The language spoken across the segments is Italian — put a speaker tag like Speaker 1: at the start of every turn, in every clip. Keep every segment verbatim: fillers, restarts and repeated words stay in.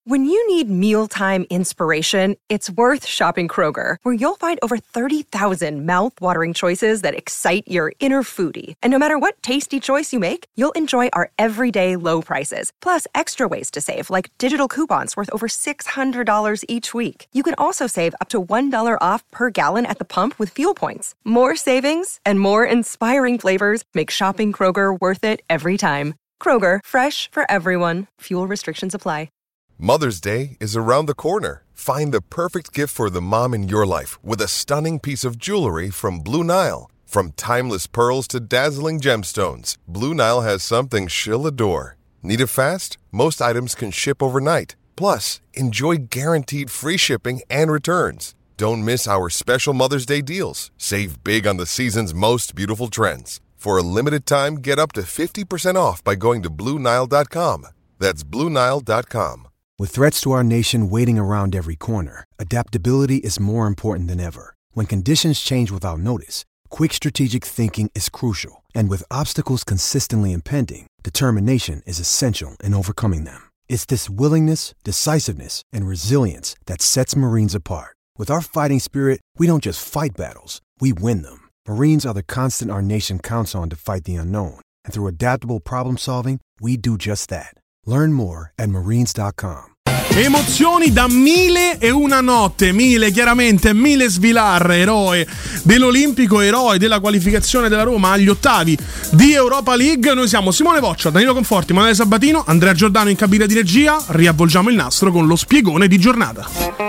Speaker 1: When you need mealtime inspiration, it's worth shopping Kroger, where you'll find over thirty thousand mouth-watering choices that excite your inner foodie. And no matter what tasty choice you make, you'll enjoy our everyday low prices, plus extra ways to save, like digital coupons worth over six hundred dollars each week. You can also save up to one dollar off per gallon at the pump with fuel points. More savings and more inspiring flavors make shopping Kroger worth it every time. Kroger, fresh for everyone. Fuel restrictions apply.
Speaker 2: Mother's Day is around the corner. Find the perfect gift for the mom in your life with a stunning piece of jewelry from Blue Nile. From timeless pearls to dazzling gemstones, Blue Nile has something she'll adore. Need it fast? Most items can ship overnight. Plus, enjoy guaranteed free shipping and returns. Don't miss our special Mother's Day deals. Save big on the season's most beautiful trends. For a limited time, get up to fifty percent off by going to Blue Nile dot com. That's Blue Nile dot com.
Speaker 3: With threats to our nation waiting around every corner, adaptability is more important than ever. When conditions change without notice, quick strategic thinking is crucial. And with obstacles consistently impending, determination is essential in overcoming them. It's this willingness, decisiveness, and resilience that sets Marines apart. With our fighting spirit, we don't just fight battles, we win them. Marines are the constant our nation counts on to fight the unknown. And through adaptable problem solving, we do just that. Learn more at marines dot com.
Speaker 4: Emozioni da mille e una notte. Mille, chiaramente, Miles Vilar, eroe dell'Olimpico, eroe della qualificazione della Roma agli ottavi di Europa League. Noi siamo Simone Voccia, Danilo Conforti, Manuele Sabatino, Andrea Giordano in cabina di regia. Riavvolgiamo il nastro con lo spiegone di giornata.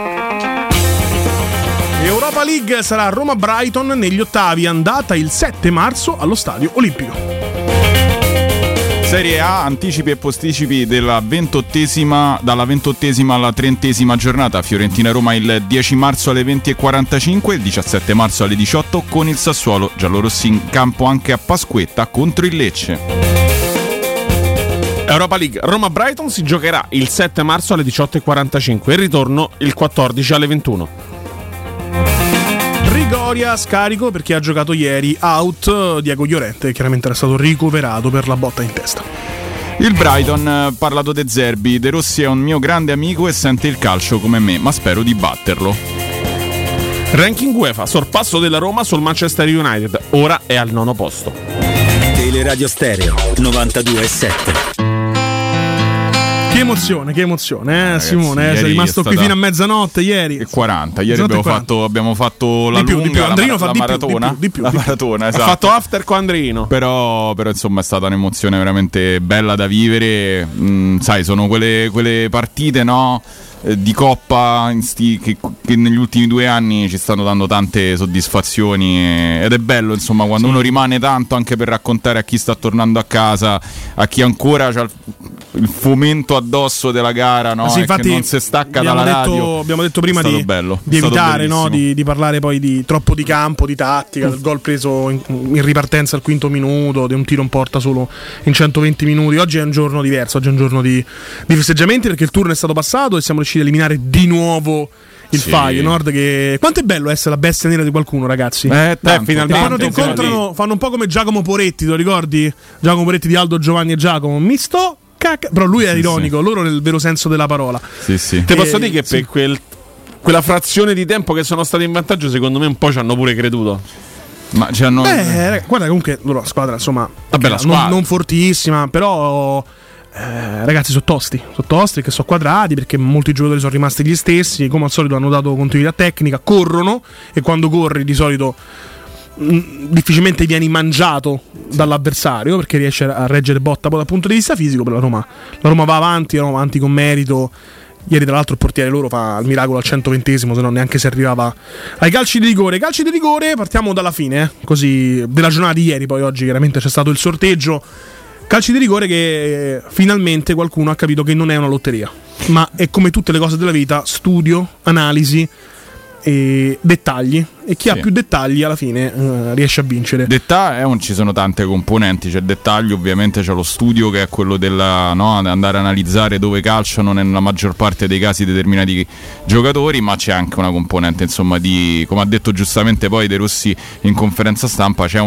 Speaker 4: Europa League sarà Roma-Brighton negli ottavi, andata il sette marzo allo Stadio Olimpico.
Speaker 5: Serie A, anticipi e posticipi della ventottesima, dalla ventottesima alla trentesima giornata. Fiorentina-Roma il dieci marzo alle venti e quarantacinque, il diciassette marzo alle diciotto con il Sassuolo giallorossi in campo anche a Pasquetta contro il Lecce.
Speaker 4: Europa League Roma-Brighton si giocherà il sette marzo alle diciotto e quarantacinque, il ritorno il quattordici alle ventuno. Trigoria, scarico per chi ha giocato ieri, out Diego Llorente, chiaramente era stato ricoverato per la botta in testa.
Speaker 5: Il Brighton, parlato De Zerbi, De Rossi è un mio grande amico e sente il calcio come me, ma spero di batterlo.
Speaker 4: Ranking UEFA, sorpasso della Roma sul Manchester United, ora è al nono posto.
Speaker 6: Teleradio Stereo novantadue e sette.
Speaker 4: Che emozione, che emozione, eh, ragazzi, Simone, eh, sei rimasto qui fino a mezzanotte ieri.
Speaker 5: E quaranta, ieri abbiamo fatto, abbiamo fatto la
Speaker 4: di più,
Speaker 5: lunga,
Speaker 4: di più. Andrino
Speaker 5: la,
Speaker 4: fa
Speaker 5: la
Speaker 4: di
Speaker 5: maratona,
Speaker 4: più, di più,
Speaker 5: la
Speaker 4: di più,
Speaker 5: maratona,
Speaker 4: di più.
Speaker 5: esatto.
Speaker 4: Ha fatto after con Andrino.
Speaker 5: Però, però insomma è stata un'emozione veramente bella da vivere. Mm, sai, sono quelle, quelle partite, no? Di Coppa in sti, che, che negli ultimi due anni ci stanno dando tante soddisfazioni e, ed è bello insomma quando sì. uno rimane tanto anche per raccontare a chi sta tornando a casa, a chi ancora c'ha il, il fomento addosso della gara, no?
Speaker 4: Sì,
Speaker 5: e che non si stacca dalla
Speaker 4: detto,
Speaker 5: radio.
Speaker 4: Abbiamo detto prima di,
Speaker 5: bello,
Speaker 4: di evitare, no? di, di parlare poi di troppo di campo, di tattica, del gol preso in, in ripartenza al quinto minuto, di un tiro in porta solo in centoventi minuti. Oggi è un giorno diverso, oggi è un giorno di, di festeggiamenti perché il turno è stato passato e siamo riusciti a eliminare di nuovo il sì. Feyenoord. Che quanto è bello essere la bestia nera di qualcuno, ragazzi.
Speaker 5: Eh, tanto,
Speaker 4: eh, finalmente quando ti incontrano fanno un po' come Giacomo Poretti, te lo ricordi? Giacomo Poretti di Aldo, Giovanni e Giacomo. Mi sto cacca, però lui è sì, ironico, sì. loro nel vero senso della parola.
Speaker 5: Sì, sì.
Speaker 7: Ti
Speaker 4: e,
Speaker 7: posso dire che
Speaker 4: sì.
Speaker 7: per quel, quella frazione di tempo che sono stati in vantaggio, secondo me un po' ci hanno pure creduto.
Speaker 5: Ma ci hanno...
Speaker 4: Beh, guarda, comunque loro la squadra, insomma,
Speaker 7: vabbè, la squadra.
Speaker 4: Non, non fortissima, però Eh, ragazzi sono tosti, sono tosti perché sono quadrati, perché molti giocatori sono rimasti gli stessi, come al solito hanno dato continuità tecnica, corrono e quando corri di solito mh, difficilmente vieni mangiato dall'avversario perché riesce a reggere botta poi dal punto di vista fisico. Per la Roma, la Roma va avanti, va avanti con merito. Ieri tra l'altro il portiere loro fa il miracolo al centoventesimo, se no neanche si arrivava ai calci di rigore. Calci di rigore, partiamo dalla fine, eh, così della giornata di ieri, poi oggi chiaramente c'è stato il sorteggio. Calci di rigore che finalmente qualcuno ha capito che non è una lotteria, ma è come tutte le cose della vita, studio, analisi e dettagli, e chi sì. ha più dettagli alla fine uh, riesce a vincere.
Speaker 5: Detta- eh, ci sono tante componenti, c'è il dettaglio, ovviamente c'è lo studio che è quello della, no, andare a analizzare dove calciano nella maggior parte dei casi determinati giocatori, ma c'è anche una componente insomma di, come ha detto giustamente poi De Rossi in conferenza stampa, c'è una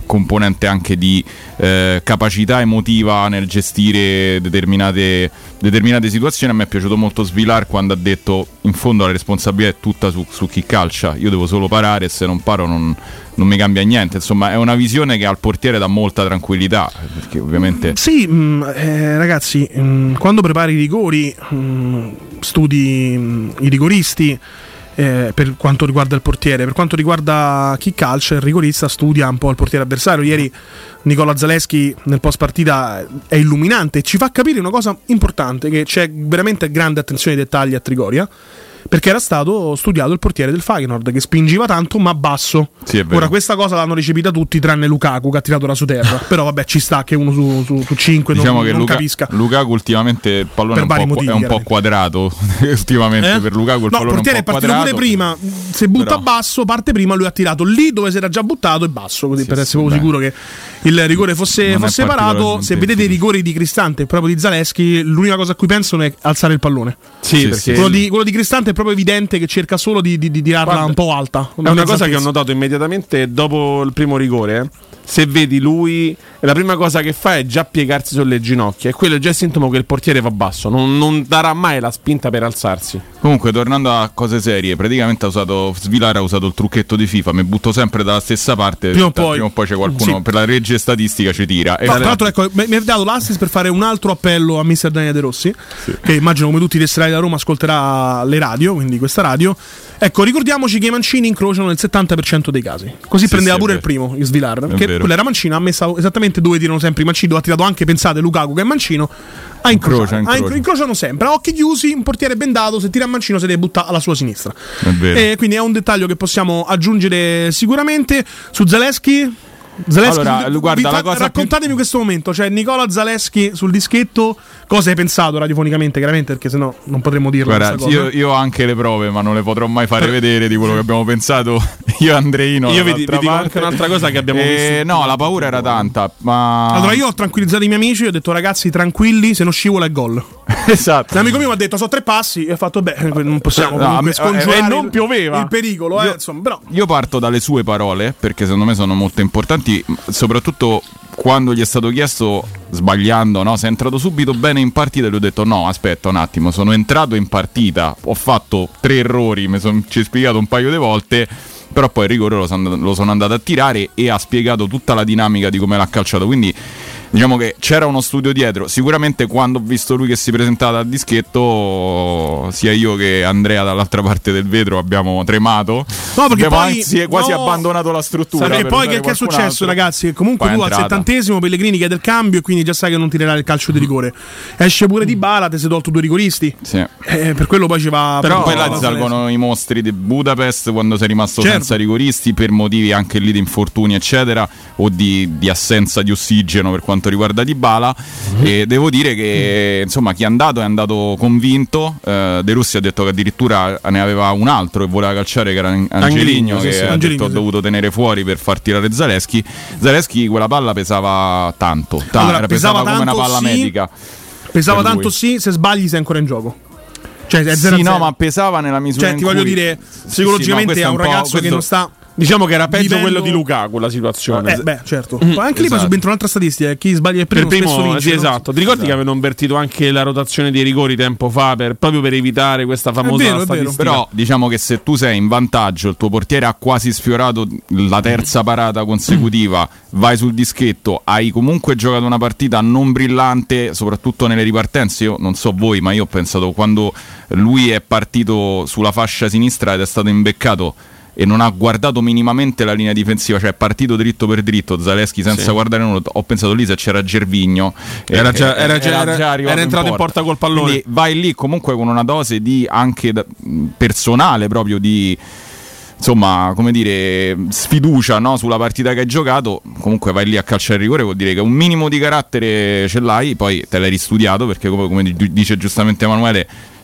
Speaker 5: componente anche di eh, capacità emotiva nel gestire determinate, determinate situazioni. A me è piaciuto molto Svilar quando ha detto in fondo la responsabilità è tutta su, su chi calcia, io devo solo parare e se non paro non, non mi cambia niente. Insomma, è una visione che al portiere dà molta tranquillità, perché ovviamente
Speaker 4: sì, mh, eh, ragazzi, mh, quando prepari i rigori mh, studi mh, i rigoristi. Eh, per quanto riguarda il portiere, per quanto riguarda chi calcia, il rigorista studia un po' il portiere avversario. Ieri Nicola Zalewski nel post partita è illuminante e ci fa capire una cosa importante, che c'è veramente grande attenzione ai dettagli a Trigoria, perché era stato studiato il portiere del Feyenoord che spingeva tanto ma basso.
Speaker 5: Sì,
Speaker 4: ora questa cosa l'hanno recepita tutti tranne Lukaku che ha tirato da su terra. Però vabbè, ci sta che uno su, su, su cinque
Speaker 5: diciamo
Speaker 4: non,
Speaker 5: che
Speaker 4: non
Speaker 5: Luka,
Speaker 4: capisca.
Speaker 5: Lukaku ultimamente il pallone
Speaker 4: Per
Speaker 5: è un, po',
Speaker 4: motivi,
Speaker 5: è un po' quadrato ultimamente
Speaker 4: eh?
Speaker 5: per Lukaku il
Speaker 4: no,
Speaker 5: pallone
Speaker 4: il portiere è,
Speaker 5: è un po'
Speaker 4: partito
Speaker 5: quadrato
Speaker 4: pure prima, se butta
Speaker 5: però...
Speaker 4: basso parte prima, lui ha tirato lì dove si era già buttato e basso, così
Speaker 5: sì,
Speaker 4: per
Speaker 5: sì,
Speaker 4: essere proprio sicuro che il rigore fosse, fosse parato. Se vedete i rigori di Cristante e proprio di Zalewski, l'unica cosa a cui pensano è alzare il pallone.
Speaker 7: Sì,
Speaker 5: sì,
Speaker 7: perché
Speaker 5: sì.
Speaker 4: Quello, di, quello di Cristante è proprio evidente che cerca solo di, di, di tirarla
Speaker 7: Guarda,
Speaker 4: un po' alta.
Speaker 7: È una cosa che ho notato immediatamente dopo il primo rigore. Eh? Se vedi lui, la prima cosa che fa è già piegarsi sulle ginocchia, e quello è già il sintomo che il portiere va basso, non, non darà mai la spinta per alzarsi.
Speaker 5: Comunque, tornando a cose serie, praticamente ha usato Svilar ha usato il trucchetto di FIFA, mi butto sempre dalla stessa parte,
Speaker 4: prima o poi,
Speaker 5: prima o poi c'è qualcuno
Speaker 4: sì.
Speaker 5: per la legge statistica ci tira.
Speaker 4: No, tra l'altro, ecco, mi ha dato l'assist per fare un altro appello a mister Daniele De Rossi, sì. che immagino come tutti i tesserati da Roma ascolterà le radio, quindi questa radio. Ecco, ricordiamoci che i mancini incrociano nel settanta per cento dei casi. Così
Speaker 5: sì,
Speaker 4: prendeva
Speaker 5: sì,
Speaker 4: pure il primo, il Svilar,
Speaker 5: è
Speaker 4: che
Speaker 5: vero.
Speaker 4: quello era mancino, ha messo esattamente dove tirano sempre i mancini, dove ha tirato anche, pensate, Lukaku che è mancino, a incrociare.
Speaker 5: Incrocia, incrocia.
Speaker 4: A incrociano sempre, a occhi chiusi, un portiere bendato, se tira a mancino si deve buttare alla sua sinistra.
Speaker 5: È vero.
Speaker 4: E quindi è un dettaglio che possiamo aggiungere sicuramente. Su Zalewski, Zalewski
Speaker 5: Allora,
Speaker 4: vi-
Speaker 5: guarda,
Speaker 4: vi
Speaker 5: la
Speaker 4: fa-
Speaker 5: cosa
Speaker 4: raccontatemi questo momento, cioè Nicola Zalewski sul dischetto, cosa hai pensato radiofonicamente, chiaramente, perché sennò non potremmo dirlo.
Speaker 5: Guarda,
Speaker 4: questa cosa.
Speaker 5: io, io ho anche le prove, ma non le potrò mai fare vedere di quello che abbiamo pensato io e Andreino.
Speaker 7: Io vi, vi
Speaker 5: dall'altra
Speaker 7: dico
Speaker 5: parte.
Speaker 7: anche un'altra cosa che abbiamo
Speaker 5: Eh,
Speaker 7: visto.
Speaker 5: no, la paura era tanta, ma
Speaker 4: Allora io ho tranquillizzato i miei amici, ho detto ragazzi tranquilli, se non scivola è gol.
Speaker 5: esatto.
Speaker 4: Un amico mio mi ha detto so tre passi e ho fatto beh, non possiamo
Speaker 5: No,
Speaker 4: comunque
Speaker 5: a me-
Speaker 4: scongiurare
Speaker 5: e non
Speaker 4: il-
Speaker 7: pioveva.
Speaker 4: il pericolo, eh,
Speaker 5: Io-
Speaker 4: insomma, però
Speaker 5: Io parto dalle sue parole, perché secondo me sono molto importanti, soprattutto quando gli è stato chiesto, sbagliando, no? Se è entrato subito bene in partita, gli ho detto no, aspetta un attimo, sono entrato in partita, ho fatto tre errori, mi sono ci ho spiegato un paio di volte, però poi il rigore lo sono, lo sono andato a tirare e ha spiegato tutta la dinamica di come l'ha calciato, quindi diciamo che c'era uno studio dietro. Sicuramente quando ho visto lui che si presentava al dischetto, sia io che Andrea dall'altra parte del vetro abbiamo tremato.
Speaker 4: No, perché
Speaker 5: abbiamo
Speaker 4: poi-
Speaker 5: anzi quasi
Speaker 4: no.
Speaker 5: abbandonato la struttura.
Speaker 4: perché
Speaker 5: per
Speaker 4: poi
Speaker 5: usare
Speaker 4: che, che è
Speaker 5: qualcun
Speaker 4: successo,
Speaker 5: altro.
Speaker 4: ragazzi? Che comunque
Speaker 5: Poi è
Speaker 4: tu al
Speaker 5: entrata.
Speaker 4: settantesimo Pellegrini chiede il cambio e quindi già sai che non tirerà il calcio di rigore. Esce pure Di Bala, te sei tolto due rigoristi.
Speaker 5: Sì.
Speaker 4: Eh, per quello poi ci va.
Speaker 5: Però
Speaker 4: per-
Speaker 5: poi là
Speaker 4: la-
Speaker 5: salgono i mostri di Budapest quando sei rimasto
Speaker 4: Certo.
Speaker 5: senza rigoristi per motivi anche lì di infortuni eccetera, o di, di assenza di ossigeno per quanto riguarda Dybala. Mm-hmm. E devo dire che insomma chi è andato è andato convinto. eh, De Rossi ha detto che addirittura ne aveva un altro che voleva calciare, che era Angeligno,
Speaker 7: Angeligno,
Speaker 5: che
Speaker 7: sì, sì.
Speaker 5: ha
Speaker 4: Angeligno,
Speaker 5: detto ho
Speaker 4: sì.
Speaker 5: dovuto tenere fuori per far tirare Zalewski. Zalewski quella palla pesava tanto, ta-
Speaker 4: Allora,
Speaker 5: era
Speaker 4: pesava
Speaker 5: pesava come una
Speaker 4: tanto,
Speaker 5: palla
Speaker 4: sì.
Speaker 5: medica.
Speaker 4: Pesava
Speaker 5: per lui.
Speaker 4: tanto, sì, se sbagli sei ancora in gioco. Cioè, è zero a
Speaker 5: Sì,
Speaker 4: zero.
Speaker 5: no, ma pesava nella misura
Speaker 4: Cioè,
Speaker 5: in
Speaker 4: ti voglio
Speaker 5: cui-
Speaker 4: dire,
Speaker 5: Sì, sì,
Speaker 4: psicologicamente
Speaker 5: no, questo
Speaker 4: è un
Speaker 5: po'-
Speaker 4: ragazzo che
Speaker 5: questo-
Speaker 4: non sta.
Speaker 7: Diciamo che era peggio
Speaker 4: Vivendo-
Speaker 7: quello di Lukaku la situazione.
Speaker 4: Eh, beh, certo. Poi anche lì poi
Speaker 5: esatto.
Speaker 4: subentra un'altra statistica: chi sbaglia il
Speaker 7: Per
Speaker 4: primo,
Speaker 7: il
Speaker 4: spesso
Speaker 7: primo,
Speaker 4: vince.
Speaker 7: sì,
Speaker 4: no?
Speaker 7: esatto. Ti ricordi che avevano invertito anche la rotazione dei rigori tempo fa per, proprio per evitare questa famosa
Speaker 4: vero, è vero.
Speaker 7: statistica?
Speaker 5: Però diciamo che se tu sei in vantaggio, il tuo portiere ha quasi sfiorato la terza parata consecutiva, vai sul dischetto, hai comunque giocato una partita non brillante, soprattutto nelle ripartenze. Io non so voi, ma io ho pensato quando lui è partito sulla fascia sinistra ed è stato imbeccato e non ha guardato minimamente la linea difensiva, cioè è partito dritto per dritto Zalewski senza
Speaker 7: Sì.
Speaker 5: guardare nulla. Ho pensato lì se c'era Gervigno,
Speaker 7: Era
Speaker 5: eh,
Speaker 7: già-
Speaker 5: eh,
Speaker 7: era già- era-
Speaker 5: arrivato
Speaker 7: era entrato in porta col pallone.
Speaker 5: Quindi vai lì comunque con una dose di anche da- personale proprio di, insomma, come dire, sfiducia, no, sulla partita che hai giocato. Comunque vai lì a calciare il rigore, vuol dire che un minimo di carattere ce l'hai, poi te l'hai ristudiato perché come, come dice giustamente Emanuele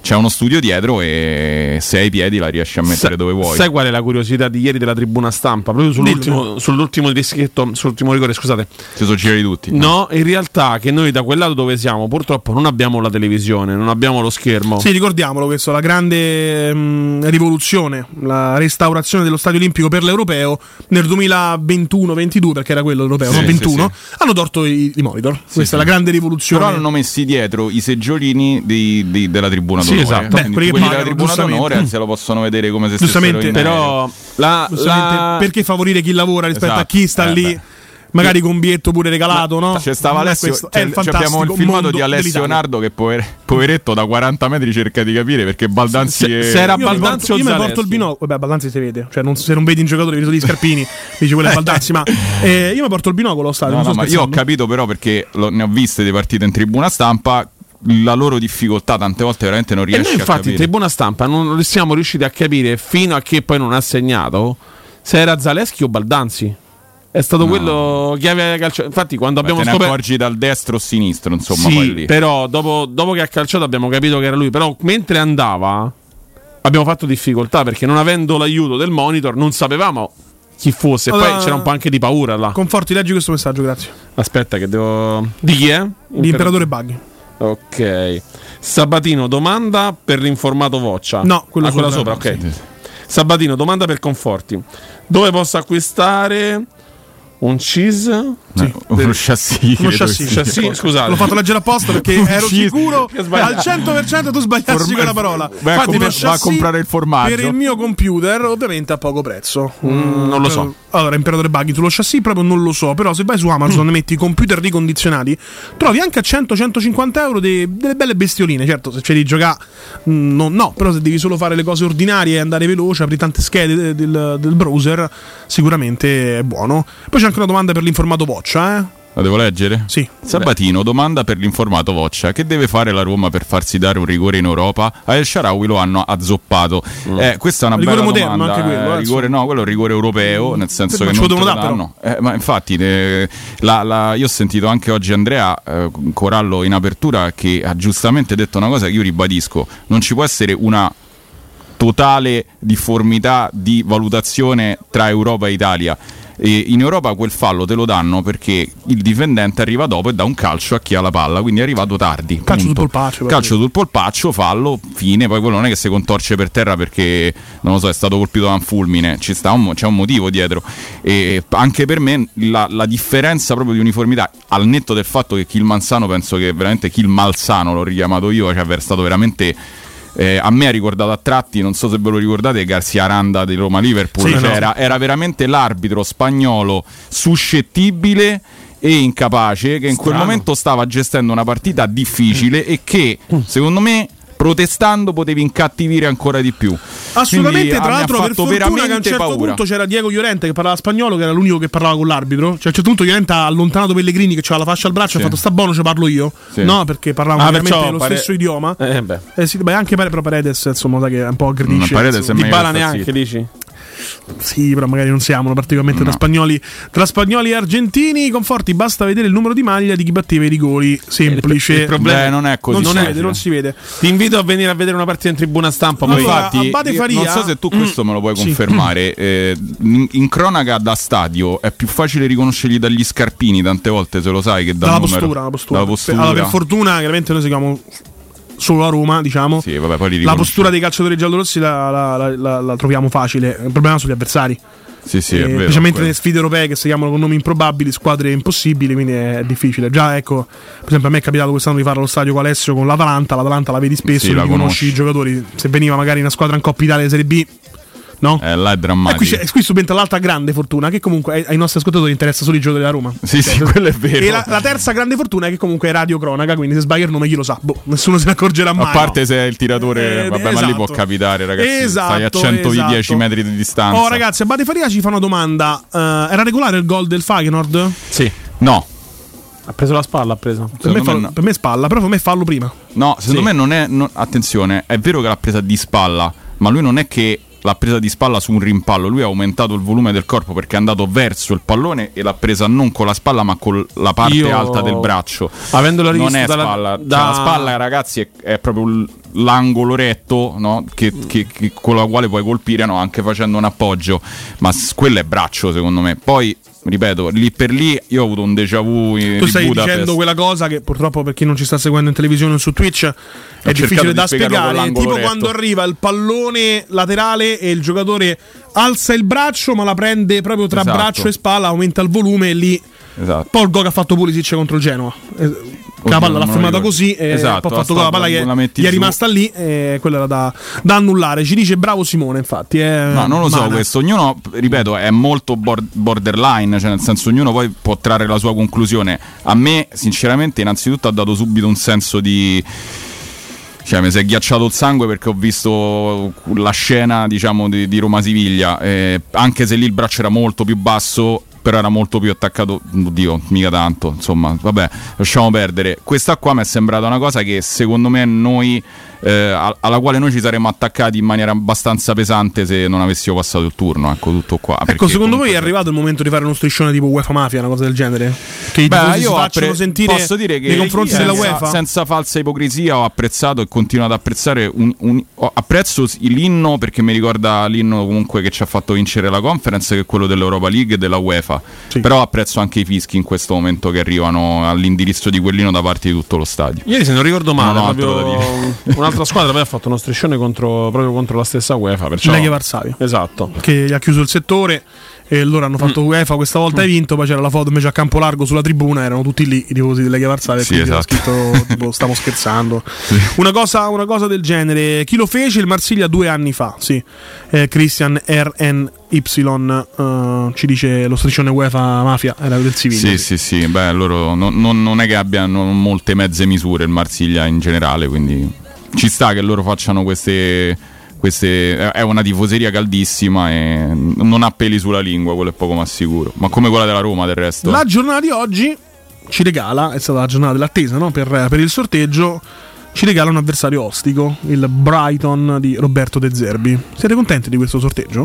Speaker 5: c'è uno studio dietro e se hai i piedi la riesci a mettere
Speaker 7: Sa-
Speaker 5: dove vuoi.
Speaker 7: Sai qual è la curiosità di ieri della tribuna stampa? Proprio sull'ultimo, sull'ultimo dischetto, sull'ultimo rigore, scusate.
Speaker 5: Si sono girati tutti.
Speaker 7: No, in realtà che noi da quel lato dove siamo purtroppo non abbiamo la televisione, non abbiamo lo schermo.
Speaker 4: Sì, ricordiamolo questo, la grande mh, rivoluzione, la restaurazione dello Stadio Olimpico per l'Europeo nel duemilaventuno ventidue, perché era quello l'Europeo,
Speaker 5: Sì,
Speaker 4: non ventuno,
Speaker 5: sì, sì.
Speaker 4: hanno torto i, i monitor.
Speaker 5: Sì,
Speaker 4: Questa
Speaker 5: sì.
Speaker 4: è la grande rivoluzione.
Speaker 5: Però hanno messi dietro i seggiolini di, di, della tribuna
Speaker 7: Sì,
Speaker 5: d'onore.
Speaker 7: esatto.
Speaker 5: Quindi
Speaker 4: Beh, quelli che
Speaker 5: quelli
Speaker 4: pagano,
Speaker 5: della tribuna
Speaker 4: giustamente.
Speaker 5: d'onore se lo possono vedere come se
Speaker 4: Giustamente.
Speaker 5: stessero in aereo.
Speaker 7: Però la,
Speaker 4: Giustamente,
Speaker 7: la...
Speaker 4: perché favorire chi lavora rispetto
Speaker 5: Esatto,
Speaker 4: a chi sta
Speaker 5: eh,
Speaker 4: lì,
Speaker 5: beh.
Speaker 4: magari con biglietto pure regalato, no?
Speaker 5: C'è stava
Speaker 4: Non è
Speaker 5: Alessio,
Speaker 4: questo,
Speaker 5: c'è,
Speaker 4: è il
Speaker 5: c'è abbiamo il
Speaker 4: fantastico
Speaker 5: filmato
Speaker 4: mondo
Speaker 5: di Alessio
Speaker 4: dell'Italia.
Speaker 5: Nardo che pover- poveretto da quaranta metri cerca di capire perché Baldanzi
Speaker 7: Se-
Speaker 5: è...
Speaker 7: se era
Speaker 4: Io mi porto,
Speaker 7: Baldanzi o
Speaker 4: io mi
Speaker 7: Zaleschi?
Speaker 4: porto il binocolo. Vabbè, Baldanzi si vede. Cioè, non- se non vedi un giocatore, vedi solo gli scarpini, dici quello è Baldanzi. Ma eh, io mi porto il binocolo allo stadio.
Speaker 5: No,
Speaker 4: non
Speaker 5: no,
Speaker 4: sto
Speaker 5: ma io ho
Speaker 4: scherzando.
Speaker 5: capito però perché lo- ne ho viste di partite in tribuna stampa, la loro difficoltà tante volte veramente non
Speaker 7: E
Speaker 5: riesce
Speaker 7: noi
Speaker 5: a
Speaker 7: infatti in
Speaker 5: capire.
Speaker 7: tribuna stampa non siamo riusciti a capire fino a che poi non ha segnato se era Zaleschi o Baldanzi. È stato
Speaker 5: No.
Speaker 7: quello che aveva calciato. Infatti quando
Speaker 5: Ma
Speaker 7: abbiamo
Speaker 5: te ne
Speaker 7: scoperto
Speaker 5: accorgi dal destro o sinistro, insomma,
Speaker 7: sì,
Speaker 5: poi lì.
Speaker 7: però dopo, dopo che ha calciato abbiamo capito che era lui. Però mentre andava abbiamo fatto difficoltà perché non avendo l'aiuto del monitor non sapevamo chi fosse. E
Speaker 4: Allora,
Speaker 7: poi c'era un po' anche di paura là.
Speaker 4: Conforti, leggi questo messaggio, grazie.
Speaker 7: Aspetta che devo... Di chi è?
Speaker 4: Di Imperatore Buggy.
Speaker 7: Ok. Sabatino, domanda per l'informato Voccia.
Speaker 4: No, quello
Speaker 7: ah, quella
Speaker 4: sopra.
Speaker 7: sopra, ok. Sabatino, domanda per Conforti. Dove posso acquistare un cheese?
Speaker 5: Sì. Uno chassis.
Speaker 4: Uno
Speaker 5: credo
Speaker 4: chassis,
Speaker 5: che sia.
Speaker 7: Chassis, scusate.
Speaker 4: L'ho fatto leggere apposta perché ero
Speaker 5: Cheese.
Speaker 4: sicuro
Speaker 7: Che sbagliato.
Speaker 4: al cento per cento tu sbagliassi
Speaker 5: Form-
Speaker 4: quella parola.
Speaker 5: Vai a
Speaker 4: Infatti,
Speaker 5: comp-
Speaker 4: uno
Speaker 5: va a
Speaker 4: chassis
Speaker 5: comprare il formaggio.
Speaker 4: per il mio computer, ovviamente a poco prezzo.
Speaker 7: Mm, non lo so.
Speaker 4: Allora, Imperatore Buggy, sullo chassis proprio non lo so. Però se vai su Amazon e metti computer ricondizionati, trovi anche a cento centocinquanta euro de- delle belle bestioline. Certo, se c'è di giocare, mm, no, no, però se devi solo fare le cose ordinarie e andare veloce, apri tante schede de- del, del browser, sicuramente è buono. Poi c'è anche una domanda per l'informato Voccia, eh?
Speaker 5: La devo leggere?
Speaker 4: Sì.
Speaker 5: Sabatino, domanda per l'informato Voccia. Che deve fare la Roma per farsi dare un rigore in Europa? A El Shaarawy lo hanno azzoppato. Eh, questa è una
Speaker 4: Rigore
Speaker 5: bella
Speaker 4: moderno
Speaker 5: domanda.
Speaker 4: anche quello,
Speaker 5: Eh,
Speaker 4: eh,
Speaker 5: rigore, no, quello è un rigore europeo, nel senso
Speaker 4: Ma
Speaker 5: che
Speaker 4: ce
Speaker 5: non
Speaker 4: lo
Speaker 5: te lo
Speaker 4: devono dare,
Speaker 5: danno. Eh, ma infatti, eh, la- la- io ho sentito anche oggi Andrea eh, Corallo in apertura che ha giustamente detto una cosa che io ribadisco. Non ci può essere una totale difformità di valutazione tra Europa e Italia. E in Europa quel fallo te lo danno perché il difendente arriva dopo e dà un calcio a chi ha la palla, quindi è arrivato tardi.
Speaker 4: Calcio sul
Speaker 5: punto.
Speaker 4: polpaccio,
Speaker 5: Calcio sul polpaccio, fallo, fine. Poi quello non è che si contorce per terra perché non lo so, è stato colpito da un fulmine, ci sta un, c'è un motivo dietro. E anche per me la, la differenza proprio di uniformità, al netto del fatto che Kilmanzano, penso che veramente Kilmalzano l'ho richiamato io, cioè è stato veramente. Eh, a me ha ricordato a tratti, non so se ve lo ricordate, Garcia Aranda di Roma-Liverpool,
Speaker 4: Sì,
Speaker 5: cioè
Speaker 4: no.
Speaker 5: era, era veramente l'arbitro spagnolo suscettibile e incapace che in quel
Speaker 7: Strano.
Speaker 5: momento stava gestendo una partita difficile e che secondo me protestando potevi incattivire ancora di più.
Speaker 4: Assolutamente,
Speaker 5: Quindi,
Speaker 4: tra
Speaker 5: ah, mi ha
Speaker 4: l'altro per
Speaker 5: fatto
Speaker 4: fortuna che a un
Speaker 5: veramente
Speaker 4: certo
Speaker 5: paura.
Speaker 4: punto c'era Diego Llorente che parlava spagnolo, che era l'unico che parlava con l'arbitro. Cioè a un certo punto Llorente ha allontanato Pellegrini che aveva la fascia al braccio
Speaker 5: Sì.
Speaker 4: e ha fatto sta buono, ci parlo io.
Speaker 5: Sì.
Speaker 4: No, perché parlavano
Speaker 7: Ah,
Speaker 4: veramente
Speaker 7: perciò
Speaker 4: lo
Speaker 7: pare-
Speaker 4: stesso idioma.
Speaker 7: Eh, beh.
Speaker 4: Eh sì, beh, anche Pare- però Paredes, insomma, sai che è un po'
Speaker 5: Mm,
Speaker 4: aggredisce.
Speaker 5: Paredes
Speaker 4: insomma.
Speaker 5: è
Speaker 7: Di
Speaker 5: meglio
Speaker 7: Bala
Speaker 5: sta
Speaker 7: neanche,
Speaker 5: zitto.
Speaker 7: dici?
Speaker 4: Sì, però magari non siamo particolarmente
Speaker 5: No.
Speaker 4: tra spagnoli tra spagnoli e argentini. Conforti, basta vedere il numero di maglia di chi batteva i rigori. Semplice.
Speaker 7: Il- il problema-
Speaker 5: Beh, non è così.
Speaker 4: non si
Speaker 5: facile.
Speaker 4: vede, non si vede.
Speaker 7: Ti invito a venire a vedere una partita in tribuna stampa.
Speaker 4: Allora,
Speaker 7: Poi
Speaker 5: Infatti,
Speaker 4: Abate
Speaker 5: io
Speaker 4: Faria-
Speaker 5: non so se tu questo me lo puoi
Speaker 4: Sì.
Speaker 5: confermare. eh, in, in cronaca da stadio è più facile riconoscerli dagli scarpini, tante volte se lo sai, che dal
Speaker 4: Dalla
Speaker 5: numero.
Speaker 4: postura, la postura.
Speaker 5: Dalla postura.
Speaker 4: Allora, per fortuna, chiaramente noi seguiamo solo a Roma, diciamo.
Speaker 5: Sì, vabbè, poi li
Speaker 4: La
Speaker 5: riconosci.
Speaker 4: postura dei calciatori giallorossi la, la, la, la, la troviamo facile. Il problema sono gli avversari.
Speaker 5: Sì, sì,
Speaker 4: Eh,
Speaker 5: è vero,
Speaker 4: specialmente
Speaker 5: quello.
Speaker 4: nelle sfide europee che si chiamano con nomi improbabili, squadre impossibili, quindi è difficile. Già, ecco, per esempio, a me è capitato quest'anno di fare lo stadio con Alessio con l'Atalanta. L'Atalanta la vedi spesso,
Speaker 5: Sì,
Speaker 4: li
Speaker 5: la
Speaker 4: conosci
Speaker 5: conosci.
Speaker 4: i giocatori. Se veniva magari una squadra in Coppa Italia di Serie B, no?
Speaker 5: Eh, là è
Speaker 4: E qui,
Speaker 5: drammatico.
Speaker 4: c'è- qui subentra l'altra grande fortuna, che comunque ai, ai nostri ascoltatori interessa solo i giocatori della Roma.
Speaker 5: Sì, sì, quello è vero.
Speaker 4: E la, la terza grande fortuna è che comunque è radio cronaca, quindi se sbaglia il nome chi lo sa, boh, nessuno se ne accorgerà mai.
Speaker 5: A parte
Speaker 4: no?
Speaker 5: se è il tiratore,
Speaker 4: Eh,
Speaker 5: vabbè, ma lì
Speaker 4: esatto.
Speaker 5: può capitare, ragazzi.
Speaker 4: Esatto,
Speaker 5: Stai a centodieci
Speaker 4: esatto.
Speaker 5: metri di distanza.
Speaker 4: Oh ragazzi, Abate Faria ci fa una domanda. Eh, era regolare il gol del Feyenoord?
Speaker 7: sì.
Speaker 5: No,
Speaker 7: Ha preso la spalla, ha preso.
Speaker 4: Per me,
Speaker 5: Secondo me
Speaker 4: fallo-
Speaker 5: no.
Speaker 4: per me spalla, però per me fallo prima.
Speaker 5: no, secondo
Speaker 7: Sì.
Speaker 5: me non è. non- attenzione, è vero che l'ha presa di spalla, ma lui non è che l'ha presa di spalla su un rimpallo, lui ha aumentato il volume del corpo perché è andato verso il pallone e l'ha presa non con la spalla ma con la parte
Speaker 7: Io,
Speaker 5: alta del braccio.
Speaker 7: Avendola rivista
Speaker 5: non è
Speaker 7: dalla,
Speaker 5: spalla,
Speaker 7: da...
Speaker 5: cioè, la spalla, ragazzi, è, è proprio l- l'angolo retto, no? che, che, che con la quale puoi colpire, no? Anche facendo un appoggio, ma s- quello è braccio secondo me. Poi ripeto, lì per lì io ho avuto un déjà vu in
Speaker 4: tu stai
Speaker 5: Budapest.
Speaker 4: dicendo quella cosa che purtroppo per chi non ci sta seguendo in televisione o su Twitch è
Speaker 5: Ho
Speaker 4: difficile da spiegare,
Speaker 5: con
Speaker 4: tipo
Speaker 5: retto.
Speaker 4: quando arriva il pallone laterale e il giocatore alza il braccio ma la prende proprio tra
Speaker 5: Esatto.
Speaker 4: braccio e spalla, aumenta il volume e lì
Speaker 5: Esatto.
Speaker 4: poi il gol che ha fatto Pulisic contro il Genoa, eh, che la palla l'ha fermata così e
Speaker 5: esatto,
Speaker 4: poi ha fatto gol, la palla che
Speaker 5: la metti
Speaker 4: gli è
Speaker 5: giù.
Speaker 4: rimasta lì e quella era da, da annullare. Ci dice bravo Simone, infatti eh,
Speaker 5: No, non lo so
Speaker 4: Mana.
Speaker 5: questo, ognuno, ripeto, è molto bor- borderline, cioè nel senso ognuno poi può trarre la sua conclusione. A me sinceramente innanzitutto ha dato subito un senso di... cioè mi si è ghiacciato il sangue perché ho visto la scena, diciamo, di, di Roma-Siviglia, eh, anche se lì il braccio era molto più basso, però era molto più attaccato, oddio, mica tanto, insomma, vabbè, lasciamo perdere. Questa qua mi è sembrata una cosa che secondo me noi eh, alla quale noi ci saremmo attaccati in maniera abbastanza pesante se non avessimo passato il turno, ecco, tutto qua.
Speaker 4: Ecco, secondo voi è arrivato il momento di fare uno striscione tipo UEFA Mafia, una cosa del genere? Che i tifosi si facciano
Speaker 5: appre-
Speaker 4: sentire
Speaker 5: posso dire che
Speaker 4: nei confronti
Speaker 5: senza,
Speaker 4: della UEFA?
Speaker 5: senza falsa ipocrisia ho apprezzato e continuo ad apprezzare un, un, apprezzo l'inno perché mi ricorda l'inno comunque che ci ha fatto vincere la Conference, che è quello dell'Europa League e della UEFA.
Speaker 4: Sì.
Speaker 5: Però apprezzo anche i fischi in questo momento che arrivano all'indirizzo di quellino da parte di tutto lo stadio.
Speaker 7: Ieri, se non ricordo male,
Speaker 5: Non ho altro
Speaker 7: proprio
Speaker 5: da dire.
Speaker 7: un'altra squadra poi ha fatto uno striscione contro, proprio contro la stessa UEFA. Perciò...
Speaker 4: Legia Varsavia.
Speaker 7: Esatto.
Speaker 4: Che gli ha chiuso il settore e loro hanno fatto
Speaker 5: Mm.
Speaker 4: UEFA, questa volta hai vinto, poi c'era la foto invece a campo largo sulla tribuna, erano tutti lì i tifosi della Legia Varsavia,
Speaker 5: Sì,
Speaker 4: quindi c'era
Speaker 5: esatto.
Speaker 4: scritto tipo stiamo scherzando. Una cosa, una cosa del genere. Chi lo fece? Il Marsiglia due anni fa, sì. Eh, Christian R N Y eh, ci dice lo striscione UEFA Mafia, era del Siviglia.
Speaker 5: Sì, sì, sì, beh, loro non, non, non è che abbiano molte mezze misure il Marsiglia in generale, quindi ci sta che loro facciano queste... Queste, è una tifoseria caldissima e non ha peli sulla lingua, quello è poco ma sicuro. Ma come quella della Roma del resto.
Speaker 4: La giornata di oggi ci regala, è stata la giornata dell'attesa, no? per, per il sorteggio, ci regala un avversario ostico, il Brighton di Roberto De Zerbi. Siete contenti di questo sorteggio?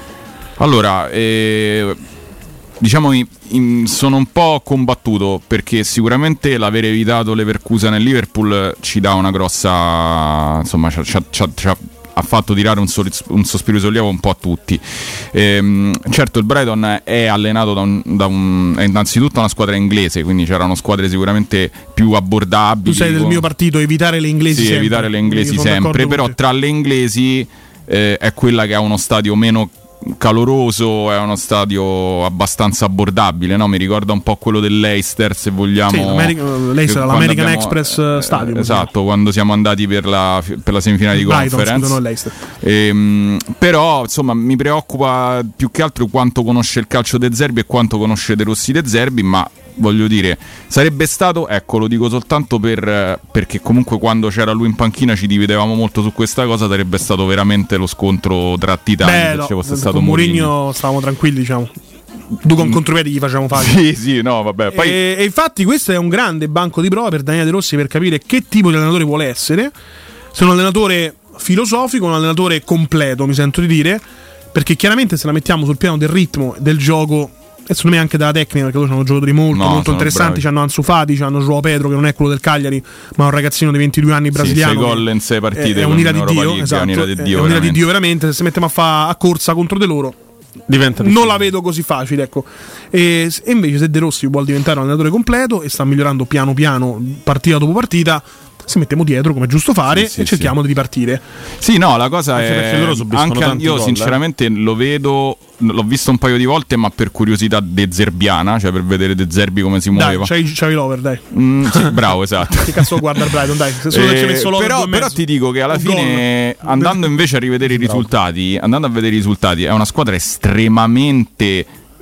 Speaker 5: Allora, eh, diciamo in, in, sono un po' combattuto perché sicuramente l'aver evitato Leverkusen e Liverpool ci dà una grossa, insomma, ci ha, ci ha, ci ha ha fatto tirare un, sol- un sospiro di sollievo un po' a tutti. Ehm, certo il Brighton è allenato da un, da un è innanzitutto una squadra inglese, quindi c'erano squadre sicuramente più abbordabili.
Speaker 4: Tu sei del
Speaker 5: con...
Speaker 4: mio partito, evitare le inglesi
Speaker 5: sì,
Speaker 4: sempre.
Speaker 5: evitare le inglesi
Speaker 4: Io sono
Speaker 5: sempre,
Speaker 4: d'accordo
Speaker 5: però
Speaker 4: con te.
Speaker 5: tra le inglesi eh, è quella che ha uno stadio meno caloroso, è uno stadio abbastanza abbordabile, no? Mi ricorda un po' quello dell'Leicester, se vogliamo.
Speaker 4: Sì, l'American, Leicester,
Speaker 5: Quando
Speaker 4: l'American
Speaker 5: abbiamo,
Speaker 4: Express Stadium.
Speaker 5: eh, esatto, quando siamo andati per la, per la semifinale di
Speaker 4: Brighton,
Speaker 5: Conference.
Speaker 4: scusa, non Leicester.
Speaker 5: Ehm, però insomma mi preoccupa più che altro quanto conosce il calcio De Zerbi e quanto conosce De Rossi De Zerbi, ma voglio dire, sarebbe stato, ecco, lo dico soltanto per perché comunque quando c'era lui in panchina ci dividevamo molto su questa cosa, sarebbe stato veramente lo scontro tra titani.
Speaker 4: Beh,
Speaker 5: se
Speaker 4: no,
Speaker 5: ci fosse
Speaker 4: con
Speaker 5: stato
Speaker 4: Mourinho
Speaker 5: Mourinho.
Speaker 4: stavamo tranquilli, diciamo. Tu con contropiedi gli facciamo facile.
Speaker 5: Sì, sì, no, vabbè. Poi...
Speaker 4: E, e infatti questo è un grande banco di prova per Daniele De Rossi per capire che tipo di allenatore vuole essere. Se un allenatore filosofico, un allenatore completo, mi sento di dire, perché chiaramente se la mettiamo sul piano del ritmo, del gioco e secondo me anche della tecnica, perché loro hanno giocatori molto,
Speaker 5: No,
Speaker 4: molto
Speaker 5: sono
Speaker 4: interessanti.
Speaker 5: bravi.
Speaker 4: C'hanno Ansu Fati, c'hanno Joao Pedro, che non è quello del Cagliari, ma è un ragazzino di ventidue anni brasiliano.
Speaker 5: sei gol
Speaker 4: che
Speaker 5: in sei partite
Speaker 4: è, è
Speaker 5: con
Speaker 4: un'ira di
Speaker 5: Europa
Speaker 4: Dio,
Speaker 5: League,
Speaker 4: esatto,
Speaker 5: è un'ira di Dio,
Speaker 4: è un'ira di
Speaker 5: veramente.
Speaker 4: Dio veramente. Se si mettiamo a fare a corsa contro di loro
Speaker 7: Diventa
Speaker 4: non
Speaker 7: difficile.
Speaker 4: la vedo così facile, ecco. E, e invece se De Rossi vuole diventare un allenatore completo e sta migliorando piano piano partita dopo partita, si mettiamo dietro come è giusto fare,
Speaker 5: Sì, sì,
Speaker 4: e cerchiamo
Speaker 5: sì.
Speaker 4: di ripartire.
Speaker 5: Sì, no, la cosa
Speaker 7: Anche
Speaker 5: è
Speaker 7: perché loro subiscono
Speaker 5: anche
Speaker 7: tanti
Speaker 5: io
Speaker 7: gol, eh.
Speaker 5: sinceramente lo vedo, l'ho visto un paio di volte, ma per curiosità dezerbiana, cioè per vedere De Zerbi come si
Speaker 4: Dai,
Speaker 5: muoveva.
Speaker 4: c'hai, c'hai l'over, dai.
Speaker 5: Mm, sì, bravo, esatto.
Speaker 4: Che cazzo guarda il Brighton, dai. Se solo
Speaker 5: Eh,
Speaker 4: ci hai messo l'over
Speaker 5: però,
Speaker 4: due e
Speaker 5: però
Speaker 4: mezzo.
Speaker 5: ti dico che alla
Speaker 4: Un
Speaker 5: fine,
Speaker 4: gol.
Speaker 5: andando invece a rivedere i risultati, andando a vedere i risultati, è una squadra estremamente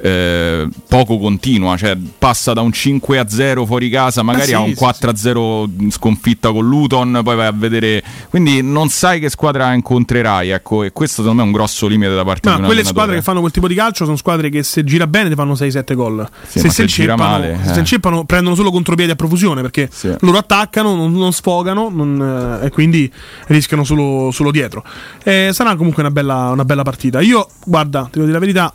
Speaker 5: eh, poco continua, cioè passa da un cinque a zero fuori casa magari
Speaker 4: eh sì,
Speaker 5: a un
Speaker 4: sì,
Speaker 5: quattro a zero sì. sconfitta con Luton, poi vai a vedere, quindi non sai che squadra incontrerai, ecco, e questo secondo me è un grosso limite da parte
Speaker 4: Ma
Speaker 5: di un
Speaker 4: quelle
Speaker 5: allenatore.
Speaker 4: squadre che fanno quel tipo di calcio sono squadre che se gira bene ti fanno sei sette gol,
Speaker 5: sì,
Speaker 4: se,
Speaker 5: se,
Speaker 4: se
Speaker 5: gira male,
Speaker 4: se
Speaker 5: eh.
Speaker 4: incippano prendono solo contropiedi a profusione, perché
Speaker 5: sì.
Speaker 4: loro attaccano, non, non sfogano, non, eh, e quindi rischiano solo, solo dietro. Eh, sarà comunque una bella, una bella partita. Io, guarda, ti devo dire la verità,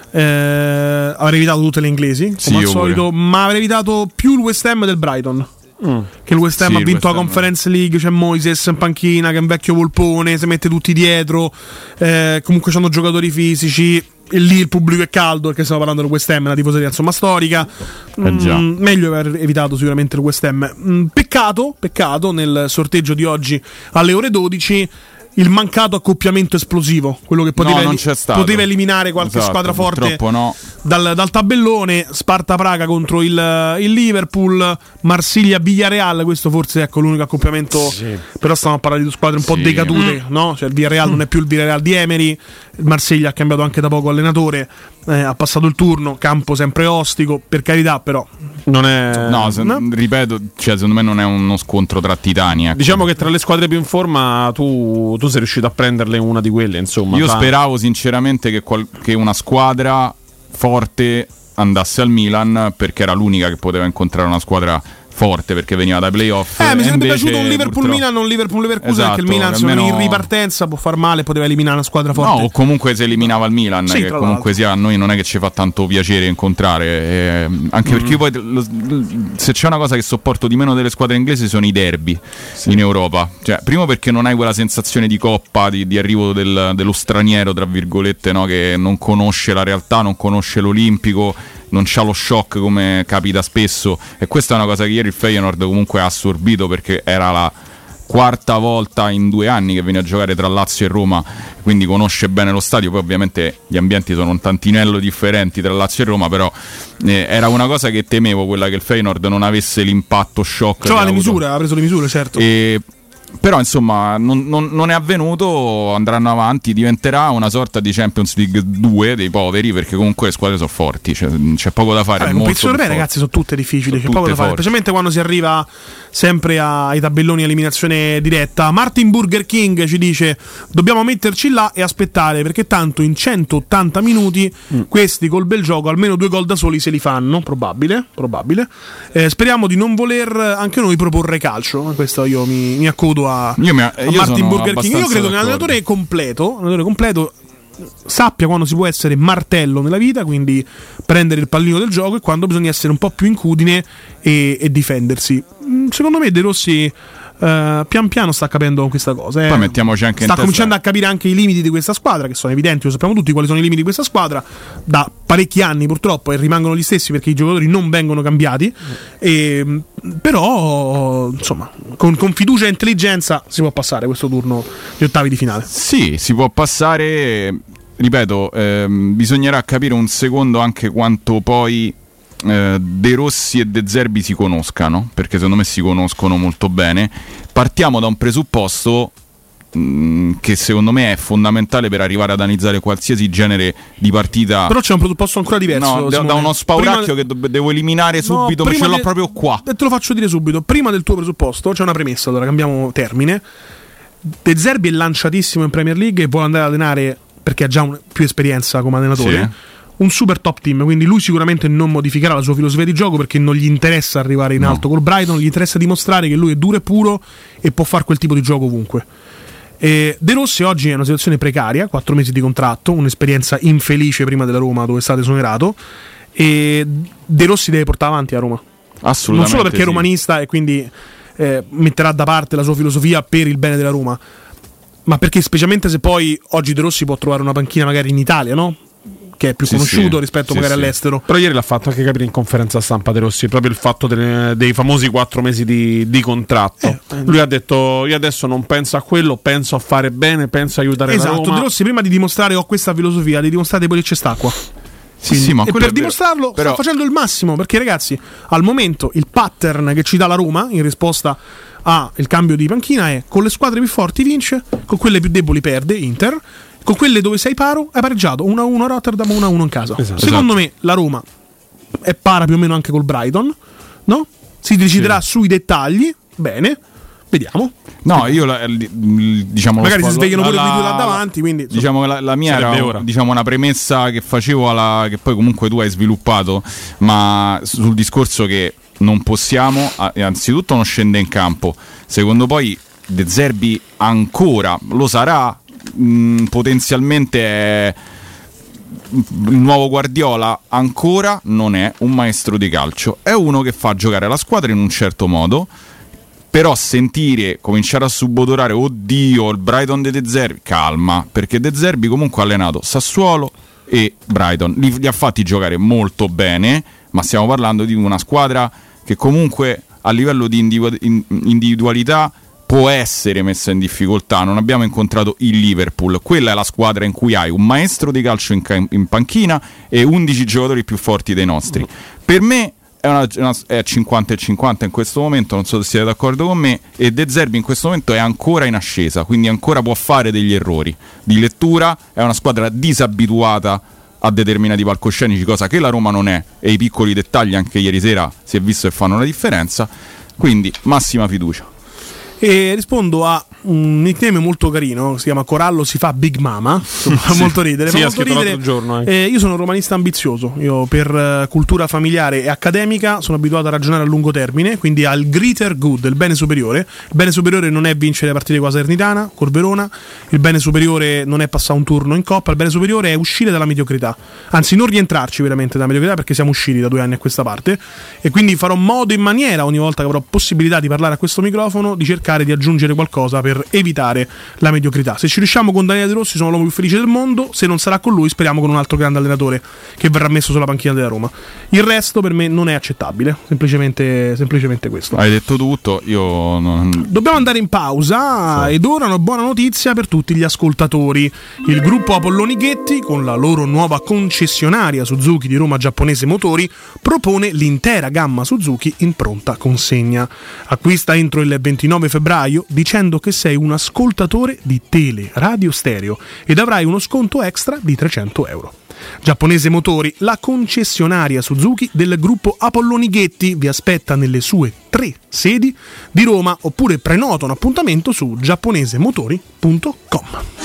Speaker 4: eh, avrei evitato tutte le inglesi, come
Speaker 5: sì,
Speaker 4: al solito, pure. Ma avrei evitato più il West Ham del Brighton. Mm. Che il West Ham sì, ha vinto la Conference League, c'è Moises in panchina che è un vecchio volpone, si mette tutti dietro, eh, comunque c'hanno giocatori fisici, e lì il pubblico è caldo, perché stiamo parlando del West Ham, una tifoseria insomma storica. Mm, meglio aver evitato sicuramente il West Ham. Mm, peccato, peccato nel sorteggio di oggi alle ore dodici il mancato accoppiamento esplosivo, quello che poteva,
Speaker 5: no,
Speaker 4: eli- poteva eliminare qualche
Speaker 5: esatto,
Speaker 4: squadra forte
Speaker 5: no.
Speaker 4: dal, dal tabellone. Sparta Praga contro il, il Liverpool, Marsiglia Villarreal, questo forse ecco l'unico accoppiamento, sì. Però stiamo a parlare di due squadre un po' sì. decadute, mm. no? Cioè il Villarreal mm. non è più il Villarreal di Emery, il Marsiglia ha cambiato anche da poco allenatore, eh, ha passato il turno, campo sempre ostico, per carità, però
Speaker 7: non è
Speaker 5: no, se, no? ripeto, cioè, secondo me non è uno scontro tra titani, ecco.
Speaker 7: Diciamo che tra le squadre più in forma tu, tu sei riuscito a prenderle una di quelle, insomma.
Speaker 5: Io
Speaker 7: tra...
Speaker 5: speravo sinceramente che, qual- che una squadra forte andasse al Milan, perché era l'unica che poteva incontrare una squadra forte, perché veniva dai playoff.
Speaker 4: Eh, mi sarebbe piaciuto un Liverpool-Milan, non un Liverpool-Leverkusen, esatto, perché il Milan almeno... sono in ripartenza, può far male, poteva eliminare una squadra forte.
Speaker 5: No, o comunque se eliminava il Milan,
Speaker 4: sì,
Speaker 5: che comunque sia, a noi non è che ci fa tanto piacere incontrare, eh, anche mm. perché io poi lo, se c'è una cosa che sopporto di meno delle squadre inglesi sono i derby sì. in Europa. Cioè, primo perché non hai quella sensazione di coppa, di, di arrivo del, dello straniero, tra virgolette, no? Che non conosce la realtà, non conosce l'Olimpico, non c'ha lo shock come capita spesso, e questa è una cosa che ieri il Feyenoord comunque ha assorbito, perché era la quarta volta in due anni che viene a giocare tra Lazio e Roma, quindi conosce bene lo stadio. Poi ovviamente gli ambienti sono un tantinello differenti tra Lazio e Roma, però eh, era una cosa che temevo, quella che il Feyenoord non avesse l'impatto shock.
Speaker 4: Cioè le misure, ha preso le misure, certo.
Speaker 5: E però insomma non, non, non è avvenuto, andranno avanti, diventerà una sorta di Champions League due dei poveri, perché comunque le squadre sono forti, c'è, c'è poco da fare.
Speaker 4: Le competizioni europee, ragazzi, sono tutte difficili, sono c'è poco da fare, specialmente quando si arriva sempre ai tabelloni a eliminazione diretta. Martin Burger King ci dice: dobbiamo metterci là e aspettare, perché tanto in centottanta minuti mm. questi col bel gioco almeno due gol da soli se li fanno, probabile, probabile. Eh, speriamo di non voler anche noi proporre calcio, questo io mi, mi accodo a, io mi, io a Martin Burger King. Io credo che un allenatore completo, un allenatore completo sappia quando si può essere martello nella vita, quindi prendere il pallino del gioco, e quando bisogna essere un po' più incudine e, e difendersi. Secondo me De Rossi Uh, pian piano sta capendo questa cosa, eh.
Speaker 5: Poi mettiamoci anche
Speaker 4: sta
Speaker 5: in
Speaker 4: cominciando
Speaker 5: testa...
Speaker 4: a capire anche i limiti di questa squadra, che sono evidenti, lo sappiamo tutti quali sono i limiti di questa squadra da parecchi anni purtroppo, e rimangono gli stessi perché i giocatori non vengono cambiati, e, però insomma con, con fiducia e intelligenza si può passare questo turno di ottavi di finale.
Speaker 5: Sì, si può passare, ripeto, ehm, bisognerà capire un secondo anche quanto poi Eh, De Rossi e De Zerbi si conoscano, perché secondo me si conoscono molto bene. Partiamo da un presupposto mh, che secondo me è fondamentale per arrivare ad analizzare qualsiasi genere di partita.
Speaker 4: Però c'è un presupposto ancora diverso,
Speaker 5: no, da, da uno spauracchio prima... che do- devo eliminare subito, no, ma ce l'ho
Speaker 4: de...
Speaker 5: proprio qua.
Speaker 4: E te lo faccio dire subito. Prima del tuo presupposto c'è una premessa, allora cambiamo termine. De Zerbi è lanciatissimo in Premier League e vuole andare ad allenare, perché ha già un... più esperienza come allenatore, sì, un super top team, quindi lui sicuramente non modificherà la sua filosofia di gioco, perché non gli interessa arrivare in alto no. col Brighton, gli interessa dimostrare che lui è duro e puro e può fare quel tipo di gioco ovunque. E De Rossi oggi è in una situazione precaria, quattro mesi di contratto, un'esperienza infelice prima della Roma dove è stato esonerato, e De Rossi deve portare avanti a Roma,
Speaker 5: assolutamente,
Speaker 4: non solo perché
Speaker 5: sì.
Speaker 4: è romanista e quindi eh, metterà da parte la sua filosofia per il bene della Roma, ma perché specialmente se poi oggi De Rossi può trovare una panchina magari in Italia, no? Che è più sì, conosciuto sì, rispetto sì, magari sì. all'estero.
Speaker 7: Però ieri l'ha fatto anche capire in conferenza stampa De Rossi, proprio il fatto delle, dei famosi quattro mesi di, di contratto. Eh, lui ha detto: io adesso non penso a quello, penso a fare bene, penso a aiutare
Speaker 4: esatto,
Speaker 7: la Roma.
Speaker 4: De Rossi prima di dimostrare ho questa filosofia, di dimostrare poi che c'è st'acqua.
Speaker 5: Sì, sì, ma
Speaker 4: e per dimostrarlo
Speaker 5: però...
Speaker 4: sta facendo il massimo, perché ragazzi, al momento il pattern che ci dà la Roma in risposta al cambio di panchina è: con le squadre più forti vince, con quelle più deboli perde, Inter. con quelle dove sei paro hai pareggiato uno a uno a Rotterdam, uno a uno in casa.
Speaker 7: Esatto.
Speaker 4: Secondo me la Roma è para più o meno anche col Brighton, no? Si deciderà sì. sui dettagli, bene, vediamo.
Speaker 5: No, io la, diciamo
Speaker 4: magari
Speaker 5: lo
Speaker 4: si svegliano pure
Speaker 5: la,
Speaker 4: quei due là davanti, quindi
Speaker 5: diciamo che la, la mia era
Speaker 7: ora.
Speaker 5: diciamo una premessa che facevo alla, che poi comunque tu hai sviluppato, ma sul discorso che non possiamo, anzitutto non scende in campo, secondo poi De Zerbi ancora lo sarà, mh, potenzialmente è il nuovo Guardiola, ancora non è un maestro di calcio, è uno che fa giocare la squadra in un certo modo. Però sentire, cominciare a subodorare, oddio, il Brighton di De Zerbi, calma, perché De Zerbi comunque ha allenato Sassuolo e Brighton, li, li ha fatti giocare molto bene, ma stiamo parlando di una squadra che comunque a livello di individu- individualità può essere messa in difficoltà. Non abbiamo incontrato il Liverpool, quella è la squadra in cui hai un maestro di calcio in, ca- in panchina e undici giocatori più forti dei nostri. Per me È, una, una, è cinquanta e cinquanta in questo momento, non so se siete d'accordo con me, e De Zerbi in questo momento è ancora in ascesa, quindi ancora può fare degli errori di lettura, è una squadra disabituata a determinati palcoscenici, cosa che la Roma non è, e i piccoli dettagli anche ieri sera si è visto che fanno la differenza, quindi massima fiducia.
Speaker 4: E rispondo a un nickname molto carino, si chiama Corallo si fa Big Mama, fa sì. molto ridere,
Speaker 7: sì,
Speaker 4: fa molto ridere.
Speaker 7: Giorno,
Speaker 4: eh, io sono romanista ambizioso, io per uh, cultura familiare e accademica sono abituato a ragionare a lungo termine, quindi al greater good, il bene superiore. Il bene superiore non è vincere le partite con la Salernitana, col Verona, il bene superiore non è passare un turno in Coppa, il bene superiore è uscire dalla mediocrità, anzi non rientrarci veramente dalla mediocrità, perché siamo usciti da due anni a questa parte, e quindi farò modo e maniera, ogni volta che avrò possibilità di parlare a questo microfono, di cercare di aggiungere qualcosa per evitare la mediocrità. Se ci riusciamo con Daniele De Rossi sono l'uomo più felice del mondo, se non sarà con lui speriamo con un altro grande allenatore che verrà messo sulla panchina della Roma. Il resto per me non è accettabile, semplicemente, semplicemente questo.
Speaker 5: Hai detto tutto, io non...
Speaker 4: Dobbiamo andare in pausa, sì. Ed ora una buona notizia per tutti gli ascoltatori. Il gruppo Apolloni Ghetti, con la loro nuova concessionaria Suzuki di Roma Giapponese Motori, propone l'intera gamma Suzuki in pronta consegna. Acquista entro il ventinove febbraio dicendo che sei un ascoltatore di Tele Radio Stereo ed avrai uno sconto extra di trecento euro. Giapponese Motori, la concessionaria Suzuki del gruppo Apolloni Ghetti, vi aspetta nelle sue tre sedi di Roma, oppure prenota un appuntamento su giapponesemotori punto com.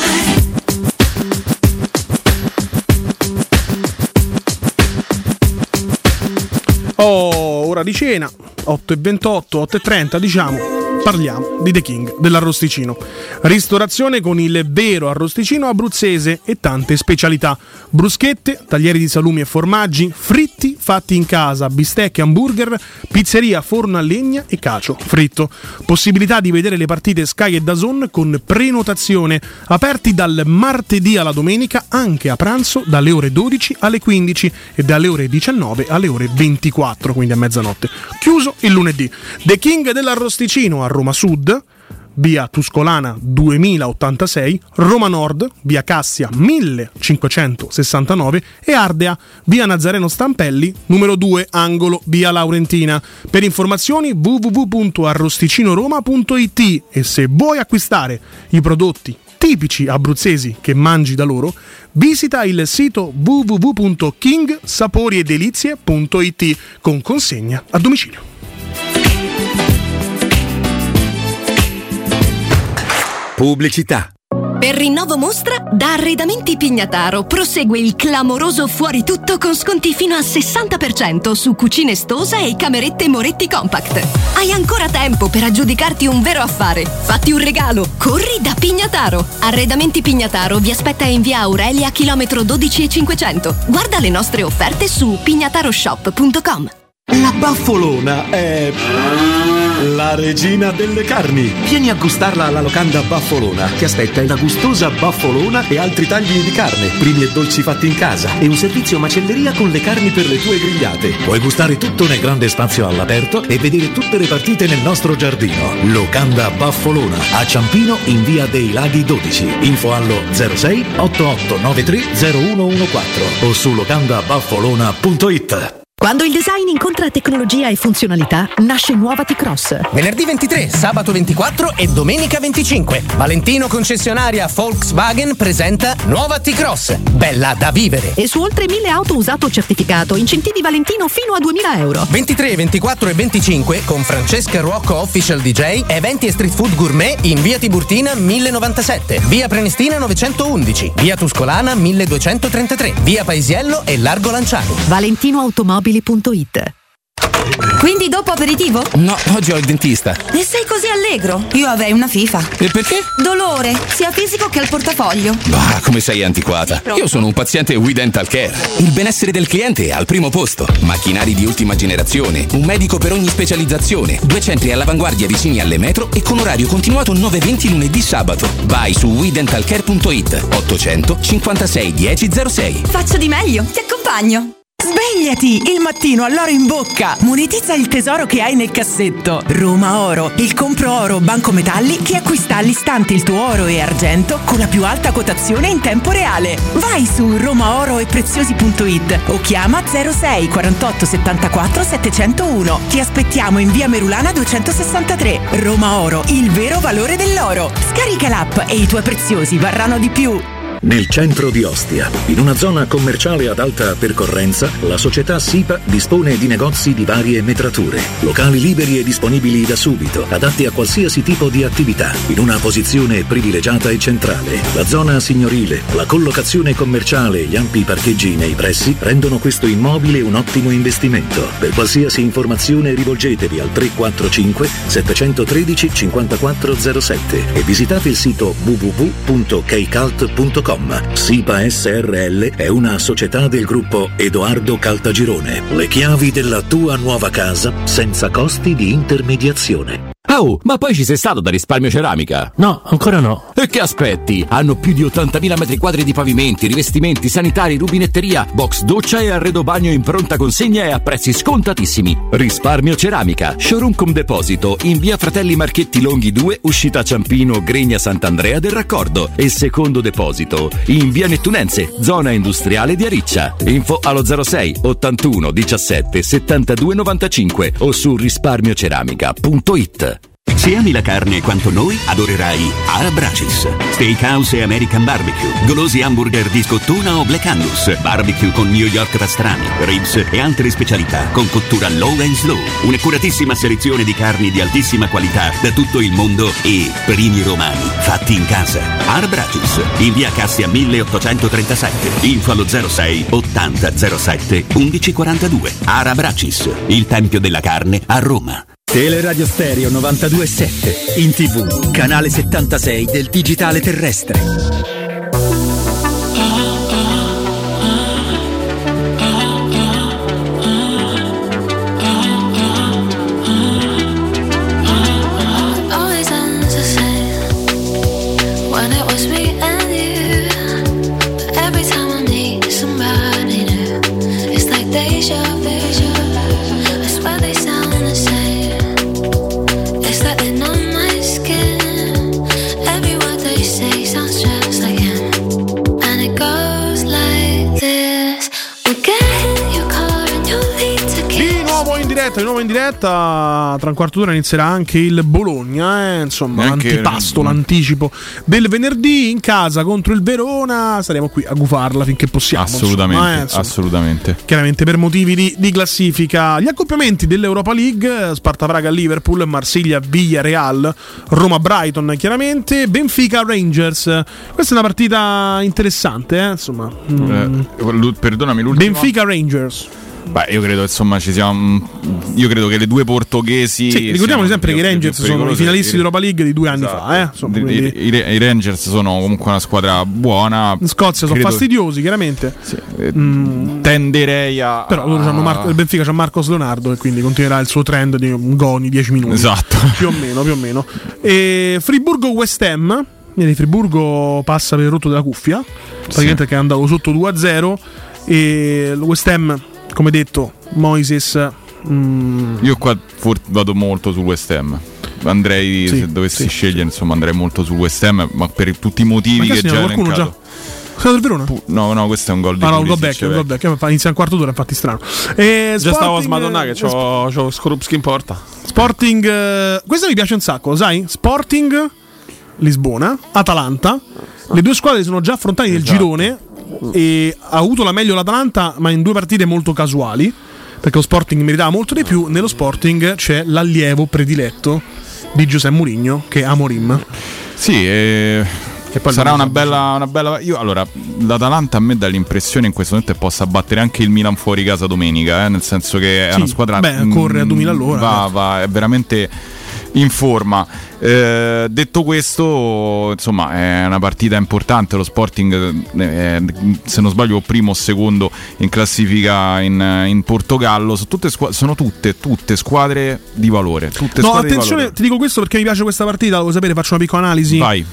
Speaker 4: Oh, ora di cena, otto e ventotto, otto e trenta, diciamo. Parliamo di The King dell'arrosticino. Ristorazione con il vero arrosticino abruzzese e tante specialità. Bruschette, taglieri di salumi e formaggi, fritti fatti in casa, bistecche, hamburger, pizzeria, forno a legna e cacio fritto. Possibilità di vedere le partite Sky e D A Z N con prenotazione. Aperti dal martedì alla domenica, anche a pranzo dalle ore dodici alle quindici e dalle ore diciannove alle ore ventiquattro, quindi a mezzanotte. Chiuso il lunedì. The King dell'arrosticino a Roma Sud, via Tuscolana duemilaottantasei, Roma Nord, via Cassia millecinquecentosessantanove e Ardea, via Nazareno Stampelli, numero due, angolo via Laurentina. Per informazioni w w w punto arrosticinoroma punto i t, e se vuoi acquistare i prodotti tipici abruzzesi che mangi da loro, visita il sito w w w punto king sapori e delizie punto i t con consegna a domicilio.
Speaker 6: Pubblicità.
Speaker 8: Per rinnovo mostra, da Arredamenti Pignataro prosegue il clamoroso fuori tutto con sconti fino al sessanta per cento su cucine Stosa e camerette Moretti Compact. Hai ancora tempo per aggiudicarti un vero affare. Fatti un regalo, corri da Pignataro. Arredamenti Pignataro vi aspetta in via Aurelia, chilometro dodici e cinquecento. Guarda le nostre offerte su pignataroshop punto com.
Speaker 9: La Baffolona è la regina delle carni. Vieni a gustarla alla locanda Baffolona. Ti aspetta una gustosa baffolona e altri tagli di carne, primi e dolci fatti in casa e un servizio macelleria con le carni per le tue grigliate. Puoi gustare tutto nel grande spazio all'aperto e vedere tutte le partite nel nostro giardino. Locanda Baffolona a Ciampino in via dei Laghi dodici. Info allo zero sei otto otto nove tre zero uno uno quattro o su locanda baffolona punto it.
Speaker 8: Quando il design incontra tecnologia e funzionalità, nasce nuova T-Cross.
Speaker 10: Venerdì ventitré, sabato ventiquattro e domenica venticinque. Valentino concessionaria Volkswagen presenta nuova T-Cross. Bella da vivere.
Speaker 8: E su oltre mille auto usato certificato, incentivi Valentino fino a duemila euro.
Speaker 10: ventitré, ventiquattro e venticinque con Francesca Rocco Official D J, eventi e street food gourmet in via Tiburtina mille novantasette, via Prenestina novecentoundici, via Tuscolana milleduecentotrentatré, via Paesiello e Largo Lanciani.
Speaker 8: valentino automobili punto it.
Speaker 11: Quindi dopo aperitivo?
Speaker 10: No, oggi ho il dentista.
Speaker 11: E sei così allegro? Io avrei una FIFA.
Speaker 10: E perché?
Speaker 11: Dolore, sia fisico che al portafoglio.
Speaker 10: Bah, come sei antiquata. Io sono un paziente We Dental Care. Il benessere del cliente è al primo posto. Macchinari di ultima generazione, un medico per ogni specializzazione, due centri all'avanguardia vicini alle metro e con orario continuato nove venti lunedì sabato. Vai su we dental care punto it. ottocento cinquantasei dieci zero sei.
Speaker 11: Faccio di meglio, ti accompagno.
Speaker 12: Svegliati! Il mattino all'oro in bocca! Monetizza il tesoro che hai nel cassetto. Roma Oro, il compro oro banco metalli che acquista all'istante il tuo oro e argento con la più alta quotazione in tempo reale. Vai su roma oro e preziosi punto it o chiama zero sei quarantotto settantaquattro settecentouno. Ti aspettiamo in via Merulana duecentosessantatré. Roma Oro, il vero valore dell'oro. Scarica l'app e i tuoi preziosi varranno di più.
Speaker 13: Nel centro di Ostia, in una zona commerciale ad alta percorrenza, la società SIPA dispone di negozi di varie metrature, locali liberi e disponibili da subito, adatti a qualsiasi tipo di attività, in una posizione privilegiata e centrale. La zona signorile, la collocazione commerciale e gli ampi parcheggi nei pressi rendono questo immobile un ottimo investimento. Per qualsiasi informazione rivolgetevi al tre quattro cinque sette uno tre cinquantaquattro zero sette e visitate il sito w w w punto keicalt punto com. SIPA S R L è una società del gruppo Edoardo Caltagirone. Le chiavi della tua nuova casa senza costi di intermediazione.
Speaker 14: Oh, ma poi ci sei stato da Risparmio Ceramica?
Speaker 15: No, ancora no.
Speaker 14: E che aspetti? Hanno più di ottantamila metri quadri di pavimenti, rivestimenti, sanitari, rubinetteria, box doccia e arredo bagno in pronta consegna e a prezzi scontatissimi. Risparmio Ceramica, showroom con deposito in via Fratelli Marchetti Longhi due, uscita Ciampino, Gregna Sant'Andrea del Raccordo, e secondo deposito in via Nettunense, zona industriale di Ariccia. Info allo zero sei ottantuno diciassette settantadue novantacinque o su risparmio ceramica punto it.
Speaker 16: Se ami la carne quanto noi, adorerai Arabracis. Steakhouse e American Barbecue, golosi hamburger di scottuna o Black Angus, barbecue con New York pastrami, ribs e altre specialità con cottura low and slow. Un'accuratissima selezione di carni di altissima qualità da tutto il mondo e primi romani fatti in casa. Arabracis, in via Cassia milleottocentotrentasette. Info allo zero sei ottanta zero sette undici quarantadue. Arabracis, il tempio della carne a Roma.
Speaker 17: Teleradio Stereo novantadue sette, in tv, canale settantasei del digitale terrestre.
Speaker 4: Di nuovo in diretta, tra un quarto d'ora inizierà anche il Bologna, eh? Insomma,
Speaker 5: Neanche
Speaker 4: l'antipasto,
Speaker 5: mm.
Speaker 4: l'anticipo del venerdì in casa contro il Verona. Saremo qui a gufarla finché possiamo.
Speaker 5: Assolutamente,
Speaker 4: insomma, eh? insomma,
Speaker 5: assolutamente.
Speaker 4: Chiaramente per motivi di, di classifica. Gli accoppiamenti dell'Europa League: Sparta Praga Liverpool, Marsiglia Villarreal, Roma Brighton, chiaramente Benfica Rangers. Questa è una partita interessante, eh? Insomma, mm.
Speaker 5: eh, perdonami, l'ultima.
Speaker 4: Benfica Rangers.
Speaker 5: Beh, io credo insomma ci siamo. Io credo che le due portoghesi.
Speaker 4: Sì, ricordiamo sempre che i Rangers sono i finalisti d'Europa League di due anni
Speaker 5: esatto.
Speaker 4: fa. Eh? Insomma,
Speaker 5: I,
Speaker 4: quindi...
Speaker 5: i, i Rangers sono comunque una squadra buona.
Speaker 4: In Scozia
Speaker 5: credo...
Speaker 4: sono fastidiosi, chiaramente.
Speaker 5: Sì. Mm. Tenderei a.
Speaker 4: Però loro c'hanno Mar- il Benfica c'ha Marcos Leonardo e quindi continuerà il suo trend di un gol in dieci minuti.
Speaker 5: Esatto.
Speaker 4: Più o meno, più o meno. E Friburgo West Ham. Quindi Friburgo passa per il rotto della cuffia. Praticamente sì. Che è andato sotto due a zero. E il West Ham, come detto, Moises. Mm.
Speaker 5: Io qua for- vado molto sul West Ham. Andrei, sì, se dovessi sì, scegliere, sì. insomma, andrei molto sul West Ham, ma per tutti i motivi ma che già ho elencato. Già...
Speaker 4: Stato il Verona?
Speaker 5: Pu- no, no, questo è un gol di
Speaker 4: Ah no, un
Speaker 5: Pulisic,
Speaker 4: gol back, un gol back. Inizia un quarto d'ora, infatti strano. E
Speaker 7: Già stavo a
Speaker 4: Sporting,
Speaker 7: smadonnare che c'ho, c'ho Skorupski in porta.
Speaker 4: Sporting, eh, questo mi piace un sacco, sai? Sporting, Lisbona, Atalanta. Le due squadre sono già affrontate nel
Speaker 7: Esatto.
Speaker 4: girone e ha avuto la meglio l'Atalanta, ma in due partite molto casuali, perché lo Sporting meritava molto di più. Nello Sporting c'è l'allievo prediletto di Giuseppe Mourinho, che è Amorim.
Speaker 5: Sì, e...
Speaker 4: Che poi
Speaker 5: sarà
Speaker 4: non
Speaker 5: una
Speaker 4: so
Speaker 5: bella, una bella. Io allora, l'Atalanta a me dà l'impressione in questo momento che possa battere anche il Milan fuori casa domenica, eh, nel senso che è
Speaker 4: Sì,
Speaker 5: una squadra.
Speaker 4: beh, corre a duemila all'ora.
Speaker 5: Va, va, è veramente in forma. Eh, detto questo, insomma, è una partita importante. Lo Sporting, eh, se non sbaglio, primo o secondo in classifica in, in Portogallo. Sono tutte, squ- sono tutte, tutte squadre di valore. Tutte
Speaker 4: No,
Speaker 5: squadre
Speaker 4: attenzione,
Speaker 5: di valore.
Speaker 4: ti dico questo perché mi piace questa partita. Lo vuoi sapere? Faccio una piccola analisi.
Speaker 5: Vai.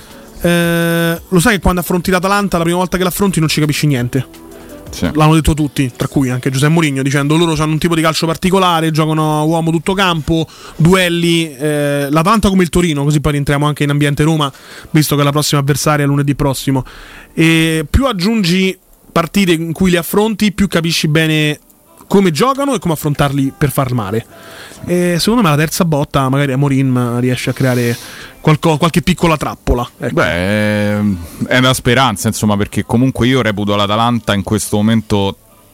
Speaker 4: Eh, lo sai che quando affronti l'Atalanta, la prima volta che l'affronti non ci capisci niente.
Speaker 5: Sì.
Speaker 4: L'hanno detto tutti, tra cui anche Giuseppe Mourinho, dicendo loro hanno un tipo di calcio particolare, giocano uomo tutto campo, duelli, eh, l'Atalanta come il Torino, così poi rientriamo anche in ambiente Roma, visto che la prossima avversaria è lunedì prossimo. E più aggiungi partite in cui li affronti, più capisci bene come giocano e come affrontarli per far male. E secondo me la terza botta magari Amorim riesce a creare qualco, qualche piccola trappola, ecco.
Speaker 5: Beh, è una speranza, insomma, perché comunque io reputo l'Atalanta in questo momento,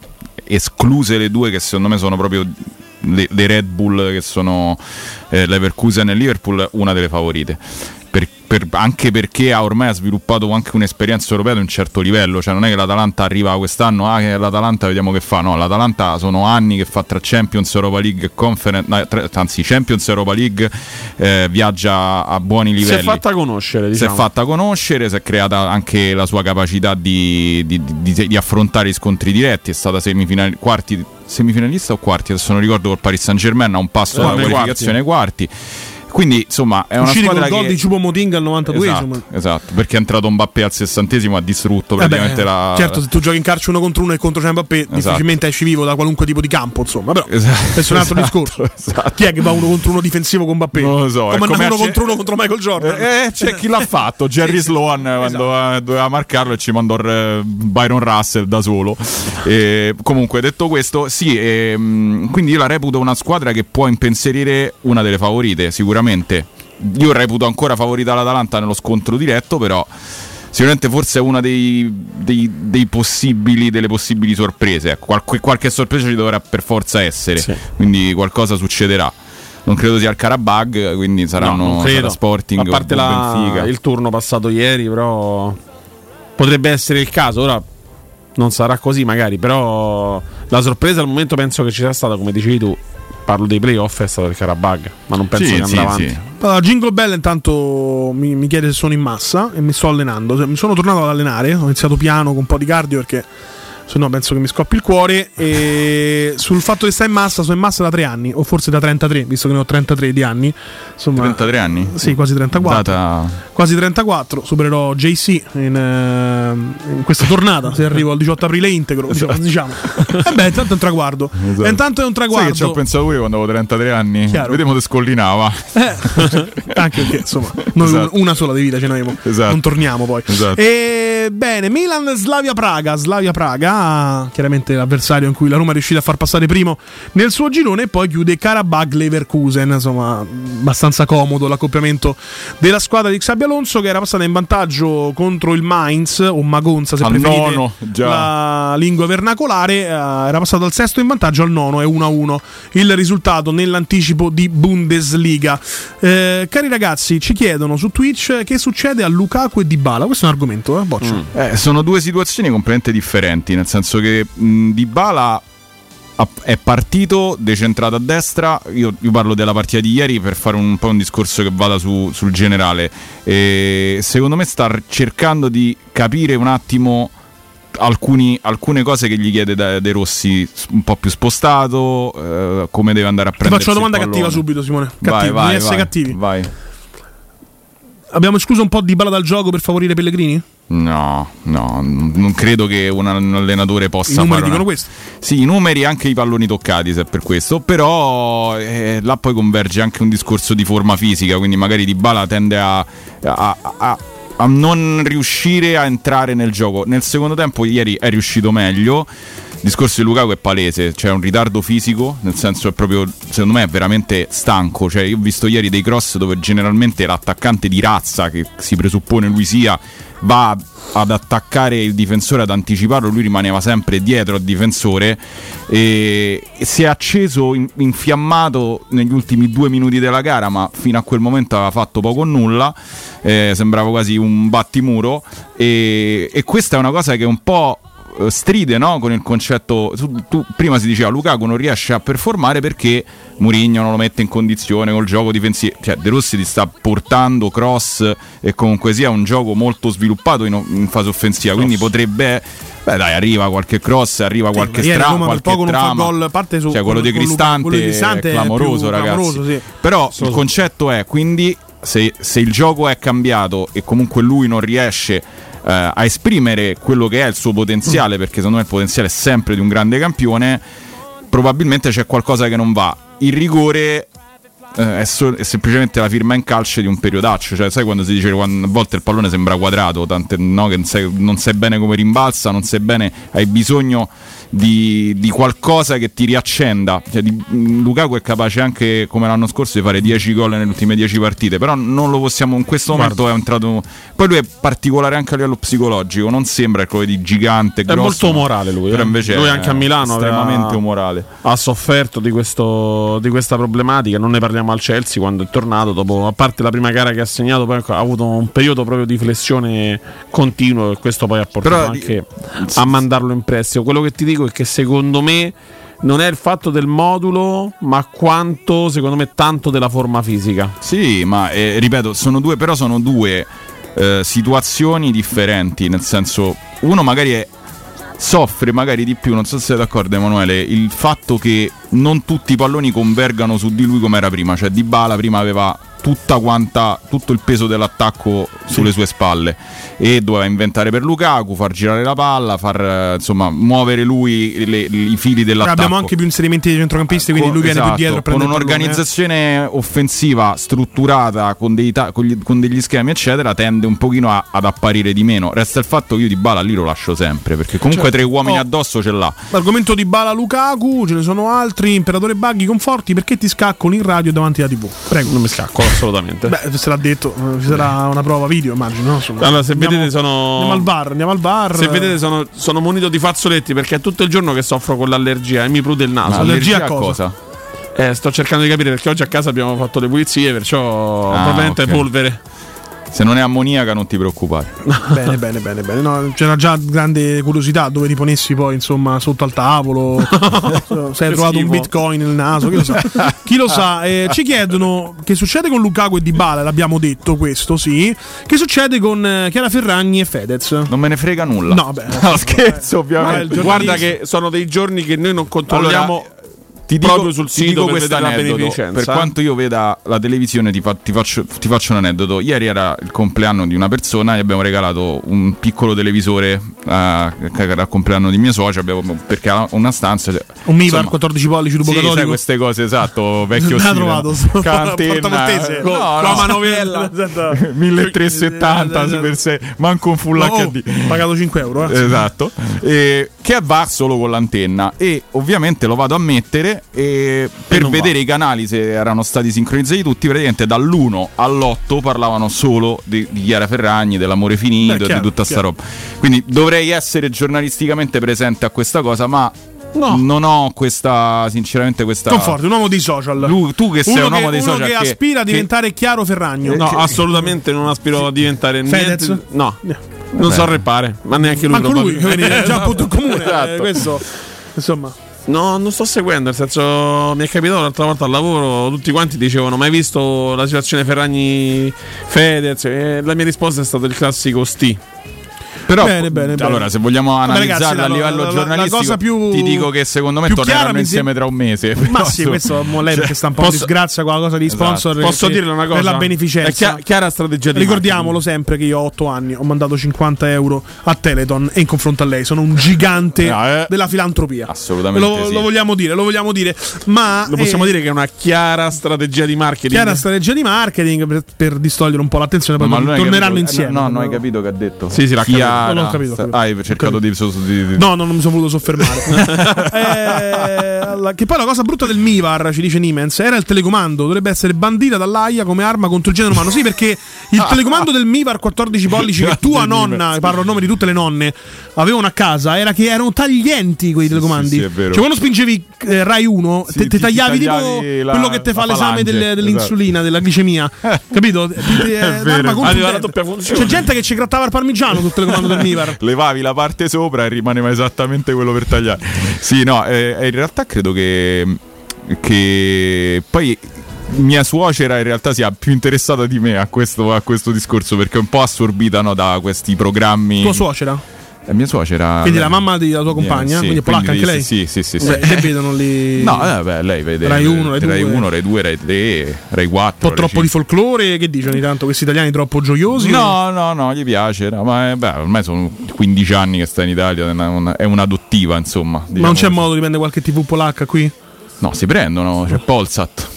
Speaker 5: escluse le due che secondo me sono proprio le, le Red Bull, che sono eh, Leverkusen e Liverpool, una delle favorite. Per, per, anche perché ha ormai ha sviluppato anche un'esperienza europea di un certo livello, cioè non è che l'Atalanta arriva quest'anno, ah che l'Atalanta vediamo che fa, no, l'Atalanta sono anni che fa tra Champions, Europa League e Conference, no, tra, anzi Champions, Europa League, eh, viaggia a buoni livelli,
Speaker 7: si è fatta conoscere, diciamo.
Speaker 5: si è fatta conoscere, si è creata anche la sua capacità di, di, di, di, di affrontare i scontri diretti, è stata semifinali, quarti, semifinalista o quarti, adesso non ricordo, col Paris Saint-Germain a un passo
Speaker 7: Eh,
Speaker 5: dalla
Speaker 7: nei
Speaker 5: qualificazione ai quarti. Quindi insomma è una
Speaker 4: Usciti
Speaker 5: squadra
Speaker 4: col gol
Speaker 5: che...
Speaker 4: di Choupo-Moting al novantaduesimo.
Speaker 5: Esatto, esatto, perché è entrato Mbappé al sessantesimo, ha distrutto praticamente
Speaker 4: Eh beh,
Speaker 5: la...
Speaker 4: Certo, se tu giochi in calcio uno contro uno e contro Mbappé,
Speaker 5: Esatto.
Speaker 4: difficilmente esci vivo da qualunque tipo di campo, insomma. Però
Speaker 5: Esatto,
Speaker 4: questo è un altro
Speaker 5: esatto,
Speaker 4: discorso.
Speaker 5: esatto.
Speaker 4: Chi è che va uno contro uno difensivo con Mbappé?
Speaker 5: Non lo so, è
Speaker 4: come
Speaker 5: come
Speaker 4: uno
Speaker 5: a-
Speaker 4: contro uno contro Michael Jordan.
Speaker 5: Eh, c'è chi l'ha fatto, Jerry Sloan, quando
Speaker 4: Esatto.
Speaker 5: eh, doveva marcarlo e ci mandò eh, Byron Russell da solo. E, comunque, detto questo, sì, ehm, quindi io la reputo una squadra che può impensierire una delle favorite, sicuramente. Io reputo ancora favorita l'Atalanta nello scontro diretto, però sicuramente forse è una dei, dei, dei possibili, delle possibili sorprese. Ecco, qualche, qualche sorpresa ci dovrà per forza essere,
Speaker 7: Sì.
Speaker 5: quindi qualcosa succederà. Non credo sia il Karabag, quindi saranno
Speaker 7: No, non credo.
Speaker 5: sarà Sporting
Speaker 7: a parte
Speaker 5: o
Speaker 7: la,
Speaker 5: Benfica.
Speaker 7: il turno passato ieri, però potrebbe essere il caso. Ora non sarà così magari, però la sorpresa al momento penso che ci sia stata, come dicevi tu, parlo dei playoff, è stato il Karabag, ma non penso
Speaker 5: Sì,
Speaker 7: che andrà
Speaker 5: sì,
Speaker 7: avanti.
Speaker 5: sì.
Speaker 4: Allora, Jingle Bell intanto mi, mi chiede se sono in massa e mi sto allenando. Mi sono tornato ad allenare, ho iniziato piano con un po' di cardio perché se no penso che mi scoppi il cuore. E sul fatto che stai in massa, sono in massa da tre anni, o forse da trentatré, visto che ne ho trentatré di anni. Insomma,
Speaker 5: trentatré anni?
Speaker 4: Sì, quasi trentaquattro.
Speaker 5: Data...
Speaker 4: Quasi trentaquattro, supererò J C in, eh, in questa tornata, se arrivo al diciotto aprile integro, diciamo. diciamo. E beh, intanto è un traguardo.
Speaker 5: Esatto.
Speaker 4: E intanto è un
Speaker 5: Sai
Speaker 4: traguardo.
Speaker 5: che ci ho pensato pure quando avevo trentatré anni.
Speaker 4: Chiaro.
Speaker 5: Vediamo se scollinava.
Speaker 4: Eh, anche perché insomma noi
Speaker 5: Esatto.
Speaker 4: una sola di vita ce n'avevo,
Speaker 5: Esatto.
Speaker 4: non torniamo poi.
Speaker 5: Esatto.
Speaker 4: E bene, Milan Slavia Praga, Slavia Praga, chiaramente l'avversario in cui la Roma è riuscita a far passare primo nel suo girone, e poi chiude Karabag Leverkusen, insomma abbastanza comodo l'accoppiamento della squadra di Xabi Alonso, che era passata in vantaggio contro il Mainz o Magonza se
Speaker 5: Al
Speaker 4: preferite
Speaker 5: nono, già.
Speaker 4: la lingua vernacolare, eh, era passato dal sesto in vantaggio al nono, è uno a uno il risultato nell'anticipo di Bundesliga. Eh, cari ragazzi, ci chiedono su Twitch che succede a Lukaku e Dybala. Questo è un argomento, eh, Boccio?
Speaker 5: Mm. Eh, sono due situazioni completamente differenti, nel senso che mh, Dybala ha- è partito decentrato a destra. Io, io parlo della partita di ieri per fare un po' un discorso che vada su, sul generale. E secondo me sta cercando di capire un attimo alcuni, alcune cose che gli chiede da, De Rossi, un po' più spostato, eh, come deve andare a
Speaker 4: Ti
Speaker 5: prendere.
Speaker 4: faccio una domanda cattiva subito, Simone. Cattivi,
Speaker 5: Vai, vai,
Speaker 4: bisogna essere
Speaker 5: vai,
Speaker 4: cattivi.
Speaker 5: vai.
Speaker 4: Abbiamo escluso un po' Dybala dal gioco per favorire Pellegrini?
Speaker 5: No, no, non credo che un, un allenatore possa
Speaker 4: I numeri
Speaker 5: fare
Speaker 4: dicono
Speaker 5: una...
Speaker 4: questo.
Speaker 5: Sì, i numeri, anche i palloni toccati, se è per questo. Però eh, là poi converge anche un discorso di forma fisica, quindi magari Dybala tende a, a, a, a non riuscire a entrare nel gioco. Nel secondo tempo ieri è riuscito meglio. Il discorso di Lukaku è palese, c'è un ritardo fisico, nel senso è proprio, secondo me è veramente stanco. Cioè, io ho visto ieri dei cross dove generalmente l'attaccante di razza, che si presuppone lui sia, va ad attaccare il difensore, ad anticiparlo, lui rimaneva sempre dietro al difensore e, e si è acceso, in, infiammato negli ultimi due minuti della gara, ma fino a quel momento aveva fatto poco o nulla, eh, sembrava quasi un battimuro e, e questa è una cosa che un po' stride, no? Con il concetto, tu, tu, prima si diceva Lukaku non riesce a performare perché Mourinho non lo mette in condizione col gioco difensivo, cioè De Rossi ti sta portando cross e comunque sia un gioco molto sviluppato in, in fase offensiva, quindi potrebbe, beh dai, arriva qualche cross, arriva sì, qualche strama, qualche poco trama, non fa gol, parte su, cioè quello di Cristante, quello di Cristante è clamoroso, ragazzi, clamoroso, sì. Però il concetto è, quindi se, se il gioco è cambiato e comunque lui non riesce Uh, a esprimere quello che è il suo potenziale, perché secondo me il potenziale è sempre di un grande campione, probabilmente c'è qualcosa che non va. Il rigore uh, è, so- è semplicemente la firma in calce di un periodaccio, cioè sai quando si dice quando a volte il pallone sembra quadrato, tante, no, che non sai, non sai bene come rimbalza, non sai bene, hai bisogno di, di qualcosa che ti riaccenda, cioè, di, Lukaku è capace anche come l'anno scorso di fare dieci gol nelle ultime dieci partite, però non lo possiamo, in questo momento Guarda. è entrato, poi lui è particolare anche a livello psicologico, non sembra quello di gigante,
Speaker 7: è
Speaker 5: grosso,
Speaker 7: molto umorale lui,
Speaker 5: però
Speaker 7: eh?
Speaker 5: invece
Speaker 7: lui anche a Milano
Speaker 5: estremamente
Speaker 7: aveva,
Speaker 5: umorale,
Speaker 7: ha sofferto di, questo, di questa problematica. Non ne parliamo al Chelsea quando è tornato, dopo, a parte la prima gara che ha segnato, poi ha avuto un periodo proprio di flessione continuo e questo poi ha portato però, anche a mandarlo in prestito. Quello che ti dico è che secondo me non è il fatto del modulo, ma quanto, secondo me, tanto della forma fisica.
Speaker 5: Sì, ma eh, ripeto, sono due, però sono due eh, situazioni differenti, nel senso, uno magari è, soffre magari di più, non so se sei d'accordo Emanuele, il fatto che non tutti i palloni convergano su di lui come era prima, cioè Dybala prima aveva tutta quanta, tutto il peso dell'attacco sulle sue spalle e doveva inventare per Lukaku, far girare la palla, far insomma muovere lui le, i fili dell'attacco.
Speaker 4: Abbiamo anche più inserimenti di centrocampisti, quindi lui viene
Speaker 5: esatto,
Speaker 4: più dietro a
Speaker 5: con un'organizzazione
Speaker 4: eh.
Speaker 5: offensiva strutturata con, dei ta- con, gli, con degli schemi eccetera, tende un pochino a, ad apparire di meno. Resta il fatto che io Dybala lì lo lascio sempre, perché comunque cioè, tre uomini oh, addosso ce l'ha.
Speaker 4: L'argomento Dybala Lukaku, ce ne sono altri. Imperatore Baghi, Conforti, perché ti scaccano in radio davanti alla tivù? Prego.
Speaker 7: Non mi scacco assolutamente.
Speaker 4: Beh, se l'ha detto, ci sarà una prova video, immagino. No? Insomma,
Speaker 7: allora, se
Speaker 4: andiamo,
Speaker 7: vedete, sono.
Speaker 4: Andiamo al bar, andiamo al bar.
Speaker 7: Se vedete, sono, sono munito di fazzoletti perché è tutto il giorno che soffro con l'allergia e mi prude il naso.
Speaker 5: Ma allergia, allergia a cosa?
Speaker 7: Eh, sto cercando di capire perché oggi a casa abbiamo fatto le pulizie, perciò
Speaker 5: ah,
Speaker 7: probabilmente
Speaker 5: okay.
Speaker 7: polvere.
Speaker 5: Se non è ammoniaca non ti preoccupare.
Speaker 4: Bene, bene, bene, bene. No, c'era già grande curiosità dove ti ponessi poi, insomma, sotto al tavolo. Se hai trovato un bitcoin nel naso, chi lo sa. Chi lo sa. Eh, ci chiedono che succede con Lukaku e Dybala, l'abbiamo detto questo, sì. Che succede con eh, Chiara Ferragni e Fedez?
Speaker 5: Non me ne frega nulla.
Speaker 4: No, beh.
Speaker 5: No, scherzo, ovviamente.
Speaker 7: Guarda che sono dei giorni che noi non controlliamo.
Speaker 5: Allora, Ti dico,
Speaker 7: proprio sul sito
Speaker 5: dico
Speaker 7: per
Speaker 5: questo aneddoto. Per quanto io veda la televisione, ti, fa, ti, faccio, ti faccio un aneddoto. Ieri era il compleanno di una persona e abbiamo regalato un piccolo televisore uh, che era il compleanno di mia socia, abbiamo, perché ha una stanza.
Speaker 4: Un Mivar quattordici pollici tubo
Speaker 5: sì,
Speaker 4: catodico.
Speaker 5: Sai queste cose, esatto, vecchio stile.
Speaker 4: trovato
Speaker 5: Cantenna,
Speaker 4: con
Speaker 5: no,
Speaker 4: no, la manovella
Speaker 5: milletrecentosettanta per sei, manco un full
Speaker 4: no,
Speaker 5: acca di.
Speaker 4: Oh, pagato cinque euro. Eh.
Speaker 5: Esatto. E, che va solo con l'antenna e ovviamente lo vado a mettere e per e vedere va. i canali se erano stati sincronizzati tutti, praticamente dall'uno all'otto parlavano solo di, di Chiara Ferragni, dell'amore finito, Beh, chiaro, di tutta sta roba. Quindi dovrei essere giornalisticamente presente a questa cosa, ma no. non ho questa, sinceramente questa.
Speaker 4: Conforti, un uomo dei social.
Speaker 5: Tu, tu che sei uno un uomo che, dei social
Speaker 4: che, che aspira a diventare che... Chiaro Ferragno.
Speaker 7: No,
Speaker 4: che...
Speaker 7: assolutamente non aspiro a diventare
Speaker 4: Fedez?
Speaker 7: Niente. No. Non Beh. so rappare, ma neanche lui.
Speaker 4: Manco lui, è già un punto comune.
Speaker 7: Esatto.
Speaker 4: Eh, questo, insomma.
Speaker 7: No, non sto seguendo, nel senso mi è capitato l'altra volta al lavoro, tutti quanti dicevano mai visto la situazione Ferragni Fedez? E la mia risposta è stata il classico sti.
Speaker 5: Però
Speaker 4: bene, bene, bene.
Speaker 5: allora se vogliamo analizzarla
Speaker 4: ragazzi,
Speaker 5: a livello
Speaker 4: la, la,
Speaker 5: giornalistico,
Speaker 4: la cosa più,
Speaker 5: ti dico che secondo me torneranno insieme tra un mese.
Speaker 4: Ma sì,
Speaker 5: so.
Speaker 4: questo mo lei
Speaker 5: Cioè,
Speaker 4: perché sta un po'
Speaker 7: posso,
Speaker 4: in disgrazia con la cosa di sponsor.
Speaker 7: Esatto. Posso dirle una cosa?
Speaker 4: Per la beneficenza.
Speaker 7: È chia- chiara strategia di
Speaker 4: Ricordiamolo
Speaker 7: marketing.
Speaker 4: sempre che io ho otto anni, ho mandato cinquanta euro a Teleton e in confronto a lei sono un gigante
Speaker 5: no, eh,
Speaker 4: della filantropia.
Speaker 5: Assolutamente
Speaker 4: lo,
Speaker 5: sì.
Speaker 4: lo vogliamo dire, lo vogliamo dire. Ma
Speaker 7: lo possiamo
Speaker 4: eh,
Speaker 7: dire che è una chiara strategia di marketing.
Speaker 4: Chiara strategia di marketing per, per distogliere un po' l'attenzione, poi
Speaker 5: Ma non hai
Speaker 4: torneranno
Speaker 5: capito,
Speaker 4: insieme.
Speaker 5: eh, no, non hai capito che ha detto?
Speaker 7: Sì, sì, l'ha capito.
Speaker 5: Chiara,
Speaker 4: Non l'ho capito, ho capito.
Speaker 5: Ah, hai cercato di, di, di...
Speaker 4: No, no, non mi sono voluto soffermare. eh, che poi la cosa brutta del Mivar, ci dice Nimens, era il telecomando, dovrebbe essere bandita dall'A I A come arma contro il genere umano. Sì, perché il telecomando del Mivar quattordici pollici che tua nonna, parlo a nome di tutte le nonne, avevano a casa, era che erano taglienti quei telecomandi.
Speaker 5: Sì, sì, è vero.
Speaker 4: Cioè quando spingevi eh, Rai uno,
Speaker 5: Sì,
Speaker 4: te, te
Speaker 5: ti- ti
Speaker 4: tagliavi,
Speaker 5: tagliavi
Speaker 4: tipo
Speaker 5: la-
Speaker 4: quello che te fa
Speaker 5: la
Speaker 4: l'esame
Speaker 5: falange,
Speaker 4: del- dell'insulina, della glicemia. Capito? Ti- ti- eh,
Speaker 5: È vero.
Speaker 4: l'arma contro
Speaker 7: Aveva
Speaker 4: il
Speaker 7: la
Speaker 4: de-
Speaker 7: doppia funzione.
Speaker 4: C'è gente che ci grattava il parmigiano sul telecomando del Mivar.
Speaker 5: Levavi la parte sopra e rimaneva esattamente quello per tagliare. Sì, no, eh, in realtà credo che, che poi mia suocera in realtà sia più interessata di me a questo, a questo discorso, perché è un po' assorbita, no, da questi programmi.
Speaker 4: Tua suocera?
Speaker 5: Eh, mia suocera.
Speaker 4: Quindi la mamma della tua compagna,
Speaker 5: Eh, sì,
Speaker 4: quindi è polacca
Speaker 5: quindi
Speaker 4: anche lei?
Speaker 5: Sì, sì, sì. sì,
Speaker 4: Beh,
Speaker 5: sì.
Speaker 4: che vedono lì?
Speaker 5: No, eh, beh, lei vede
Speaker 4: Rai uno, Rai
Speaker 5: Rai
Speaker 4: due.
Speaker 5: uno, Rai due, Rai tre, Rai quattro.
Speaker 4: Un po' troppo di folklore, che dice ogni tanto questi italiani troppo gioiosi?
Speaker 5: No, no, no, gli piace. No, ma eh, beh, ormai sono quindici anni che sta in Italia, è, una, una- è un'adottiva, insomma.
Speaker 4: Ma
Speaker 5: diciamo
Speaker 4: non c'è
Speaker 5: così.
Speaker 4: modo di prendere qualche tivù polacca qui?
Speaker 5: No, si prendono, c'è Polsat.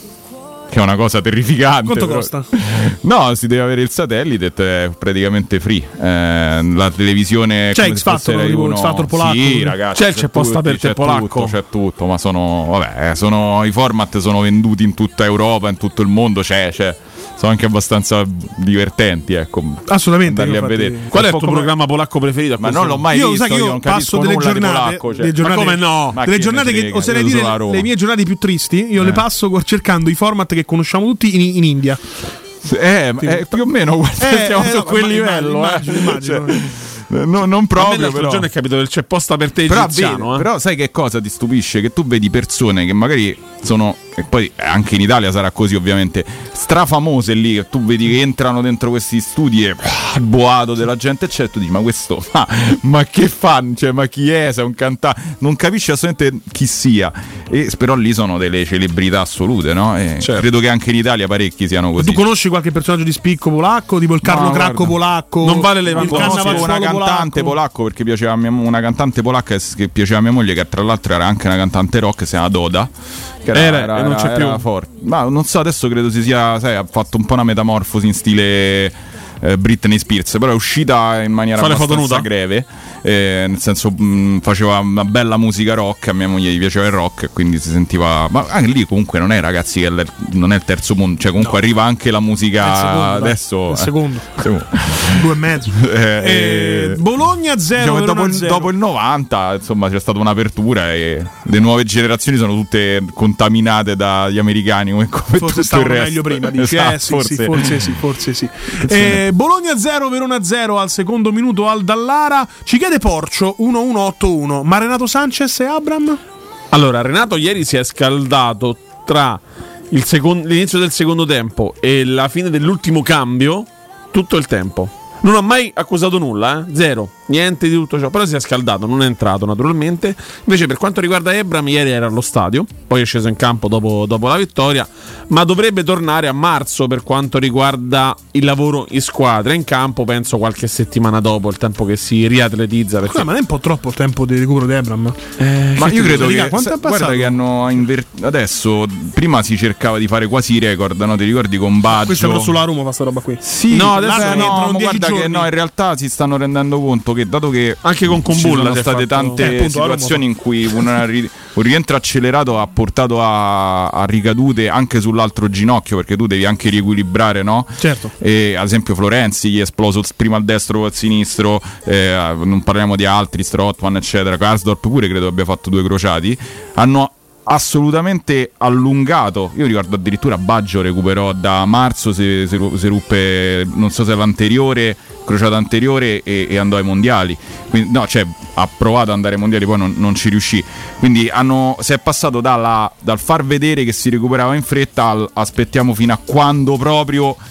Speaker 5: Che è una cosa terrificante.
Speaker 4: Quanto
Speaker 5: però.
Speaker 4: costa?
Speaker 5: No, si deve avere il satellite, è praticamente free. Eh, la televisione
Speaker 4: C'è
Speaker 5: come
Speaker 4: X
Speaker 5: se fosse
Speaker 4: Factor,
Speaker 5: Rai
Speaker 4: tipo
Speaker 5: uno.
Speaker 4: X Factor polacco?
Speaker 5: Sì, ragazzi.
Speaker 7: C'è il c'è posta per te
Speaker 5: c'è
Speaker 7: polacco?
Speaker 5: tutto, c'è tutto, ma sono vabbè, sono i format sono venduti in tutta Europa, in tutto il mondo, c'è, c'è. Sono anche abbastanza divertenti, ecco.
Speaker 4: Assolutamente.
Speaker 5: Andarli a
Speaker 4: infatti.
Speaker 5: vedere.
Speaker 7: Qual è il
Speaker 5: Un
Speaker 7: tuo
Speaker 5: po' come-
Speaker 7: programma polacco preferito? a
Speaker 5: Ma
Speaker 7: questo
Speaker 5: non l'ho
Speaker 7: punto?
Speaker 5: mai
Speaker 4: Io,
Speaker 5: visto,
Speaker 4: sai che
Speaker 5: io
Speaker 4: io
Speaker 5: non
Speaker 4: passo
Speaker 5: capisco
Speaker 4: delle
Speaker 5: nulla di
Speaker 4: giornate,
Speaker 5: polacco, cioè.
Speaker 4: delle giornate,
Speaker 7: Ma come no?
Speaker 5: Ma
Speaker 4: delle
Speaker 5: chi
Speaker 4: giornate
Speaker 5: me ne
Speaker 4: che
Speaker 5: frega,
Speaker 4: oserei
Speaker 5: vedo
Speaker 4: dire
Speaker 5: solo a Roma.
Speaker 4: le mie giornate più tristi, io
Speaker 5: Eh.
Speaker 4: le passo cercando i format che conosciamo tutti in, in India.
Speaker 5: Eh, eh, più o meno guarda,
Speaker 4: Eh,
Speaker 5: siamo
Speaker 4: eh,
Speaker 5: su
Speaker 4: no,
Speaker 5: quel
Speaker 4: ma-
Speaker 5: livello,
Speaker 4: immagino,
Speaker 5: eh.
Speaker 4: immagino.
Speaker 5: Cioè, no, non
Speaker 7: A me
Speaker 5: proprio,
Speaker 7: l'altro
Speaker 5: però.
Speaker 7: giorno è capito del c'è posta per te
Speaker 5: Però,
Speaker 7: egiziano,
Speaker 5: vedi,
Speaker 7: eh.
Speaker 5: però sai che cosa ti stupisce? Che tu vedi persone che magari sono, e poi anche in Italia sarà così ovviamente, strafamose lì, che tu vedi che entrano dentro questi studi e ah, il boato della gente eccetera, tu dici ma questo, ma, ma che fa? Cioè, ma chi è? Se è un cantante? Non capisci assolutamente chi sia, e però lì sono delle celebrità assolute, no? E
Speaker 7: Certo.
Speaker 5: credo che anche in Italia parecchi siano così.
Speaker 4: Tu conosci qualche personaggio di spicco polacco, tipo il Carlo
Speaker 5: No,
Speaker 4: Cracco
Speaker 5: guarda,
Speaker 4: polacco?
Speaker 7: non vale le
Speaker 4: il
Speaker 7: vanguardie.
Speaker 5: Conosco
Speaker 4: Cannavacciuolo
Speaker 5: una cantante
Speaker 4: polacco?
Speaker 5: polacco perché piaceva a mia, una cantante polacca che piaceva a mia moglie, che tra l'altro era anche una cantante rock, si chiama Doda, che
Speaker 7: Era, e non c'è
Speaker 5: era
Speaker 7: più.
Speaker 5: forte. Ma non so, adesso credo si sia, sai, ha fatto un po' una metamorfosi in stile eh, Britney Spears, però è uscita in maniera
Speaker 7: Fa le foto
Speaker 5: abbastanza
Speaker 7: nuda?
Speaker 5: greve, eh, nel senso mh, faceva una bella musica rock, a mia moglie gli piaceva il rock e quindi si sentiva, ma anche lì comunque non è, ragazzi, che non è il terzo mondo, cioè comunque
Speaker 4: No.
Speaker 5: arriva anche la musica
Speaker 4: È il secondo, dai.
Speaker 5: adesso
Speaker 4: Il secondo.
Speaker 5: eh, secondo.
Speaker 4: Due e mezzo.
Speaker 5: Eh,
Speaker 4: Eh,
Speaker 5: eh,
Speaker 4: Bologna zero,
Speaker 5: diciamo che
Speaker 4: Verona
Speaker 5: dopo, il,
Speaker 4: zero.
Speaker 5: dopo il novanta insomma c'è stata un'apertura e le nuove generazioni sono tutte contaminate dagli americani come, come
Speaker 4: Forse
Speaker 5: tutto il
Speaker 4: stavano
Speaker 5: resto.
Speaker 4: meglio prima, dici?
Speaker 5: Esatto,
Speaker 4: eh, sì, sì, forse sì, forse sì. Eh, Bologna zero, Verona zero al secondo minuto al Dallara. Ci chiede Porcio uno uno otto uno. Ma Renato Sanchez e Abram?
Speaker 7: Allora, Renato ieri si è scaldato tra il secon- l'inizio del secondo tempo e la fine dell'ultimo cambio tutto il tempo. Non ha mai accusato nulla, eh? Zero, niente di tutto ciò. Però si è scaldato, non è entrato naturalmente. Invece per quanto riguarda Ebram, ieri era allo stadio, poi è sceso in campo dopo, dopo la vittoria, ma dovrebbe tornare a marzo per quanto riguarda il lavoro in squadra. In campo penso qualche settimana dopo, il tempo che si riatletizza. Perché...
Speaker 4: Scusa, ma non è un po' troppo il tempo di recupero di Ebram?
Speaker 7: Eh,
Speaker 5: Ma io credo
Speaker 4: Raga,
Speaker 5: che
Speaker 4: quanto è
Speaker 5: sa- guarda
Speaker 4: passato?
Speaker 5: che hanno invertito adesso. Prima si cercava di fare quasi i record, no? Ti ricordi con Baggio?
Speaker 4: Questo è però sulla Roma fa sta roba qui.
Speaker 5: Sì,
Speaker 7: No, adesso
Speaker 5: eh,
Speaker 4: entrano
Speaker 5: no, ma
Speaker 4: dieci
Speaker 5: guarda che
Speaker 4: giorni.
Speaker 5: no, in realtà si stanno rendendo conto che dato che
Speaker 7: anche con
Speaker 5: ci
Speaker 7: Kumbulla
Speaker 5: sono
Speaker 7: si è
Speaker 5: state
Speaker 7: fatto-
Speaker 5: tante
Speaker 4: Eh, appunto, la Roma
Speaker 5: situazioni in cui una ri- un rientro accelerato ha portato a, a ricadute anche sull'altro ginocchio, perché tu devi anche riequilibrare, no?
Speaker 4: Certo.
Speaker 5: E, ad esempio Florenzi gli è esploso prima al destro poi al sinistro, eh, non parliamo di altri, Strootman eccetera, Karsdorp pure credo abbia fatto due crociati, hanno assolutamente allungato. Io ricordo addirittura Baggio recuperò da marzo, si, si, si ruppe, non so se l'anteriore, crociata anteriore e, e andò ai mondiali. Quindi, no, cioè ha provato ad andare ai mondiali, poi non, non ci riuscì. Quindi hanno, si è passato dalla, dal far vedere che si recuperava in fretta al aspettiamo fino a quando proprio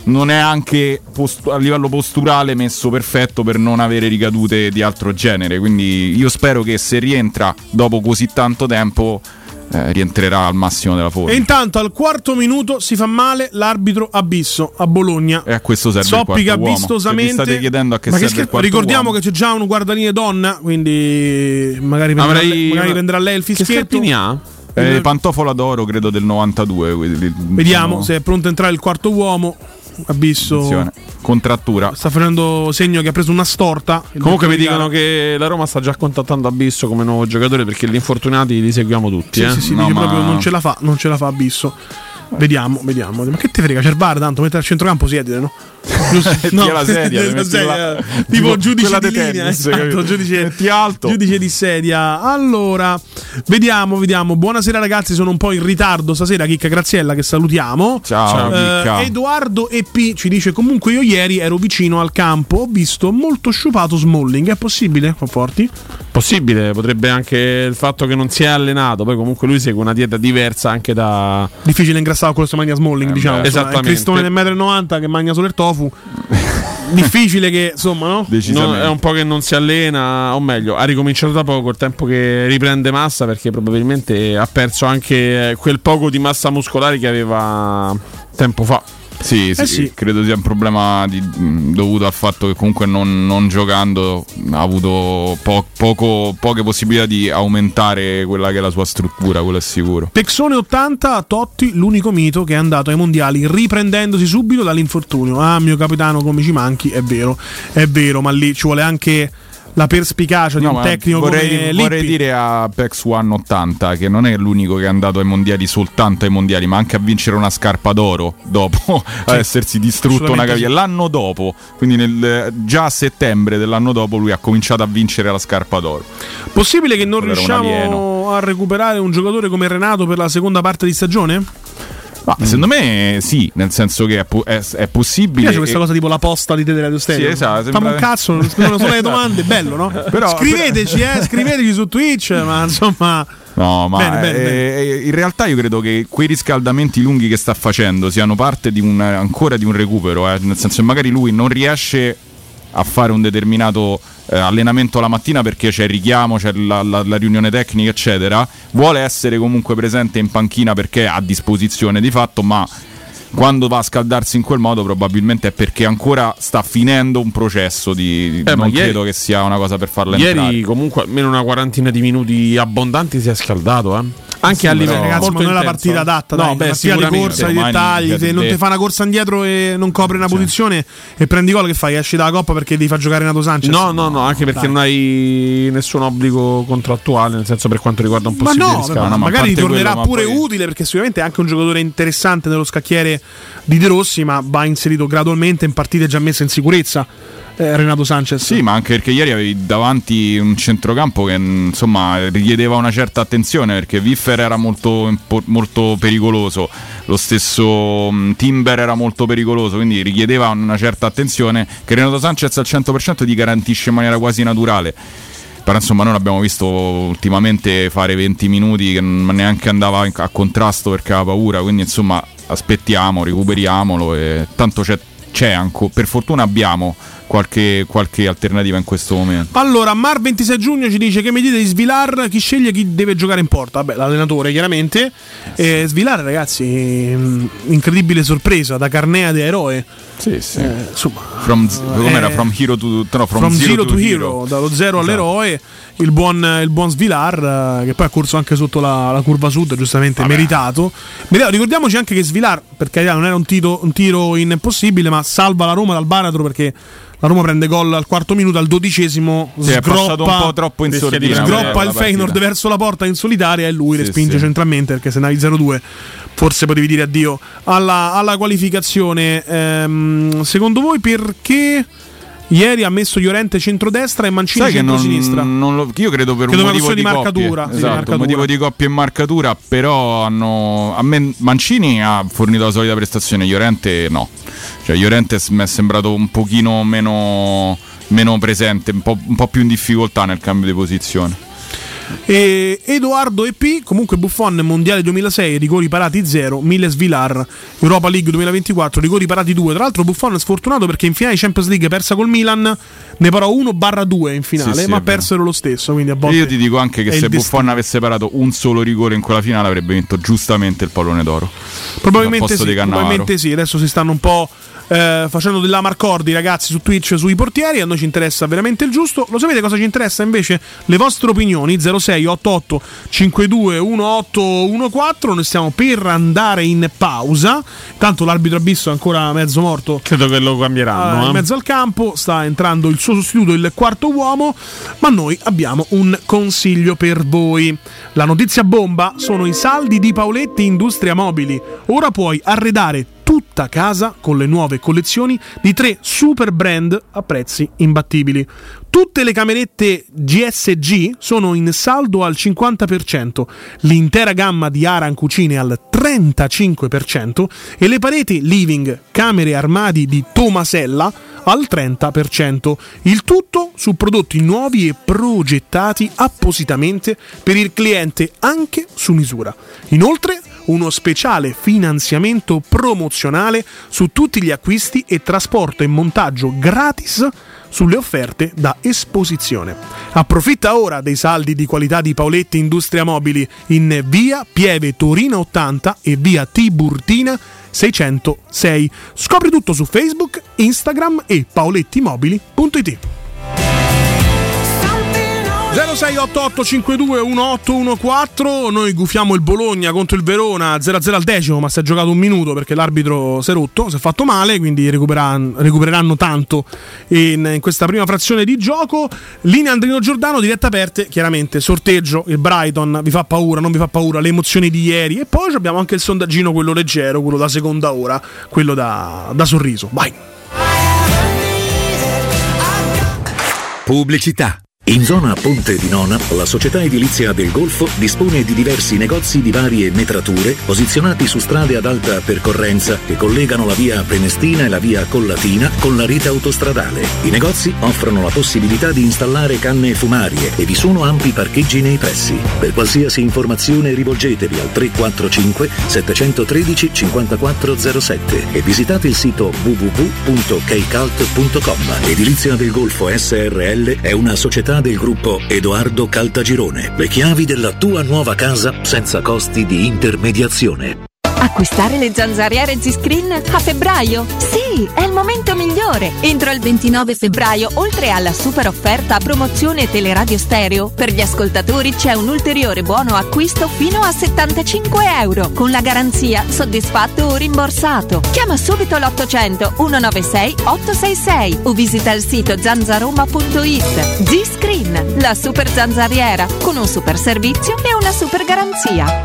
Speaker 5: non è anche post- a livello posturale messo perfetto per non avere ricadute di altro genere, quindi io spero che se rientra dopo così tanto tempo eh, rientrerà al massimo della forma.
Speaker 4: E intanto al quarto minuto si fa male l'arbitro Abisso a Bologna.
Speaker 5: E a questo serve
Speaker 4: Zoppica
Speaker 5: il quarto
Speaker 4: vistosamente.
Speaker 5: uomo. Se vi state chiedendo a che
Speaker 4: Ma
Speaker 5: serve
Speaker 4: che
Speaker 5: il quarto
Speaker 4: ricordiamo
Speaker 5: uomo.
Speaker 4: che c'è già un guardaline donna, quindi magari prenderà,
Speaker 7: Avrei-
Speaker 4: lei, magari prenderà lei il
Speaker 7: Che
Speaker 4: fischietto.
Speaker 7: scarpini ha?
Speaker 5: Eh, pantofola d'oro credo del novantadue. Quindi,
Speaker 4: Vediamo
Speaker 5: diciamo,
Speaker 4: se è pronto a entrare il quarto uomo. Abisso
Speaker 5: attenzione. Contrattura.
Speaker 4: sta facendo segno che ha preso una storta. Il
Speaker 7: Comunque mi
Speaker 4: dottore
Speaker 7: dicono che la Roma sta già contattando Abisso come nuovo giocatore, perché gli infortunati li seguiamo tutti.
Speaker 4: Sì,
Speaker 7: eh.
Speaker 4: sì, sì,
Speaker 5: No,
Speaker 4: dice
Speaker 5: ma-
Speaker 4: proprio non ce la fa, non ce la fa Abisso. Vediamo, vediamo. Ma che te frega, c'è il V A R, tanto mentre al centrocampo siedile, no?
Speaker 5: Tira la sedia,
Speaker 4: la
Speaker 5: metti
Speaker 4: sedia,
Speaker 5: là.
Speaker 4: tipo
Speaker 5: Tipo
Speaker 4: giudice
Speaker 5: quella
Speaker 4: di
Speaker 5: de
Speaker 4: linea,
Speaker 5: tennis,
Speaker 4: esatto,
Speaker 5: capito?
Speaker 4: giudice,
Speaker 5: Metti alto.
Speaker 4: giudice di sedia. Allora, vediamo, vediamo. Buonasera ragazzi, sono un po' in ritardo stasera. Chicca Graziella che salutiamo.
Speaker 5: Ciao,
Speaker 4: Eh,
Speaker 5: Chicca.
Speaker 4: Edoardo E P ci dice comunque io ieri ero vicino al campo, ho visto molto sciupato Smalling. È possibile, Conforti?
Speaker 7: Possibile, potrebbe anche il fatto che non si è allenato, poi comunque lui segue una dieta diversa anche da...
Speaker 4: Difficile ingrassare con questo magna Smalling,
Speaker 5: Eh,
Speaker 4: diciamo.
Speaker 5: beh,
Speaker 4: Insomma,
Speaker 7: esattamente.
Speaker 4: è Cristone del metro e novanta che mangia solo il tofu. Difficile che, insomma, no?
Speaker 7: No,
Speaker 5: Decisamente.
Speaker 7: è un po' che non si allena, o meglio, ha ricominciato da poco, il tempo che riprende massa, perché probabilmente ha perso anche quel poco di massa muscolare che aveva tempo fa.
Speaker 5: Sì, sì,
Speaker 4: Eh sì.
Speaker 5: credo sia un problema di- mh, dovuto al fatto che comunque non, non giocando ha avuto po- poco- poche possibilità di aumentare quella che è la sua struttura, quello è sicuro.
Speaker 4: Pexone ottanta, Totti l'unico mito che è andato ai mondiali riprendendosi subito dall'infortunio. Ah, mio capitano, come ci manchi, è vero, è vero, ma lì ci vuole anche la perspicacia di
Speaker 5: No,
Speaker 4: un
Speaker 5: ma
Speaker 4: tecnico
Speaker 5: vorrei,
Speaker 4: come
Speaker 5: vorrei
Speaker 4: Lippi.
Speaker 5: dire a Pex One ottanta che non è l'unico che è andato ai mondiali soltanto ai mondiali, ma anche a vincere una scarpa d'oro dopo a essersi distrutto una
Speaker 4: assolutamente
Speaker 5: caviglia.
Speaker 4: sì.
Speaker 5: L'anno dopo, quindi nel, già a settembre dell'anno dopo, lui ha cominciato a vincere la scarpa d'oro.
Speaker 4: Possibile che non
Speaker 5: Quello era un
Speaker 4: riusciamo
Speaker 5: alieno.
Speaker 4: a recuperare un giocatore come Renato per la seconda parte di stagione?
Speaker 5: Ma secondo me sì, nel senso che è, po- è, è
Speaker 4: Mi
Speaker 5: possibile.
Speaker 4: piace questa
Speaker 5: e-
Speaker 4: cosa tipo la posta di te della Radio Stereo.
Speaker 5: Sì, esatto,
Speaker 4: Fammi
Speaker 5: sembra-
Speaker 4: un cazzo, non rispondono solo le domande, bello, no?
Speaker 5: Però-
Speaker 4: scriveteci, eh, scriveteci su Twitch, ma insomma...
Speaker 5: No, ma
Speaker 4: Bene, bene,
Speaker 5: eh, in realtà io credo che quei riscaldamenti lunghi che sta facendo siano parte di un, ancora di un recupero, eh, nel senso che magari lui non riesce a fare un determinato eh, allenamento la mattina perché c'è il richiamo, c'è la, la, la riunione tecnica, eccetera. Vuole essere comunque presente in panchina perché è a disposizione di fatto, ma quando va a scaldarsi in quel modo probabilmente è perché ancora sta finendo un processo di
Speaker 7: Eh, ma
Speaker 5: non
Speaker 7: ieri-
Speaker 5: credo che sia una cosa per farla entrare.
Speaker 7: Ieri comunque almeno una quarantina di minuti abbondanti si è scaldato, eh. Anche
Speaker 5: Sì,
Speaker 7: a
Speaker 5: però-
Speaker 7: livello
Speaker 4: Ragazzi,
Speaker 7: molto
Speaker 4: ma non è la
Speaker 7: intenso.
Speaker 4: partita adatta,
Speaker 7: No,
Speaker 4: dai,
Speaker 7: beh,
Speaker 4: una partita di
Speaker 7: sicuramente.
Speaker 4: corsa, i
Speaker 5: Domani
Speaker 4: dettagli,
Speaker 5: già
Speaker 4: se
Speaker 5: ti
Speaker 4: non ti
Speaker 5: detto.
Speaker 4: fa una corsa indietro e non copre una posizione e prendi gol, che fai? Esci dalla coppa perché devi far giocare Renato Sanchez?
Speaker 7: No, no, no, anche perché
Speaker 4: Dai.
Speaker 7: non hai nessun obbligo contrattuale, nel senso per quanto riguarda un
Speaker 4: Ma
Speaker 7: possibile
Speaker 4: no,
Speaker 7: riscatto.
Speaker 4: ma
Speaker 5: no, ma a
Speaker 4: magari
Speaker 5: parte
Speaker 4: tornerà
Speaker 5: quello, ma
Speaker 4: pure
Speaker 5: poi-
Speaker 4: utile, perché sicuramente è anche un giocatore interessante nello scacchiere di De Rossi, ma va inserito gradualmente in partite già messe in sicurezza. eh, Renato Sanchez.
Speaker 5: Sì, ma anche perché ieri avevi davanti un centrocampo che insomma richiedeva una certa attenzione, perché Wiffer era molto, impo- molto pericoloso, lo stesso mh, Timber era molto pericoloso, quindi richiedeva una certa attenzione che Renato Sanchez al cento per cento ti garantisce in maniera quasi naturale. Però insomma noi l'abbiamo visto ultimamente fare venti minuti che non neanche andava in- a contrasto perché aveva paura, quindi insomma aspettiamo, recuperiamolo e tanto c'è, c'è anche, per fortuna abbiamo qualche, qualche alternativa in questo momento.
Speaker 4: Allora, Mar ventisei giugno ci dice che mi dite di Svilar, chi sceglie chi deve giocare in porta? Vabbè, l'allenatore chiaramente. Eh, Svilar, ragazzi, mh, incredibile sorpresa, da Carneade a eroe.
Speaker 5: Sì, sì.
Speaker 4: Eh, insomma,
Speaker 5: From, z- com'era?
Speaker 4: eh,
Speaker 5: From hero to, no, from
Speaker 4: From
Speaker 5: zero,
Speaker 4: zero
Speaker 5: to,
Speaker 4: to
Speaker 5: hero,
Speaker 4: hero, dallo zero
Speaker 5: Esatto.
Speaker 4: all'eroe, il buon, il buon Svilar, eh, che poi ha corso anche sotto la, la curva sud, giustamente
Speaker 5: Vabbè.
Speaker 4: meritato. Meritato. Ricordiamoci anche che Svilar, per carità, non era un tiro, un tiro impossibile, ma salva la Roma dal baratro, perché la Roma prende gol al quarto minuto, al dodicesimo
Speaker 5: Sì, è passato un po'
Speaker 4: sgroppa,
Speaker 5: troppo in
Speaker 7: rischia di
Speaker 5: sordina.
Speaker 7: sgroppa
Speaker 4: sgroppa
Speaker 5: la
Speaker 4: il
Speaker 5: partita.
Speaker 4: Feyenoord verso la porta in solitaria e lui
Speaker 5: Sì,
Speaker 4: respinge
Speaker 5: sì.
Speaker 4: centralmente, perché se andavi zero due forse potevi dire addio alla, alla qualificazione. Ehm, secondo voi perché ieri ha messo Llorente centrodestra e Mancini
Speaker 5: Sai che non,
Speaker 4: centrosinistra?
Speaker 5: non lo, io credo per
Speaker 4: Credo
Speaker 5: un
Speaker 4: una
Speaker 5: motivo
Speaker 4: questione
Speaker 5: di
Speaker 4: di marcatura,
Speaker 5: coppie.
Speaker 4: sì,
Speaker 5: Esatto,
Speaker 4: marcatura.
Speaker 5: un motivo di coppia e marcatura, però hanno, a me Mancini ha fornito la solita prestazione, Llorente no. Cioè Llorente mi è sembrato un pochino meno, meno presente, un po', un po' più in difficoltà nel cambio di posizione.
Speaker 4: E Edoardo E P, comunque Buffon mondiale duemilasei, rigori parati zero, Miles Vilar Europa League duemilaventiquattro, rigori parati due. Tra l'altro Buffon è sfortunato perché in finale Champions League persa col Milan, ne parò uno barra due in finale,
Speaker 5: sì, sì,
Speaker 4: ma persero lo stesso, quindi a volte
Speaker 5: io ti dico anche che se Buffon
Speaker 4: destino.
Speaker 5: avesse parato un solo rigore in quella finale avrebbe vinto giustamente il pallone d'oro.
Speaker 4: Probabilmente sì, probabilmente sì, adesso si stanno un po' eh, facendo della marcordi, ragazzi, su Twitch sui portieri. A noi ci interessa veramente il giusto. Lo sapete cosa ci interessa invece? Le vostre opinioni. Zero sei otto otto cinque due uno otto uno quattro. Noi stiamo per andare in pausa. Tanto l'arbitro Abisso è ancora mezzo morto,
Speaker 7: credo che lo cambieranno
Speaker 4: eh,
Speaker 7: eh.
Speaker 4: in mezzo al campo. Sta entrando il suo sostituto, il quarto uomo. Ma noi abbiamo un consiglio per voi. La notizia bomba sono i saldi di Paoletti Industria Mobili. Ora puoi arredare tutta casa con le nuove collezioni di tre super brand a prezzi imbattibili. Tutte le camerette G S G sono in saldo al cinquanta per cento, l'intera gamma di Aran Cucine al trentacinque per cento e le pareti living, camere e armadi di Tomasella al trenta per cento. Il tutto su prodotti nuovi e progettati appositamente per il cliente anche su misura. Inoltre uno speciale finanziamento promozionale su tutti gli acquisti e trasporto e montaggio gratis sulle offerte da esposizione. Approfitta ora dei saldi di qualità di Paoletti Industria Mobili in via Pieve Torino ottanta e via Tiburtina seicentosei. Scopri tutto su Facebook, Instagram e paolettimobili punto it. zero sei otto otto cinque due uno otto uno quattro. Noi gufiamo il Bologna contro il Verona zero a zero al decimo, ma si è giocato un minuto perché l'arbitro si è rotto, si è fatto male, quindi recuperan- recupereranno tanto in, in questa prima frazione di gioco. Linea Andrino Giordano, dirette aperte, chiaramente sorteggio, il Brighton vi fa paura, non vi fa paura, le emozioni di ieri, e poi abbiamo anche il sondaggino, quello leggero, quello da seconda ora, quello da, da sorriso. Vai!
Speaker 6: Pubblicità.
Speaker 13: In zona Ponte di Nona, la società edilizia del Golfo dispone di diversi negozi di varie metrature posizionati su strade ad alta percorrenza che collegano la via Prenestina e la via Collatina con la rete autostradale. I negozi offrono la possibilità di installare canne fumarie e vi sono ampi parcheggi nei pressi. Per qualsiasi informazione rivolgetevi al tre quattro cinque sette uno tre cinque quattro zero sette e visitate il sito w w w punto keicalt punto com. Edilizia del Golfo S R L è una società del gruppo Edoardo Caltagirone. Le chiavi della tua nuova casa senza costi di intermediazione.
Speaker 8: Acquistare le zanzariere Z-Screen a febbraio? Sì, è il momento migliore! Entro il ventinove febbraio, oltre alla super offerta a promozione Teleradio Stereo, per gli ascoltatori c'è un ulteriore buono acquisto fino a settantacinque euro, con la garanzia soddisfatto o rimborsato. Chiama subito l'ottocento centonovantasei ottocentosessantasei o visita il sito zanzaroma punto it. Z-Screen, la super zanzariera, con un super servizio e una super garanzia.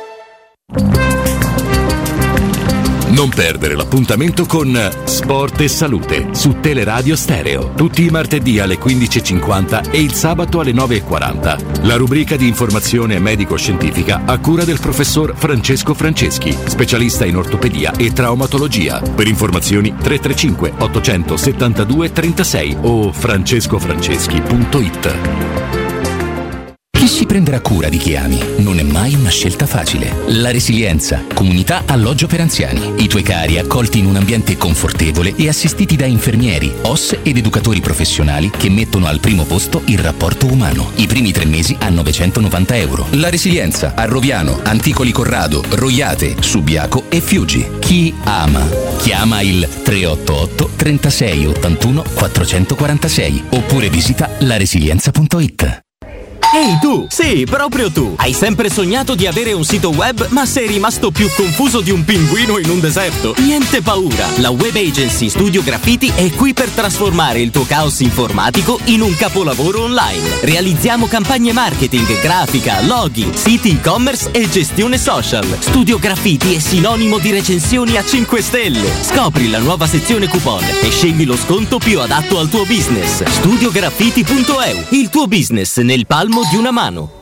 Speaker 14: Non perdere l'appuntamento con Sport e Salute su Teleradio Stereo, tutti i martedì alle quindici e cinquanta e il sabato alle nove e quaranta. La rubrica di informazione medico-scientifica a cura del professor Francesco Franceschi, specialista in ortopedia e traumatologia. Per informazioni tre tre cinque ottocentosettantadue trentasei o francescofranceschi punto it.
Speaker 10: Chi si prenderà cura di chi ami non è mai una scelta facile. La Resilienza, comunità alloggio per anziani. I tuoi cari accolti in un ambiente confortevole e assistiti da infermieri, O S ed educatori professionali che mettono al primo posto il rapporto umano. I primi tre mesi a novecentonovanta euro. La Resilienza a Roviano, Anticoli Corrado, Roiate, Subiaco e Fiuggi. Chi ama? Chiama il tre otto otto trentasei ottantuno quattrocentoquarantasei oppure visita la resilienza punto it.
Speaker 15: Ehi tu! Sì, proprio tu! Hai sempre sognato di avere un sito web, ma sei rimasto più confuso di un pinguino in un deserto? Niente paura! La web agency Studio Graffiti è qui per trasformare il tuo caos informatico in un capolavoro online. Realizziamo campagne marketing, grafica, login, siti e-commerce e gestione social. Studio Graffiti è sinonimo di recensioni a cinque stelle. Scopri la nuova sezione coupon e scegli lo sconto più adatto al tuo business. studio graffiti punto e u, il tuo business nel palmo di una mano.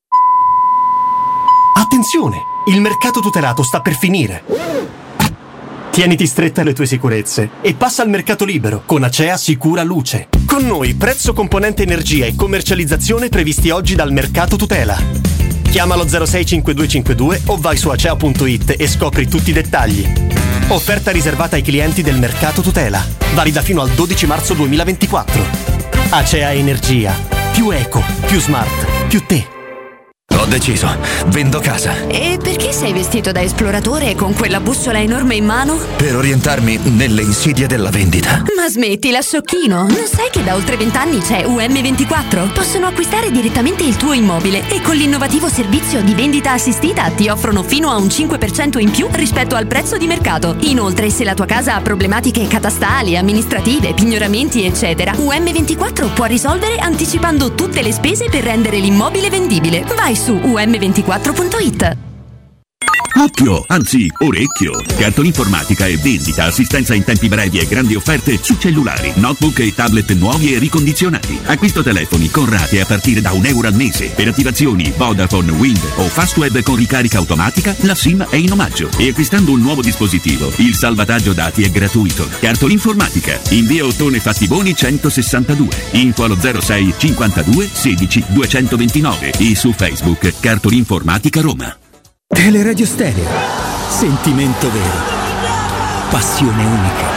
Speaker 18: Attenzione! Il mercato tutelato sta per finire. Tieniti stretta alle tue sicurezze e passa al mercato libero con Acea Sicura Luce. Con noi prezzo, componente energia e commercializzazione previsti oggi dal Mercato Tutela. Chiamalo zero sei cinquantadue cinquantadue o vai su acea punto it e scopri tutti i dettagli. Offerta riservata ai clienti del Mercato Tutela. Valida fino al dodici marzo duemilaventiquattro. Acea Energia. Più eco, più smart, più te.
Speaker 6: Ho deciso, vendo casa.
Speaker 8: E perché sei vestito da esploratore con quella bussola enorme in mano?
Speaker 6: Per orientarmi nelle insidie della vendita.
Speaker 8: Ma smettila, sciocchino! Non sai che da oltre vent'anni c'è U M ventiquattro? Possono acquistare direttamente il tuo immobile e con l'innovativo servizio di vendita assistita ti offrono fino a un cinque per cento in più rispetto al prezzo di mercato. Inoltre, se la tua casa ha problematiche catastali, amministrative, pignoramenti, eccetera, U M ventiquattro può risolvere anticipando tutte le spese per rendere l'immobile vendibile. Vai su u m ventiquattro punto it.
Speaker 16: Occhio, anzi orecchio. Cartolinformatica e vendita, assistenza in tempi brevi e grandi offerte su cellulari, notebook e tablet nuovi e ricondizionati. Acquisto telefoni con rate a partire da un euro al mese. Per attivazioni Vodafone, Wind o Fastweb con ricarica automatica, la SIM è in omaggio. E acquistando un nuovo dispositivo, il salvataggio dati è gratuito. Cartolinformatica, in via Ottone Fattiboni centosessantadue. Info allo zero sei cinquantadue sedici duecentoventinove e su Facebook Cartolinformatica Roma.
Speaker 17: Teleradio Stereo. Sentimento vero. Passione unica.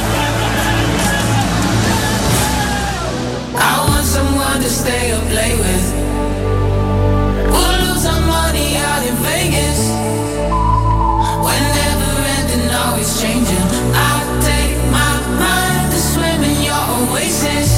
Speaker 19: I want someone to stay up late with. We'll lose our money out in Vegas. Whenever ending, always changing. I take my mind to swim in your oasis.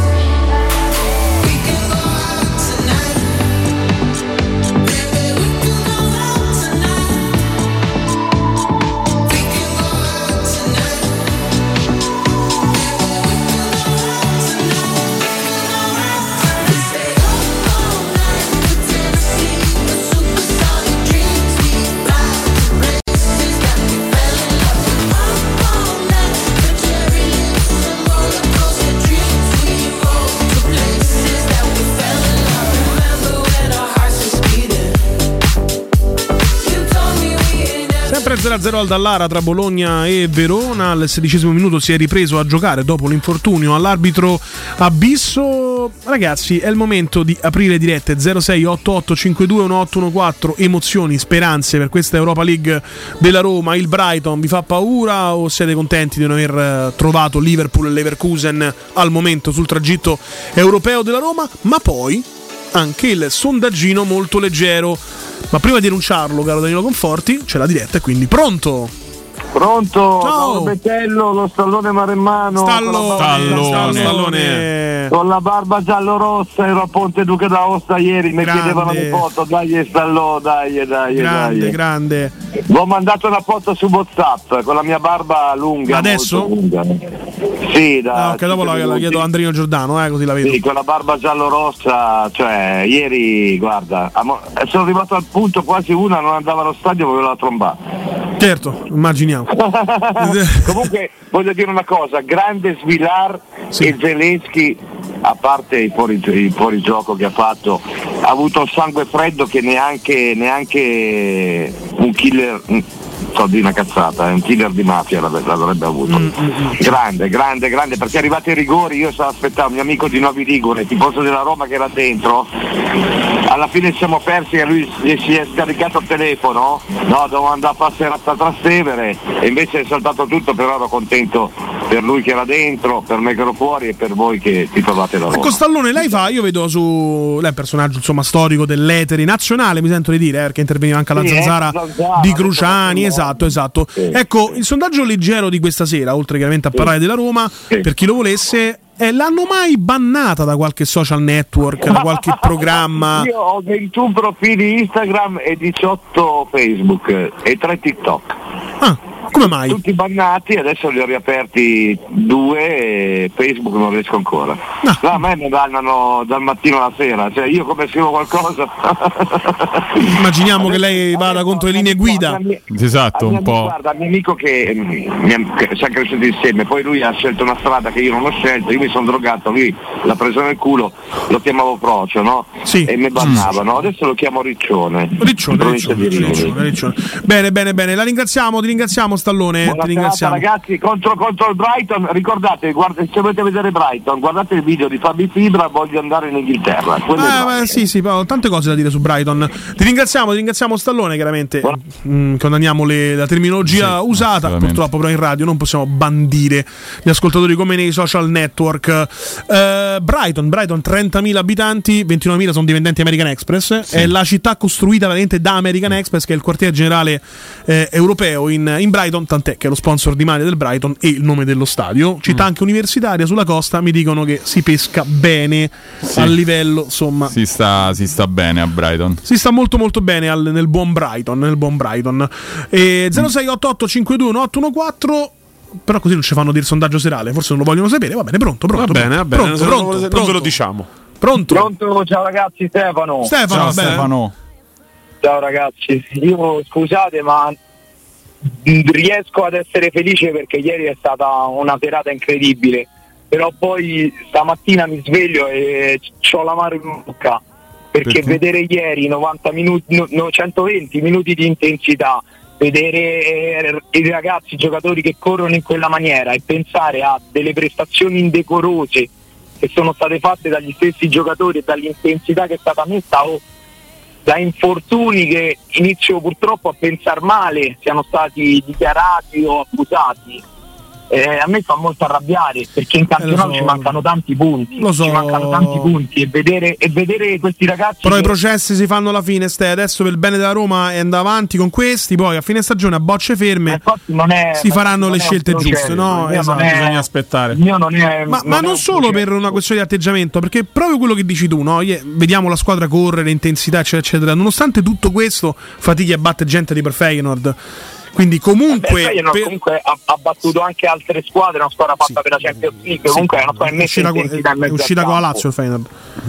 Speaker 4: zero a zero al Dallara tra Bologna e Verona. Al sedicesimo minuto si è ripreso a giocare dopo l'infortunio all'arbitro Abisso. Ragazzi, è il momento di aprire dirette zero sei otto otto cinque due uno otto uno quattro. Emozioni, speranze per questa Europa League della Roma. Il Brighton vi fa paura o siete contenti di non aver trovato Liverpool e Leverkusen al momento sul tragitto europeo della Roma? Ma poi anche il sondaggino molto leggero. Ma prima di enunciarlo, caro Danilo Conforti, c'è la diretta e quindi pronto?
Speaker 20: Pronto?
Speaker 4: Ciao
Speaker 20: Bettello, lo stallone maremmano.
Speaker 4: Stallone,
Speaker 20: Stallone.
Speaker 4: Stallone.
Speaker 20: Con la barba giallo-rossa, ero a Ponte Duca d'Aosta ieri, mi
Speaker 4: Grande.
Speaker 20: chiedevano le foto, dai Stallone, dai, dai,
Speaker 4: grande,
Speaker 20: dai.
Speaker 4: grande.
Speaker 20: Vi ho mandato una foto su WhatsApp con la mia barba lunga.
Speaker 4: Adesso?
Speaker 20: Lunga. Sì, da.
Speaker 4: Ah, ok, dopo la, la chiedo a Andrino Giordano, eh, così la vedo.
Speaker 20: Sì, con la barba giallo-rossa, cioè, ieri, guarda, amo- sono arrivato al punto quasi una non andava allo stadio, voleva trombare.
Speaker 4: Certo, immaginiamo.
Speaker 20: Comunque voglio dire una cosa, grande Svilar sì. E Zelensky, a parte i fuori, i fuorigioco che ha fatto, ha avuto un sangue freddo che neanche, neanche un killer, so di una cazzata, è un killer di mafia l'avrebbe avuto. Mm, mm, grande, grande, grande, perché arrivati ai rigori io stavo aspettando un mio amico di Novi Ligure, tifoso della Roma che era dentro, alla fine siamo persi e lui gli si è scaricato il telefono, no, dovevo andare a passare a Trastevere e invece è saltato tutto, però ero contento per lui che era dentro, per me che ero fuori e per voi che ti trovate da Roma.
Speaker 4: Ecco Stallone, lei fa, io vedo su, lei è un personaggio insomma storico dell'etere nazionale, mi sento di dire, eh, perché interveniva anche alla
Speaker 20: sì,
Speaker 4: zanzara,
Speaker 20: zanzara
Speaker 4: di Cruciani, esatto, esatto. Sì. Ecco, il sondaggio leggero di questa sera, oltre chiaramente a parlare sì. della Roma, sì. per chi lo volesse, eh, l'hanno mai bannata da qualche social network, da qualche programma?
Speaker 20: Io ho ventuno profili Instagram e diciotto Facebook e tre TikTok.
Speaker 4: Ah. Come mai?
Speaker 20: Tutti bannati, adesso li ho riaperti due e Facebook non riesco ancora. No. No, a me mi bannano dal mattino alla sera, cioè io come scrivo qualcosa.
Speaker 4: Immaginiamo adesso, che lei vada contro le linee guida.
Speaker 5: Mia, esatto, un po'.
Speaker 20: Guarda, il mio amico che, mi, che siamo cresciuti insieme, poi lui ha scelto una strada che io non ho scelto, io mi sono drogato, lui l'ha preso nel culo, lo chiamavo Procio, no?
Speaker 4: Sì.
Speaker 20: E mi bannavano, adesso lo chiamo Riccione.
Speaker 4: Riccione, Riccione, Riccione, Riccione. Bene, bene, bene, la ringraziamo, ti ringraziamo. Stallone,
Speaker 20: Buona
Speaker 4: ti ringraziamo.
Speaker 20: serata, ragazzi, contro, contro il Brighton, ricordate, guarda, se volete vedere Brighton, guardate il video di Fabi Fibra, voglio andare in Inghilterra.
Speaker 4: Ah, beh, sì, sì, ho tante cose da dire su Brighton. Ti ringraziamo, ti ringraziamo Stallone, chiaramente. Mm, condanniamo le, la terminologia
Speaker 5: sì,
Speaker 4: usata, purtroppo però in radio non possiamo bandire gli ascoltatori come nei social network. Uh, Brighton, Brighton trentamila abitanti, ventinovemila sono dipendenti American Express, sì. È la città costruita veramente da American Express, che è il quartiere generale eh, europeo in, in Brighton, tant'è che è lo sponsor di maglia del Brighton e il nome dello stadio. Città mm. anche universitaria sulla costa, mi dicono che si pesca bene, sì. A livello, insomma,
Speaker 5: si sta, si sta bene a Brighton,
Speaker 4: si sta molto molto bene al, nel buon Brighton, nel buon Brighton. E zero sei otto otto cinque due uno otto uno quattro, però così non ci fanno dire il sondaggio serale, forse non lo vogliono sapere. Va bene, pronto, pronto,
Speaker 7: va bene, va bene,
Speaker 4: pronto,
Speaker 7: non,
Speaker 4: pronto,
Speaker 7: non,
Speaker 4: pronto,
Speaker 7: non ve lo diciamo.
Speaker 4: Pronto?
Speaker 20: Pronto, ciao ragazzi, Stefano.
Speaker 4: Stefano,
Speaker 5: ciao Stefano.
Speaker 20: Ciao ragazzi, io scusate ma riesco ad essere felice perché ieri è stata una serata incredibile, però poi stamattina mi sveglio e c'ho l'amaro in bocca perché, perché? vedere ieri novanta minuti, no, no, centoventi minuti di intensità, vedere i ragazzi, i giocatori che corrono in quella maniera e pensare a delle prestazioni indecorose che sono state fatte dagli stessi giocatori e dall'intensità che è stata messa o da infortuni che inizio purtroppo a pensare male siano stati dichiarati o accusati. Eh, a me fa molto arrabbiare perché in campionato eh, so. ci mancano tanti punti,
Speaker 4: lo so.
Speaker 20: ci mancano tanti punti e vedere, e vedere questi ragazzi.
Speaker 4: Però
Speaker 20: che...
Speaker 4: i processi si fanno alla fine, Ste. Adesso per il bene della Roma è andare avanti con questi, poi a fine stagione a bocce ferme
Speaker 20: non è,
Speaker 4: si faranno
Speaker 20: non
Speaker 4: le scelte giuste, no?
Speaker 7: Esatto, è, bisogna aspettare.
Speaker 20: Non è,
Speaker 4: ma,
Speaker 20: non,
Speaker 4: ma non solo
Speaker 20: progetto.
Speaker 4: Per una questione di atteggiamento, perché proprio quello che dici tu, no? Vediamo la squadra correre, intensità, eccetera, eccetera. Nonostante tutto questo, fatichi a battere gente di per Feyenoord. Quindi comunque,
Speaker 20: eh beh, per... comunque ha, ha battuto anche altre squadre, una squadra fatta sì. per la Champions League, sì. comunque è una squadra messa in intensità in mezzo.
Speaker 4: È uscita con la Lazio il Feyenoord.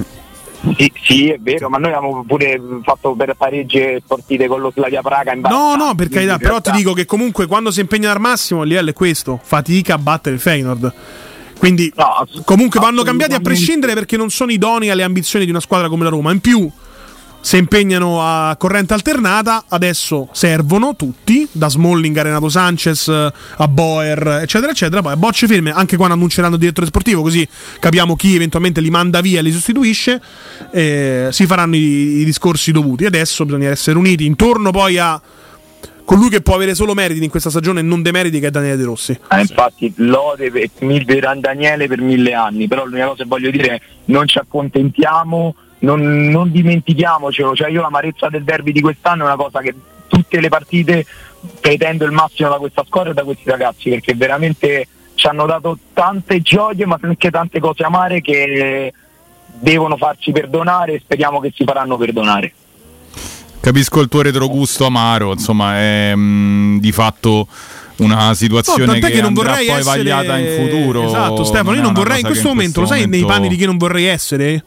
Speaker 20: Sì, sì, è vero, ma noi abbiamo pure fatto per pareggi partite con lo Slavia Praga in
Speaker 4: No, no, per carità, però realtà... ti dico che comunque quando si impegna al massimo il livello è questo, fatica a battere il Feyenoord. Quindi no, comunque vanno cambiati a prescindere perché non sono idonei alle ambizioni di una squadra come la Roma. In più si impegnano a corrente alternata, adesso servono tutti, da Smalling a Renato Sanchez a Boer, eccetera, eccetera. Poi a bocce ferme, anche quando annunceranno il direttore sportivo, così capiamo chi eventualmente li manda via e li sostituisce, eh, si faranno i, i discorsi dovuti. Adesso bisogna essere uniti intorno poi a colui che può avere solo meriti in questa stagione e non demeriti, che è Daniele De Rossi.
Speaker 20: Eh, infatti lode per Daniele per mille anni, però l'unica cosa che voglio dire è non ci accontentiamo, Non, non dimentichiamocelo, cioè io l'amarezza del derby di quest'anno è una cosa che tutte le partite pretendo il massimo da questa squadra e da questi ragazzi, perché veramente ci hanno dato tante gioie ma anche tante cose amare che devono farci perdonare e speriamo che si faranno perdonare.
Speaker 5: Capisco il tuo retrogusto amaro, insomma è mh, di fatto una situazione no, che,
Speaker 4: che non
Speaker 5: andrà
Speaker 4: vorrei
Speaker 5: poi
Speaker 4: essere...
Speaker 5: vagliata in futuro.
Speaker 4: Esatto, Stefano, io non vorrei in questo in momento, questo lo sai momento... nei panni di chi non vorrei essere?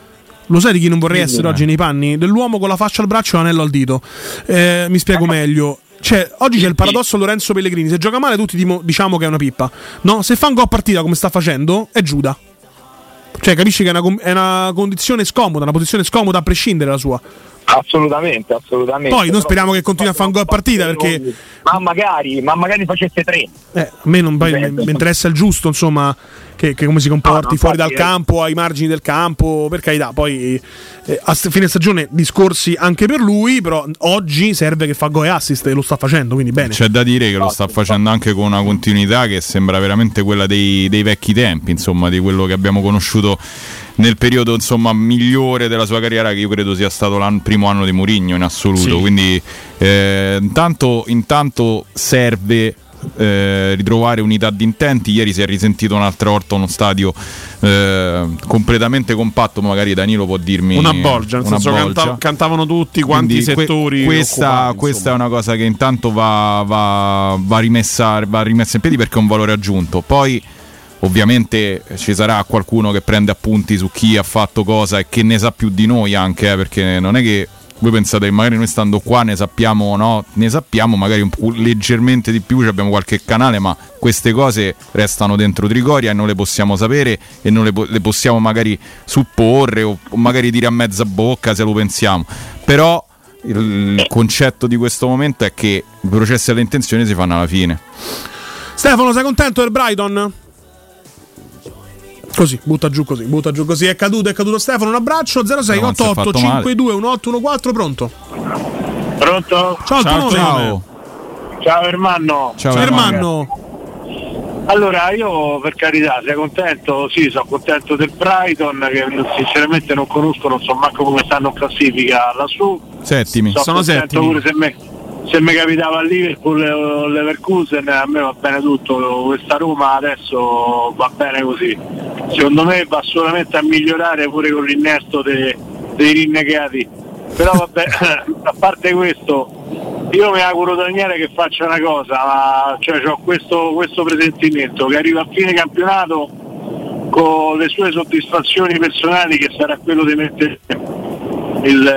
Speaker 4: Lo sai di chi non vorrei essere oggi nei panni? Dell'uomo con la faccia al braccio e l'anello al dito. Eh, mi spiego meglio. Cioè, oggi c'è il paradosso Lorenzo Pellegrini. Se gioca male tutti dimo, diciamo che è una pippa. No, se fa un gol a partita come sta facendo, è Giuda. Cioè, capisci che è una, è una condizione scomoda, una posizione scomoda a prescindere dalla sua.
Speaker 20: Assolutamente, assolutamente.
Speaker 4: Poi noi speriamo che continui a fare un gol a partita perché...
Speaker 20: Ma magari, ma magari facesse tre.
Speaker 4: Eh, a me non mi, mi interessa il giusto, insomma, che, che come si comporti no, fuori dal campo, ai margini del campo, per carità. Poi eh, a fine stagione discorsi anche per lui, però oggi serve che fa gol e assist e lo sta facendo, quindi bene.
Speaker 5: C'è da dire che lo sta facendo anche con una continuità che sembra veramente quella dei, dei vecchi tempi, insomma, di quello che abbiamo conosciuto nel periodo insomma migliore della sua carriera, che io credo sia stato il primo anno di Mourinho in assoluto. Sì. Quindi eh, intanto, intanto serve eh, ritrovare unità di intenti. Ieri si è risentito un'altra volta uno stadio eh, completamente compatto, magari Danilo può dirmi
Speaker 7: una bolgia, nel
Speaker 5: una
Speaker 7: senso
Speaker 5: bolgia.
Speaker 7: Canta- cantavano tutti quanti i settori
Speaker 5: que- questa,
Speaker 7: occupati,
Speaker 5: questa è una cosa che intanto va, va, va, rimessa, va rimessa in piedi perché è un valore aggiunto. Poi ovviamente ci sarà qualcuno che prende appunti su chi ha fatto cosa e che ne sa più di noi anche, eh, perché non è che voi pensate che magari noi stando qua ne sappiamo, no? Ne sappiamo magari un po' leggermente di più, abbiamo qualche canale, ma queste cose restano dentro Trigoria e non le possiamo sapere e non le, po- le possiamo magari supporre o, o magari dire a mezza bocca se lo pensiamo. Però il, il concetto di questo momento è che i processi alle intenzioni si fanno alla fine.
Speaker 4: Stefano, sei contento del Brighton? Così, butta giù così, butta giù così. È caduto, è caduto Stefano, un abbraccio. zero sei otto otto cinque due uno otto uno quattro, pronto?
Speaker 21: Pronto?
Speaker 4: Ciao,
Speaker 21: ciao,
Speaker 4: ciao.
Speaker 21: Ciao Ermanno.
Speaker 4: Ciao, ciao Ermanno.
Speaker 21: Allora, io per carità, sei contento? Sì, sono contento del Brighton, che sinceramente non conosco, non so manco come stanno in classifica lassù.
Speaker 5: Settimi,
Speaker 21: sono,
Speaker 5: sono settimi.
Speaker 21: Pure se me, se mi capitava a Liverpool o Leverkusen, a me va bene tutto. Questa Roma adesso va bene così. Secondo me va solamente a migliorare pure con l'innesto de, dei rinnegati. Però vabbè, a parte questo, io mi auguro Daniele che faccia una cosa, ma cioè ho questo, questo presentimento che arriva a fine campionato con le sue soddisfazioni personali, che sarà quello di mettere il,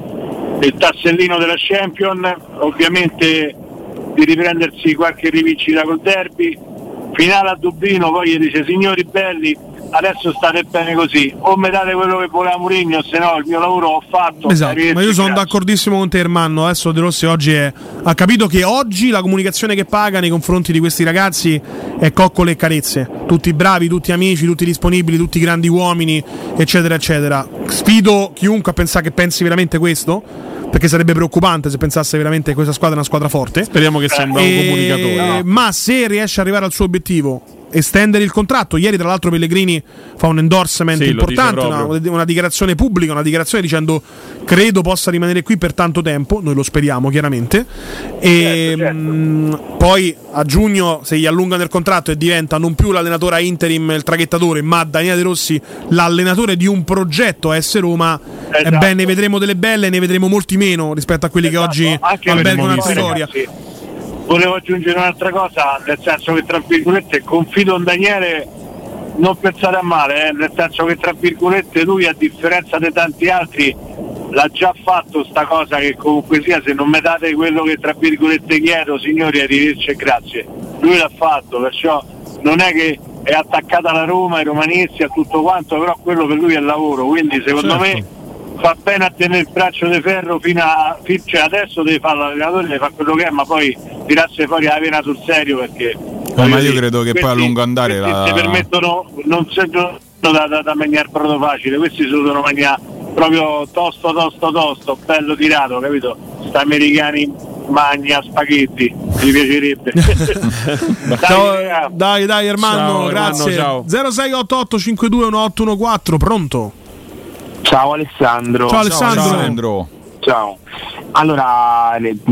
Speaker 21: il tassellino della Champions, ovviamente di riprendersi qualche rivincita col derby, finale a Dublino, poi gli dice signori belli, adesso state bene così, o mi date quello che voleva Mourinho, se no il mio lavoro ho fatto.
Speaker 4: Esatto, ma io sono d'accordissimo con te Ermanno. Adesso De Rossi oggi è, ha capito che oggi la comunicazione che paga nei confronti di questi ragazzi è coccole e carezze, tutti bravi, tutti amici, tutti disponibili, tutti grandi uomini, eccetera eccetera. Sfido chiunque a pensare che pensi veramente questo, perché sarebbe preoccupante se pensasse veramente che questa squadra è una squadra forte.
Speaker 7: Speriamo che sia un bravo comunicatore, no?
Speaker 4: Ma se riesce ad arrivare al suo obiettivo, estendere il contratto. Ieri tra l'altro Pellegrini fa un endorsement sì, importante, una, una dichiarazione pubblica, una dichiarazione dicendo credo possa rimanere qui per tanto tempo, noi lo speriamo chiaramente, e certo, certo. Mh, poi a giugno se gli allungano il contratto e diventa non più l'allenatore a interim, il traghettatore, ma Daniele De Rossi l'allenatore di un progetto a S Roma, esatto. Ebbene ne vedremo delle belle, ne vedremo molti meno rispetto a quelli esatto. che oggi albergano a Trigoria.
Speaker 21: Volevo aggiungere un'altra cosa, nel senso che tra virgolette confido in Daniele, non pensate a male, eh, nel senso che tra virgolette lui, a differenza di tanti altri, l'ha già fatto sta cosa, che comunque sia, se non mi date quello che tra virgolette chiedo, signori, arrivederci e grazie. Lui l'ha fatto, perciò non è che è attaccata alla Roma, ai romanisti, a tutto quanto, però quello per lui è lavoro, quindi secondo certo. me fa bene a tenere il braccio di ferro fino a fin, cioè adesso deve fare l'allenatore, deve fare quello che è, ma poi tirarsi fuori la vena sul serio, perché
Speaker 5: eh, ma io credo che questi, poi a lungo andare la...
Speaker 21: si permettono, non sentono da, da, da mangiare proprio facile, questi si devono mangiare proprio tosto tosto tosto, bello tirato, capito? Sta americani magna spaghetti, mi piacerebbe.
Speaker 4: dai, ciao, dai dai Ermanno, ciao, grazie. Ermanno, ciao. zero sei otto otto cinque due uno otto uno quattro, pronto?
Speaker 22: Ciao Alessandro.
Speaker 4: Ciao Alessandro.
Speaker 22: Ciao. Alessandro. Ciao. Allora,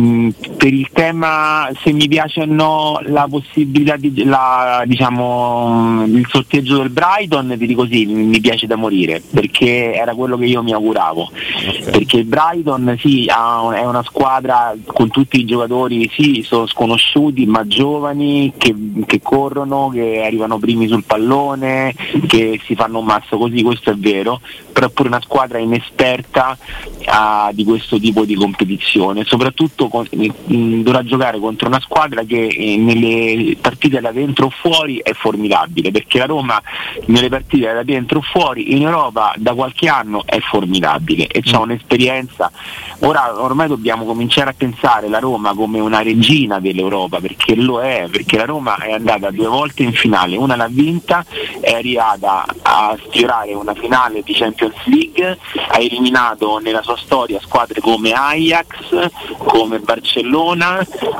Speaker 22: per il tema se mi piace o no la possibilità di la, diciamo il sorteggio del Brighton, ti dico sì, mi piace da morire, perché era quello che io mi auguravo. Okay. Perché il Brighton sì ha, è una squadra con tutti i giocatori, sì, sono sconosciuti ma giovani, che, che corrono, che arrivano primi sul pallone, che si fanno un mazzo così, questo è vero, però è pure una squadra inesperta uh, di questo tipo di competizione, soprattutto con, mh, dovrà giocare contro una squadra che eh, nelle partite da dentro o fuori è formidabile, perché la Roma nelle partite da dentro o fuori in Europa da qualche anno è formidabile e c'ha un'esperienza. Ora ormai dobbiamo cominciare a pensare la Roma come una regina dell'Europa, perché lo è, perché la Roma è andata due volte in finale, una l'ha vinta, è arrivata a sfiorare una finale di Champions League, ha eliminato nella sua storia squadre come Ajax, come Barcellona,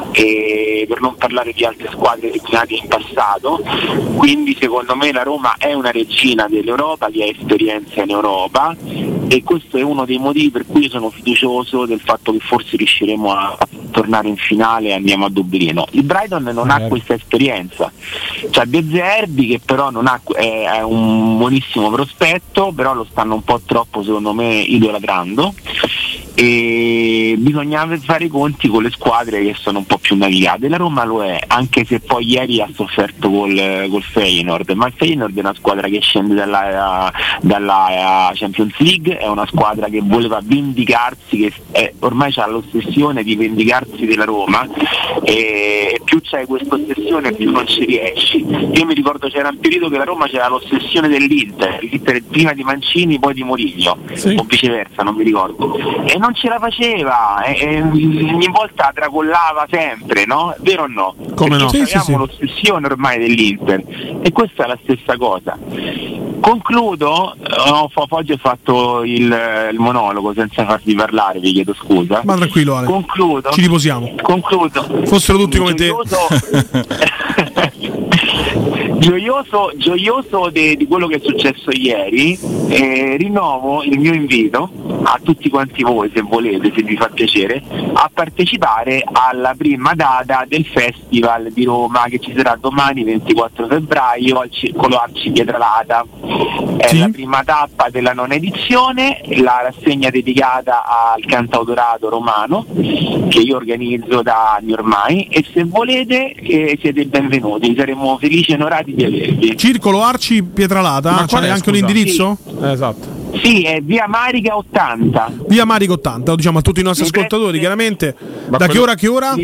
Speaker 22: e per non parlare di altre squadre eliminate in passato. Quindi secondo me la Roma è una regina dell'Europa che ha esperienza in Europa, e questo è uno dei motivi per cui io sono fiducioso del fatto che forse riusciremo a tornare in finale e andiamo a Dublino. Il Brighton non ha questa esperienza, c'ha De Zerbi che però non ha, è, è un buonissimo prospetto, però lo stanno un po' troppo secondo me idolatrando, e bisogna fare i conti con le squadre che sono un po' più navigate. La Roma lo è, anche se poi ieri ha sofferto col, col Feyenoord, ma il Feyenoord è una squadra che scende dalla, dalla Champions League, è una squadra che voleva vendicarsi, che è, ormai c'ha l'ossessione di vendicarsi della Roma, e più c'hai questa ossessione più non ci riesci. Io mi ricordo c'era un periodo che la Roma c'era l'ossessione dell'Inter, l'Inter prima di Mancini poi di Mourinho, sì. o viceversa, non mi ricordo, e non ce la faceva, e, e ogni volta tracollava sempre, no? Vero o no?
Speaker 4: Come no?
Speaker 22: Perché
Speaker 4: Sì, sì, sì.
Speaker 22: l'ossessione ormai dell'Inter, e questa è la stessa cosa. Concludo, oh, oggi ho fatto il, il monologo senza farvi parlare, vi chiedo scusa.
Speaker 4: Ma tranquillo, Ale.
Speaker 22: Concludo.
Speaker 4: Ci riposiamo.
Speaker 22: Concludo.
Speaker 4: Fossero tutti come te.
Speaker 22: Gioioso, gioioso de, di quello che è successo ieri, eh, rinnovo il mio invito a tutti quanti voi, se volete, se vi fa piacere, a partecipare alla prima data del Festival di Roma che ci sarà domani ventiquattro febbraio al Circolo Arci Pietralata. È sì. la prima tappa della nona edizione, la rassegna dedicata al cantautorato romano che io organizzo da anni ormai, e se volete eh, siete benvenuti, saremo felici e onorati di avervi.
Speaker 4: Circolo Arci Pietralata, c'è anche un indirizzo?
Speaker 22: Sì. Esatto. Sì, è via Marica ottanta.
Speaker 4: Via Marica ottanta, lo diciamo a tutti i nostri
Speaker 22: Mi
Speaker 4: ascoltatori,
Speaker 22: preste...
Speaker 4: chiaramente.
Speaker 22: Ma
Speaker 4: da
Speaker 22: quello...
Speaker 4: che ora a che ora?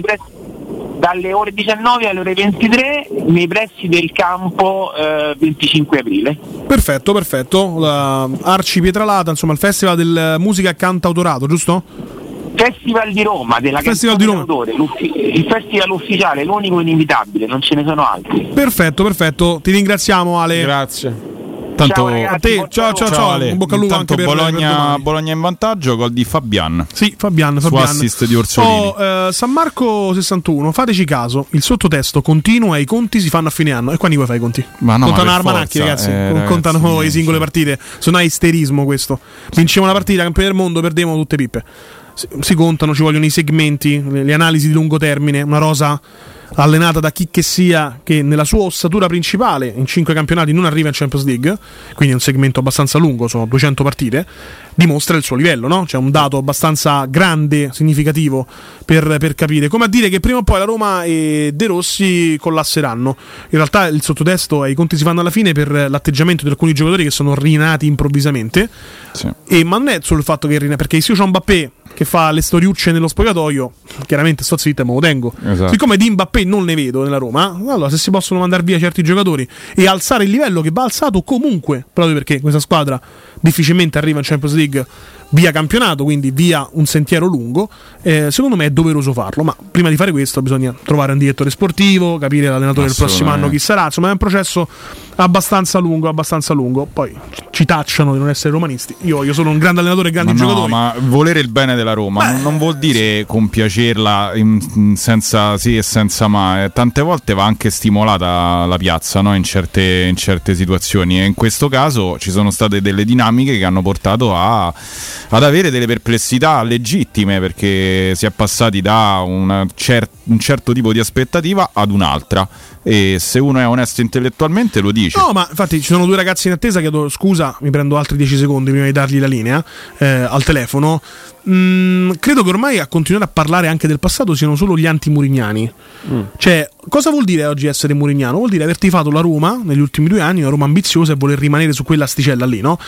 Speaker 22: Dalle ore diciannove alle ore ventitré nei pressi del campo eh, venticinque aprile.
Speaker 4: Perfetto, perfetto. La Arci Pietralata, insomma, il Festival del Musica Cantautorato, giusto?
Speaker 22: Festival di Roma, della
Speaker 4: Festival di Roma.
Speaker 22: Il festival ufficiale, l'unico inimitabile, non ce ne sono altri.
Speaker 4: Perfetto, perfetto. Ti ringraziamo, Ale.
Speaker 7: Grazie.
Speaker 5: Tanto
Speaker 22: ciao, ragazzi,
Speaker 4: a te, ciao ciao ciao,
Speaker 5: Ale.
Speaker 4: un bocca al lupo
Speaker 5: Intanto
Speaker 4: anche per
Speaker 5: Bologna,
Speaker 4: per
Speaker 5: Bologna in vantaggio, gol di Fabian.
Speaker 4: Sì, Fabian,
Speaker 5: Su
Speaker 4: Fabian.
Speaker 5: assist di Orsolini.
Speaker 4: Oh, eh, San Marco sessantuno, fateci caso, il sottotesto continua e i conti si fanno a fine anno. E qua come fai i conti?
Speaker 5: Ma no,
Speaker 4: contano
Speaker 5: ma per
Speaker 4: armanacchi,
Speaker 5: forza,
Speaker 4: ragazzi,
Speaker 5: eh,
Speaker 4: non contano
Speaker 5: ragazzi,
Speaker 4: le singole
Speaker 5: sì.
Speaker 4: partite. Sono a isterismo questo. Vincevamo una partita, campione del mondo, perdevamo tutte pippe. Si, si contano, ci vogliono i segmenti, le, le analisi di lungo termine, una rosa allenata da chi che sia, che nella sua ossatura principale in cinque campionati non arriva in Champions League, quindi è un segmento abbastanza lungo, sono duecento partite, dimostra il suo livello, no? C'è un dato abbastanza grande, significativo per, per capire, come a dire che prima o poi la Roma e De Rossi collasseranno. In realtà il sottotesto è i conti si fanno alla fine per l'atteggiamento di alcuni giocatori che sono rinati improvvisamente, sì. E ma non è solo il fatto che rina, perché se io c'ho Mbappé che fa le storiucce nello spogliatoio, chiaramente sto zitto e me lo tengo. Esatto. Siccome di Mbappé non ne vedo nella Roma, allora se si possono mandare via certi giocatori e alzare il livello che va alzato comunque, proprio perché questa squadra difficilmente arriva in Champions League via campionato, quindi via un sentiero lungo, eh, secondo me è doveroso farlo, ma prima di fare questo bisogna trovare un direttore sportivo, capire l'allenatore del prossimo anno chi sarà, insomma è un processo abbastanza lungo, abbastanza lungo. Poi ci tacciano di non essere romanisti, io, io sono un grande allenatore e grandi
Speaker 5: ma
Speaker 4: giocatori.
Speaker 5: No, ma volere il bene della Roma non, non vuol dire compiacerla in, in senza sì e senza ma, tante volte va anche stimolata la piazza, no? in, certe, in certe situazioni, e in questo caso ci sono state delle dinamiche che hanno portato a ad avere delle perplessità legittime, perché si è passati da una cer- un certo tipo di aspettativa ad un'altra, e se uno è onesto intellettualmente lo dice.
Speaker 4: No, ma infatti ci sono due ragazzi in attesa, chiedo scusa, mi prendo altri dieci secondi prima di dargli la linea eh, al telefono. Mm, credo che ormai a continuare a parlare anche del passato siano solo gli anti-murignani. Mm. Cioè, cosa vuol dire oggi essere murignano? Vuol dire aver tifato la Roma negli ultimi due anni, una Roma ambiziosa, e voler rimanere su quella asticella lì, no?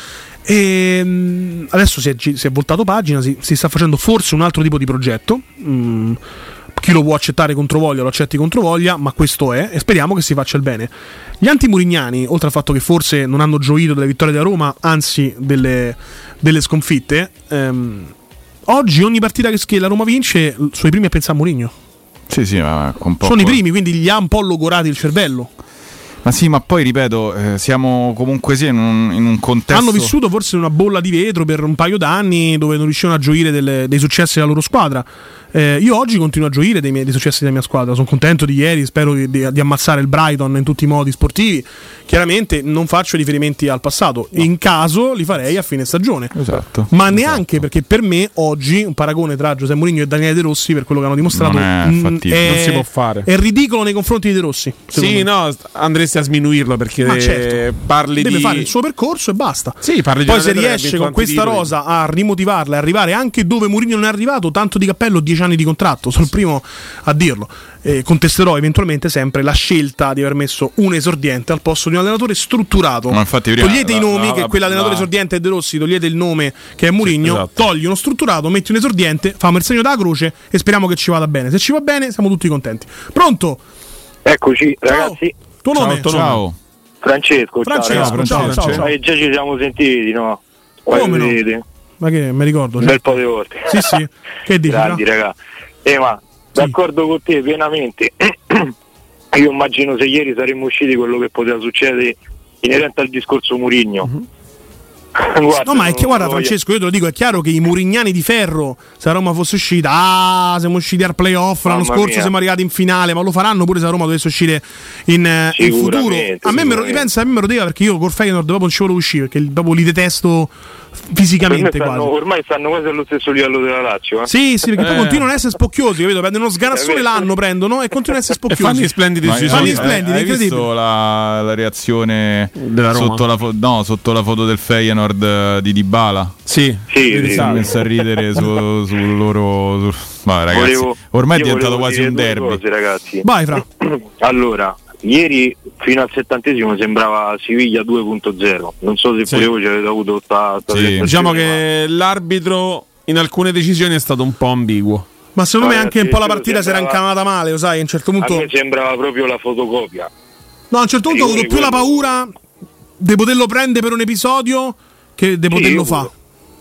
Speaker 4: E adesso si è, si è voltato pagina, si, si sta facendo forse un altro tipo di progetto. Mm, chi lo può accettare controvoglia lo accetti controvoglia, ma questo è, e speriamo che si faccia il bene. Gli anti-murignani, oltre al fatto che forse non hanno gioito delle vittorie della Roma, anzi delle, delle sconfitte, ehm, oggi ogni partita che la Roma vince, sui primi a pensare a Mourinho.
Speaker 5: Sì, sì, ma con poco.
Speaker 4: Sono i primi, quindi gli ha un po' logorati il cervello.
Speaker 5: Ma sì, ma poi ripeto, eh, siamo comunque sì in un, in un contesto.
Speaker 4: Hanno vissuto forse in una bolla di vetro per un paio d'anni dove non riuscivano a gioire delle, dei successi della loro squadra. Eh, io oggi continuo a gioire dei, miei, dei successi della mia squadra. Sono contento di ieri, spero di, di, di ammazzare il Brighton in tutti i modi sportivi. Chiaramente non faccio riferimenti al passato, no. In caso li farei a fine stagione.
Speaker 5: Esatto.
Speaker 4: Ma neanche esatto. Perché per me oggi un paragone tra Giuseppe Mourinho e Daniele De Rossi, per quello che hanno dimostrato,
Speaker 5: non è,
Speaker 4: mh, è,
Speaker 7: non si può fare.
Speaker 4: È ridicolo nei confronti di De Rossi.
Speaker 7: Sì, me. no, andresti a sminuirlo perché
Speaker 4: ma certo.
Speaker 7: parli
Speaker 4: deve
Speaker 7: di...
Speaker 4: fare il suo percorso e basta.
Speaker 7: Sì, parli
Speaker 4: poi
Speaker 7: di
Speaker 4: se riesce con questa titoli. rosa a rimotivarla e arrivare anche dove Mourinho non è arrivato, tanto di cappello, dieci anni di contratto, sono il primo a dirlo. Eh, contesterò eventualmente sempre la scelta di aver messo un esordiente al posto di un allenatore strutturato.
Speaker 5: Ma infatti, prima,
Speaker 4: togliete
Speaker 5: la,
Speaker 4: i nomi,
Speaker 5: la,
Speaker 4: che
Speaker 5: la,
Speaker 4: quell'allenatore
Speaker 5: la...
Speaker 4: esordiente è De Rossi, togliete il nome che è Mourinho,
Speaker 5: sì, esatto.
Speaker 4: Togli uno strutturato, metti un esordiente, famo il segno della croce e speriamo che ci vada bene. Se ci va bene siamo tutti contenti. Pronto?
Speaker 1: Eccoci,
Speaker 4: ciao.
Speaker 1: ragazzi.
Speaker 4: Tuo nome?
Speaker 5: Ciao. ciao.
Speaker 1: Francesco,
Speaker 4: Francesco,
Speaker 1: ciao,
Speaker 4: ciao, ciao, ciao, ciao.
Speaker 1: Eh, già ci siamo sentiti, no?
Speaker 4: Come no? Ma che mi ricordo?
Speaker 1: Un bel po' di volte.
Speaker 4: Sì, sì. Che dici?
Speaker 1: Grandi,
Speaker 4: No?
Speaker 1: raga. Eh, ma d'accordo con te pienamente. Io immagino se ieri saremmo usciti quello che poteva succedere inerente al discorso Mourinho.
Speaker 4: Mm-hmm.
Speaker 1: Guarda,
Speaker 4: No, ma è che guarda,
Speaker 1: non voglio-
Speaker 4: Francesco, io te lo dico, è chiaro che i murignani di ferro, se la Roma fosse uscita, ah, siamo usciti al playoff, l'anno
Speaker 1: Mamma
Speaker 4: scorso
Speaker 1: mia.
Speaker 4: siamo arrivati in finale, ma lo faranno pure se la Roma dovesse uscire in, eh, in futuro.
Speaker 1: Sicuramente,
Speaker 4: A me me lo
Speaker 1: sicuramente.
Speaker 4: ripensa, a me me lo deve perché io col Feyenoord proprio non ci volevo uscire, perché proprio li detesto fisicamente
Speaker 1: Per me stanno-
Speaker 4: quasi.
Speaker 1: ormai stanno quasi allo stesso livello della Lazio. Eh?
Speaker 4: Sì, sì, perché poi
Speaker 1: Eh.
Speaker 4: continuano ad essere spocchiosi, capito? Prendono uno sgarassone
Speaker 1: È vero.
Speaker 4: l'anno, prendono e continuano ad essere spocchiosi.
Speaker 7: fanno gli splendidi
Speaker 5: Ma-
Speaker 4: Fanno gli
Speaker 5: eh,
Speaker 4: splendidi,
Speaker 5: hai
Speaker 4: incredibili.
Speaker 5: visto la, la reazione
Speaker 7: Roma?
Speaker 5: sotto la, fo- no, sotto la foto del Feyenoord eh, di Dybala?
Speaker 7: Sì,
Speaker 1: sì,
Speaker 5: si
Speaker 1: sì.
Speaker 5: è messo a ridere su, sul loro su- ma ragazzi,
Speaker 1: Volevo-
Speaker 5: ormai è
Speaker 1: io
Speaker 5: diventato
Speaker 1: volevo
Speaker 5: quasi
Speaker 1: dire
Speaker 5: un
Speaker 1: due
Speaker 5: derby.
Speaker 1: cose, ragazzi.
Speaker 4: Vai, Fra.
Speaker 1: Allora, ieri fino al settantesimo sembrava Siviglia due punto zero. Non so se
Speaker 7: Sì.
Speaker 1: pure voi ci avete avuto sta, sta sensazione,
Speaker 7: Diciamo
Speaker 1: ma-
Speaker 7: che l'arbitro in alcune decisioni è stato un po' ambiguo.
Speaker 4: Ma secondo me anche un po' la
Speaker 1: Ragazzi,
Speaker 4: partita si era
Speaker 1: sembrava-
Speaker 4: incanata male, lo sai, a un certo
Speaker 1: A
Speaker 4: punto.
Speaker 1: me sembrava proprio la fotocopia.
Speaker 4: No, a un certo punto ho avuto
Speaker 1: Rigori
Speaker 4: più la
Speaker 1: quello-
Speaker 4: paura di poterlo prendere per un episodio che di poterlo
Speaker 1: io
Speaker 4: fare.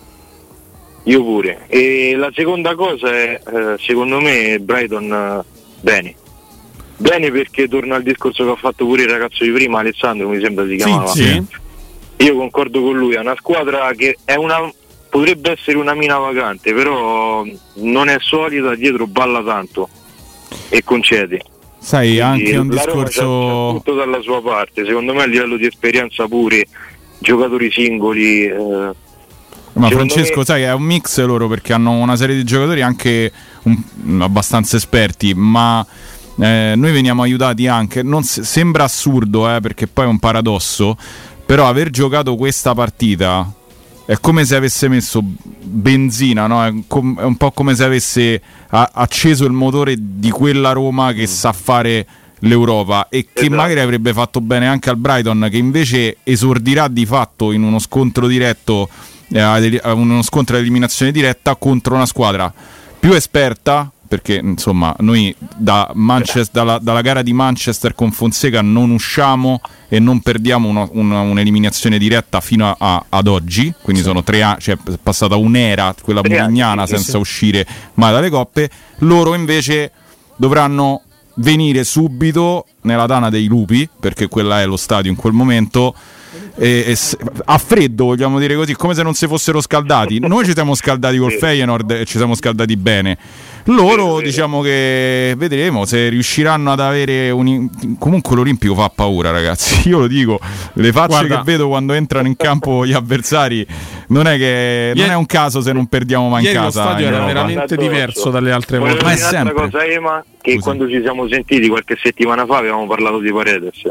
Speaker 1: Io pure. E la seconda cosa è, eh, secondo me, Brighton eh, bene. Bene perché torna al discorso che ha fatto pure il ragazzo di prima, Alessandro mi sembra si chiamava.
Speaker 7: sì.
Speaker 1: Io concordo con lui, è una squadra che è una potrebbe essere una mina vacante, però non è solida, dietro balla tanto e concede.
Speaker 5: Sai,
Speaker 1: Quindi
Speaker 5: anche un
Speaker 1: la Roma c'ha-
Speaker 5: discorso
Speaker 1: c'ha tutto dalla sua parte, secondo me a livello di esperienza pure, giocatori singoli. eh,
Speaker 5: Ma
Speaker 1: secondo
Speaker 5: Francesco,
Speaker 1: me-
Speaker 5: sai, è un mix loro perché hanno una serie di giocatori anche un- abbastanza esperti, ma eh, noi veniamo aiutati anche. Non se- sembra assurdo, eh, perché poi è un paradosso, però aver giocato questa partita è come se avesse messo benzina, no? È, com- è un po' come se avesse a- acceso il motore di quella Roma che sa fare l'Europa e che
Speaker 1: Esatto.
Speaker 5: magari avrebbe fatto bene anche al Brighton, che invece esordirà di fatto in uno scontro diretto, eh, ad- a uno scontro di eliminazione diretta contro una squadra più esperta, perché insomma noi da Manchester, dalla, dalla gara di Manchester con Fonseca non usciamo e non perdiamo uno- una- un'eliminazione diretta fino a- a- ad oggi, quindi sono tre anni, cioè è passata un'era, quella
Speaker 1: Tre anni,
Speaker 5: murignana,
Speaker 1: sì,
Speaker 5: senza
Speaker 1: sì.
Speaker 5: uscire mai dalle coppe. Loro invece dovranno venire subito nella tana dei lupi, perché quella è lo stadio in quel momento, e, e s- a freddo, vogliamo dire così, come se non si fossero scaldati. Noi ci siamo scaldati col Feyenoord e ci siamo scaldati bene. Loro diciamo che vedremo se riusciranno ad avere un... Comunque l'Olimpico fa paura, ragazzi, io lo dico, le facce
Speaker 7: Guarda.
Speaker 5: che vedo quando entrano in campo gli avversari non è che non
Speaker 7: Ieri-
Speaker 5: è un caso se non perdiamo mai in
Speaker 7: Ieri lo
Speaker 5: casa
Speaker 7: stadio
Speaker 5: in
Speaker 7: era
Speaker 5: Europa.
Speaker 7: veramente
Speaker 1: Addosso.
Speaker 7: diverso dalle altre
Speaker 1: Volevo
Speaker 7: volte.
Speaker 5: Ma è
Speaker 1: dire un'altra
Speaker 5: sempre.
Speaker 1: cosa, Ema, che
Speaker 5: Scusi.
Speaker 1: quando ci siamo sentiti qualche settimana fa avevamo parlato di Paredes.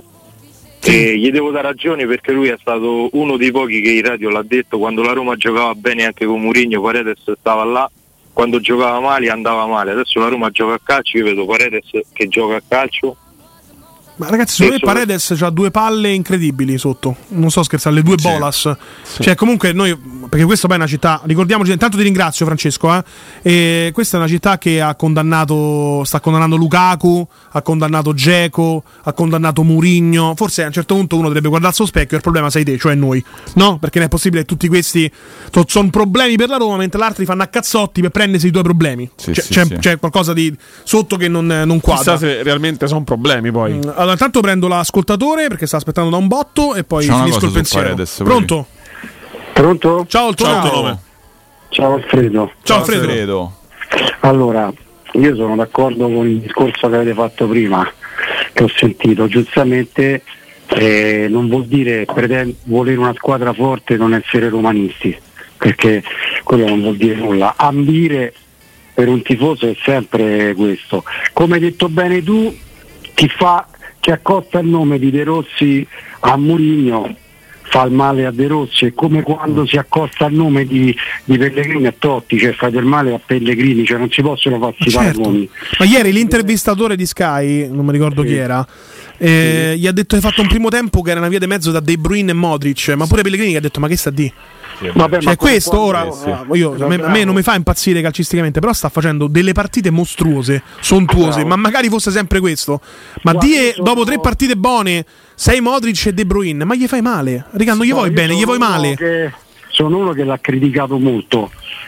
Speaker 1: E gli devo dare ragione perché lui è stato uno dei pochi che in radio l'ha detto, quando la Roma giocava bene anche con Mourinho, Paredes stava là, quando giocava male andava male. Adesso la Roma gioca a calcio, io vedo Paredes che gioca a calcio.
Speaker 4: Ma ragazzi, secondo me
Speaker 1: Adesso-
Speaker 4: Paredes ha due palle incredibili sotto. Non sto scherzando, le due
Speaker 5: Sì.
Speaker 4: bolas. Cioè, comunque, noi, perché questa poi è una città. Ricordiamoci, intanto ti ringrazio, Francesco. Eh, e questa è una città che ha condannato. Sta condannando Lukaku, ha condannato Dzeko, ha condannato Mourinho. Forse a un certo punto uno dovrebbe guardarsi allo specchio. Il problema sei te, cioè noi. No? Perché non è possibile che tutti questi so- sono problemi per la Roma, mentre gli altri fanno a cazzotti per prendersi i tuoi problemi.
Speaker 5: Sì,
Speaker 4: C'è,
Speaker 5: sì,
Speaker 4: c'è-
Speaker 5: sì.
Speaker 4: c'è qualcosa di sotto che non, non quadra.
Speaker 7: Chissà se realmente sono problemi poi.
Speaker 4: Mm, Allora, intanto prendo l'ascoltatore perché sta aspettando da un botto e poi
Speaker 5: C'è una
Speaker 4: finisco
Speaker 5: cosa
Speaker 4: il
Speaker 5: su
Speaker 4: pensiero.
Speaker 5: Paredes, poi.
Speaker 4: Pronto?
Speaker 2: Pronto?
Speaker 4: Ciao, il tuo
Speaker 7: Ciao,
Speaker 4: nome.
Speaker 7: nome.
Speaker 2: Ciao Alfredo.
Speaker 4: Ciao, Alfredo.
Speaker 2: Allora, io sono d'accordo con il discorso che avete fatto prima, che ho sentito. Giustamente eh, non vuol dire pretend- volere una squadra forte non essere romanisti, perché quello non vuol dire nulla. Ambire per un tifoso è sempre questo. Come hai detto bene tu, chi fa chi accosta il nome di De Rossi a Mourinho fa il male a De Rossi, è come quando si accosta il nome di, di Pellegrini a Totti, cioè fa del male a Pellegrini, cioè non si possono farsi fare
Speaker 4: Certo.
Speaker 2: nomi.
Speaker 4: Ma ieri l'intervistatore di Sky, non mi ricordo chi era, eh, gli ha detto che hai fatto un primo tempo che era una via di mezzo da De Bruyne e Modric, ma pure Pellegrini che ha detto ma che sta di?
Speaker 2: Vabbè,
Speaker 4: Cioè
Speaker 2: ma
Speaker 4: questo
Speaker 2: quando-
Speaker 4: ora
Speaker 2: sì, sì.
Speaker 4: io, a me, a me non mi fa impazzire calcisticamente, però sta facendo delle partite mostruose, sontuose,
Speaker 2: Bravo.
Speaker 4: ma magari fosse sempre questo. Ma
Speaker 2: Guarda,
Speaker 4: die
Speaker 2: io sono-
Speaker 4: dopo tre partite buone sei Modric e De Bruyne, ma gli fai male. Raga, non gli
Speaker 2: No,
Speaker 4: vuoi
Speaker 2: io
Speaker 4: bene, gli
Speaker 2: sono
Speaker 4: vuoi
Speaker 2: uno
Speaker 4: male.
Speaker 2: che- sono uno che l'ha criticato molto,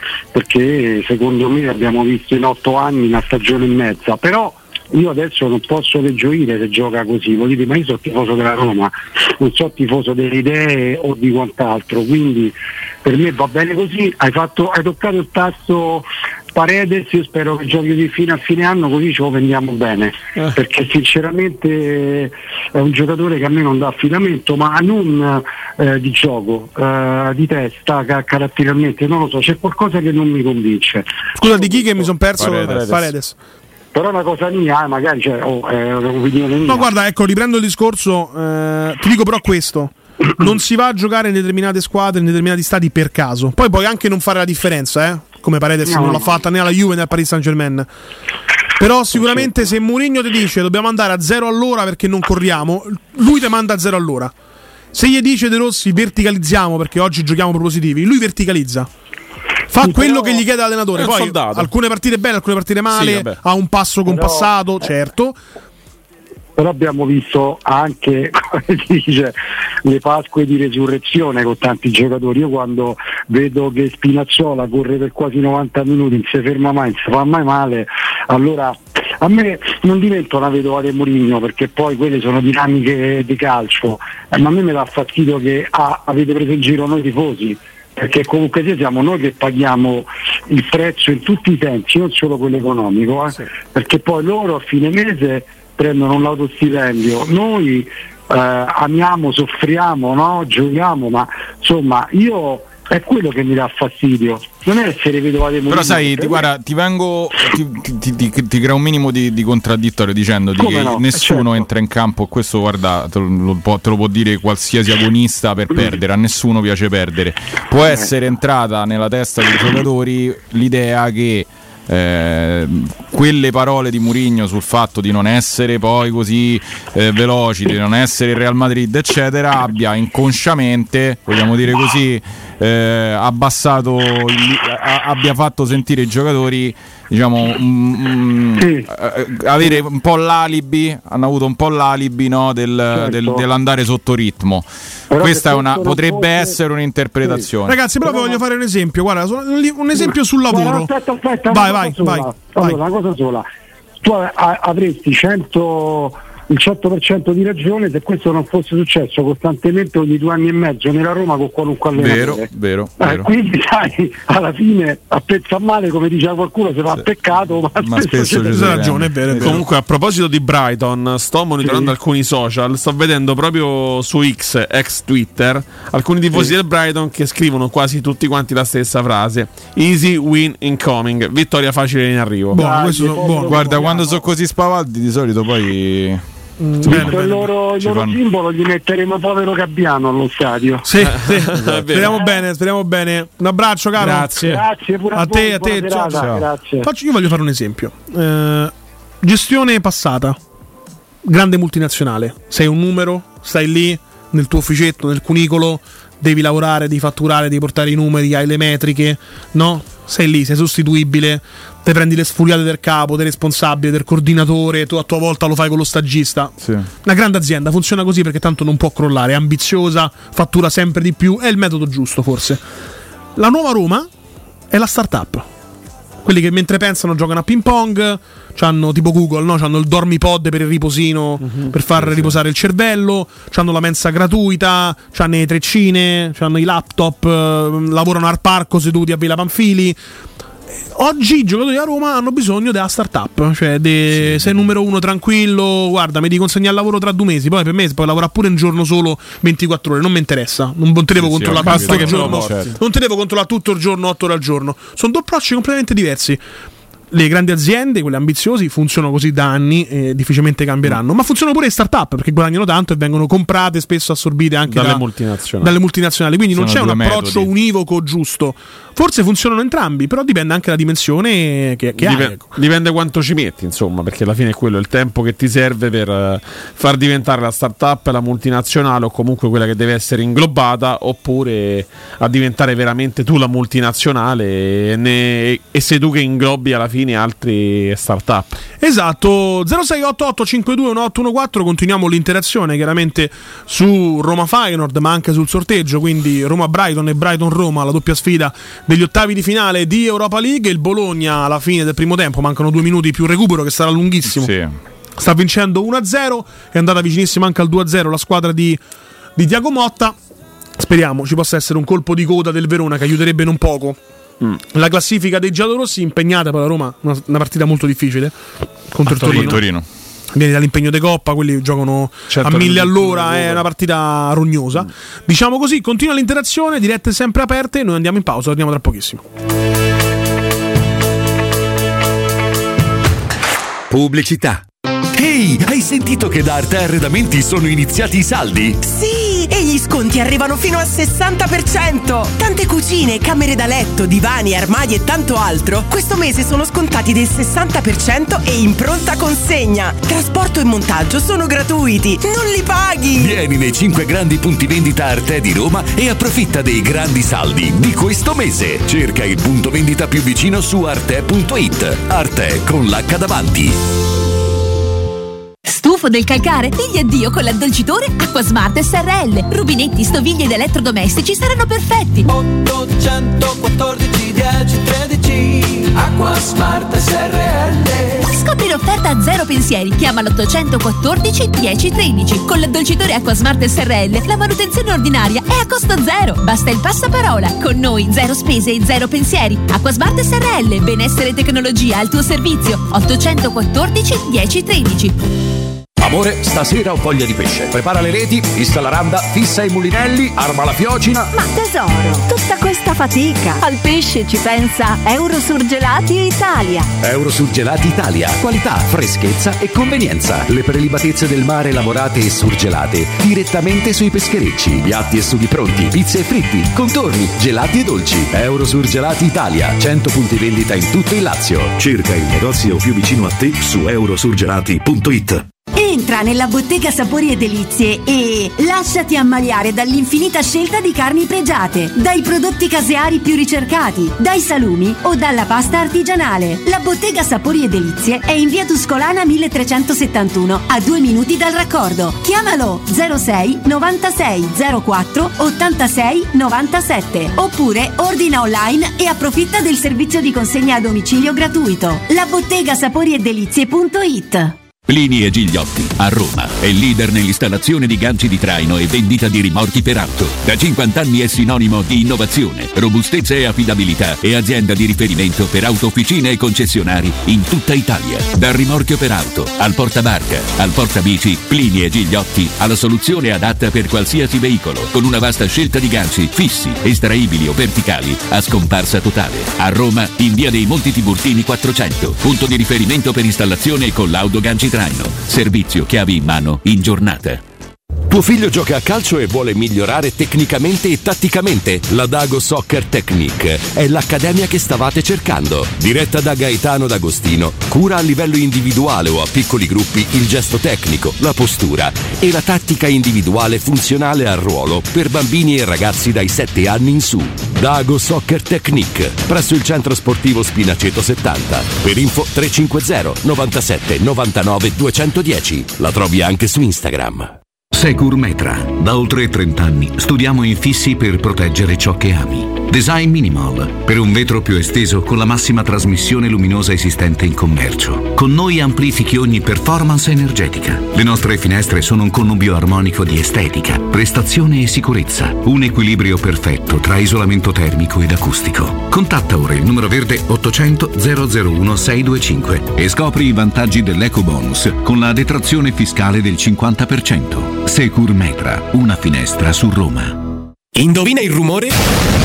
Speaker 2: perché secondo me abbiamo visto in otto anni una stagione e mezza, però io adesso non posso che gioire se gioca così, vuol dire, ma io sono tifoso della Roma, non sono tifoso delle idee o di quant'altro, quindi per me va bene così. Hai fatto, hai toccato il tasto Paredes, io spero che giochi così fino a fine anno, così ce lo prendiamo bene, eh. perché sinceramente è un giocatore che a me non dà affidamento, ma non eh, di gioco, eh, di testa, ca- caratterialmente, non lo so, c'è qualcosa che non mi convince.
Speaker 4: Scusa, di chi che mi sono perso?
Speaker 2: Paredes.
Speaker 4: Paredes.
Speaker 2: Però è una cosa mia, magari cioè, oh, è un'opinione mia.
Speaker 4: No, guarda, ecco, riprendo il discorso, eh, ti dico però questo: non si va a giocare in determinate squadre, in determinati stati per caso. Poi puoi anche non fare la differenza, eh? Come Paredes no, non l'ha fatta né alla Juve né al Paris Saint-Germain. Però sicuramente se Mourinho ti dice dobbiamo andare a zero all'ora perché non corriamo, lui ti manda a zero all'ora. Se gli dice De Rossi verticalizziamo perché oggi giochiamo propositivi, lui verticalizza. Fa sì, quello che gli chiede l'allenatore. Poi alcune partite bene, alcune partite male, sì, ha un passo compassato, però, certo.
Speaker 2: Però abbiamo visto anche, come si dice, le Pasque di resurrezione con tanti giocatori. Io quando vedo che Spinazzola corre per quasi novanta minuti, non si ferma mai, non si fa mai male, allora a me non divento una vedova di Mourinho, perché poi quelle sono dinamiche di calcio, eh, ma a me mi dà fastidio che ah, avete preso in giro noi tifosi, perché comunque sia siamo noi che paghiamo il prezzo in tutti i sensi, non solo quello economico, eh? Sì. Perché poi loro a fine mese prendono un lautostipendio, noi eh, amiamo, soffriamo, no? Giochiamo, ma insomma io è quello che mi dà fastidio, non è essere vedova di Mourinho.
Speaker 5: Però sai, ti, guarda, ti vengo ti, ti, ti, ti crea un minimo di, di contraddittorio dicendoti Come che no? nessuno certo. entra in campo, questo guarda te lo, te lo può dire qualsiasi agonista, per perdere, a nessuno piace perdere. Può essere entrata nella testa dei giocatori l'idea che Eh, quelle parole di Mourinho sul fatto di non essere poi così eh, veloci, di non essere il Real Madrid eccetera, abbia inconsciamente, vogliamo dire così, eh, abbassato il, a, abbia fatto sentire i giocatori, diciamo, mm, sì. eh, avere un po' l'alibi, hanno avuto un po' l'alibi, no, del, certo. del, dell'andare sotto ritmo. Però questa è una, potrebbe fosse... essere un'interpretazione.
Speaker 4: Sì. Ragazzi, però, però voglio fare un esempio, guarda, un esempio sul lavoro.
Speaker 2: Guarda, aspetta, aspetta,
Speaker 4: vai, vai, vai,
Speaker 2: allora,
Speaker 4: vai.
Speaker 2: Una cosa sola. Tu a- avresti cento il cento per cento di ragione se questo non fosse successo costantemente ogni due anni e mezzo nella Roma con qualunque allenatore.
Speaker 5: Vero, vero,
Speaker 2: eh,
Speaker 5: vero.
Speaker 2: Quindi sai, alla fine a pezza male, come diceva qualcuno, si fa sì. peccato, ma,
Speaker 5: ma spesso c'è
Speaker 4: ragione, è vero, è vero.
Speaker 7: Comunque, a proposito di Brighton, sto monitorando sì. alcuni social, sto vedendo proprio su X, ex Twitter, alcuni tifosi sì. del Brighton che scrivono quasi tutti quanti la stessa frase: easy win incoming, vittoria facile in arrivo.
Speaker 5: Buono, questo so, buono. Guarda, quando sono così spavaldi di solito poi
Speaker 2: Mm, bene, bene. Il loro, il loro simbolo gli metteremo povero Gabbiano allo stadio.
Speaker 4: Sì, sì. Speriamo bene, speriamo bene. Un abbraccio, caro.
Speaker 2: Grazie. Grazie pure a,
Speaker 4: a te,
Speaker 2: voi,
Speaker 4: a te.
Speaker 2: Ciao. Ciao. Grazie.
Speaker 4: Faccio, io voglio fare un esempio. Eh, gestione passata. Grande multinazionale. Sei un numero, stai lì nel tuo ufficetto, nel cunicolo, devi lavorare, devi fatturare, devi portare i numeri, hai le metriche, no? Sei lì, sei sostituibile, te prendi le sfuriate del capo, del responsabile, del coordinatore, tu a tua volta lo fai con lo stagista.
Speaker 5: Sì.
Speaker 4: Una grande azienda funziona così perché tanto non può crollare, è ambiziosa, fattura sempre di più, è il metodo giusto forse. La nuova Roma è la startup. Quelli che mentre pensano giocano a ping pong, c'hanno tipo Google, no? C'hanno il dormipod per il riposino, uh-huh, per far sì, riposare sì. il cervello, c'hanno la mensa gratuita, c'hanno le treccine, c'hanno i laptop, eh, lavorano al parco seduti a Villa Pamphili. Oggi i giocatori a Roma hanno bisogno della startup, cioè de, sì. sei numero uno tranquillo, guarda, mi riconsegni al lavoro tra due mesi, poi per me puoi lavorare pure un giorno solo ventiquattro ore, non mi interessa, non, non te devo sì, controllare sì, tutto il giorno, certo. non te devo controllare tutto il giorno, otto ore al giorno, sono due approcci completamente diversi. Le grandi aziende, quelle ambiziosi, funzionano così da anni e difficilmente cambieranno, mm. ma funzionano pure le start-up perché guadagnano tanto e vengono comprate, spesso assorbite anche
Speaker 7: dalle,
Speaker 4: da,
Speaker 7: multinazionali.
Speaker 4: dalle multinazionali, quindi sono non c'è un approccio
Speaker 5: metodi.
Speaker 4: univoco giusto. Forse funzionano entrambi, però dipende anche dalla dimensione che, che
Speaker 7: Dipende,
Speaker 4: hai. Ecco.
Speaker 7: Dipende quanto ci metti, insomma, perché alla fine è quello il tempo che ti serve per uh, far diventare la startup la multinazionale o comunque quella che deve essere inglobata, oppure a diventare veramente tu la multinazionale e, ne, e sei tu che inglobi alla fine e altri start-up.
Speaker 4: Esatto, zero sei otto otto cinque due uno otto uno quattro, continuiamo l'interazione chiaramente su Roma-Feyenoord ma anche sul sorteggio, quindi Roma-Brighton e Brighton-Roma, la doppia sfida degli ottavi di finale di Europa League. Il Bologna alla fine del primo tempo, mancano due minuti più recupero che sarà lunghissimo,
Speaker 5: Sì.
Speaker 4: sta vincendo uno a zero, è andata vicinissima anche al due a zero la squadra di, di Thiago Motta. Speriamo ci possa essere un colpo di coda del Verona che aiuterebbe non poco mm. la classifica dei giallorossi, impegnata per la Roma, una, una partita molto difficile contro il Torino.
Speaker 5: Torino.
Speaker 4: Viene dall'impegno di Coppa, quelli giocano
Speaker 7: certo,
Speaker 4: a mille all'ora, è una partita rognosa. Mm. Diciamo così, continua l'interazione, dirette sempre aperte, noi andiamo in pausa, torniamo tra pochissimo.
Speaker 14: Pubblicità. Ehi, hai sentito che da Arte Arredamenti sono iniziati i saldi?
Speaker 12: Sì, e gli sconti arrivano fino al sessanta per cento. Tante cucine, camere da letto, divani, armadi e tanto altro questo mese sono scontati del sessanta per cento e in pronta consegna. Trasporto e montaggio sono gratuiti, non li paghi.
Speaker 14: Vieni nei cinque grandi punti vendita Arte di Roma e approfitta dei grandi saldi di questo mese. Cerca il punto vendita più vicino su arte punto it. Arte con l'H davanti.
Speaker 8: Stufo del calcare? Digli addio con l'addolcitore Acquasmart S R L. Rubinetti, stoviglie ed elettrodomestici saranno perfetti.
Speaker 19: ottocentoquattordici dieci tredici Acquasmart S R L.
Speaker 8: Scopri l'offerta a zero pensieri. Chiama l'ottocentoquattordici dieci tredici. Con l'addolcitore Acquasmart S R L la manutenzione ordinaria è a costo zero. Basta il passaparola. Con noi zero spese e zero pensieri. Acquasmart S R L. Benessere e tecnologia al tuo servizio. ottocentoquattordici dieci tredici.
Speaker 14: Amore, stasera ho voglia di pesce. Prepara le reti, fissa la randa, fissa i mulinelli, arma la fiocina.
Speaker 3: Ma tesoro, tutta questa fatica. Al pesce ci pensa Eurosurgelati Italia.
Speaker 14: Eurosurgelati Italia. Qualità, freschezza e convenienza. Le prelibatezze del mare lavorate e surgelate direttamente sui pescherecci. Piatti e sughi pronti, pizze e fritti, contorni, gelati e dolci. Eurosurgelati Italia. cento punti vendita in tutto il Lazio.
Speaker 13: Cerca il negozio più vicino a te su eurosurgelati punto it.
Speaker 3: Entra nella Bottega Sapori e Delizie e lasciati ammaliare dall'infinita scelta di carni pregiate, dai prodotti caseari più ricercati, dai salumi o dalla pasta artigianale. La Bottega Sapori e Delizie è in via Tuscolana milletrecentosettantuno, a due minuti dal raccordo. Chiamalo zero sei novantasei zero quattro ottantasei novantasette oppure ordina online e approfitta del servizio di consegna a domicilio gratuito. La Bottega Sapori e Delizie punto it.
Speaker 14: Plini e Gigliotti, a Roma, è leader nell'installazione di ganci di traino e vendita di rimorchi per auto. Da cinquanta anni è sinonimo di innovazione, robustezza e affidabilità e azienda di riferimento per auto, officine e concessionari in tutta Italia. Dal rimorchio per auto, al portabarca, al portabici, Plini e Gigliotti ha la soluzione adatta per qualsiasi veicolo, con una vasta scelta di ganci fissi, estraibili o verticali, a scomparsa totale. A Roma, in via dei Monti Tiburtini quattrocento, punto di riferimento per installazione con l'auto ganci traino. Servizio chiavi in mano in giornata.
Speaker 9: Tuo figlio gioca a calcio e vuole migliorare tecnicamente e tatticamente? La Dago Soccer Technique è l'accademia che stavate cercando. Diretta da Gaetano D'Agostino, cura a livello individuale o a piccoli gruppi il gesto tecnico, la postura e la tattica individuale funzionale al ruolo per bambini e ragazzi dai sette anni in su. Dago Soccer Technique, presso il centro sportivo Spinaceto settanta. Per info tre cinque zero novantasette novantanove duecentodieci. La trovi anche su Instagram.
Speaker 23: Securmetra. Da oltre trenta anni studiamo infissi per proteggere ciò che ami. Design minimal, per un vetro più esteso con la massima trasmissione luminosa esistente in commercio. Con noi amplifichi ogni performance energetica. Le nostre finestre sono un connubio armonico di estetica, prestazione e sicurezza. Un equilibrio perfetto tra isolamento termico ed acustico. Contatta ora il numero verde ottocento zero zero uno sei due cinque e scopri i vantaggi dell'Eco Bonus con la detrazione fiscale del cinquanta per cento. Securmetra, una finestra su Roma.
Speaker 15: Indovina il rumore?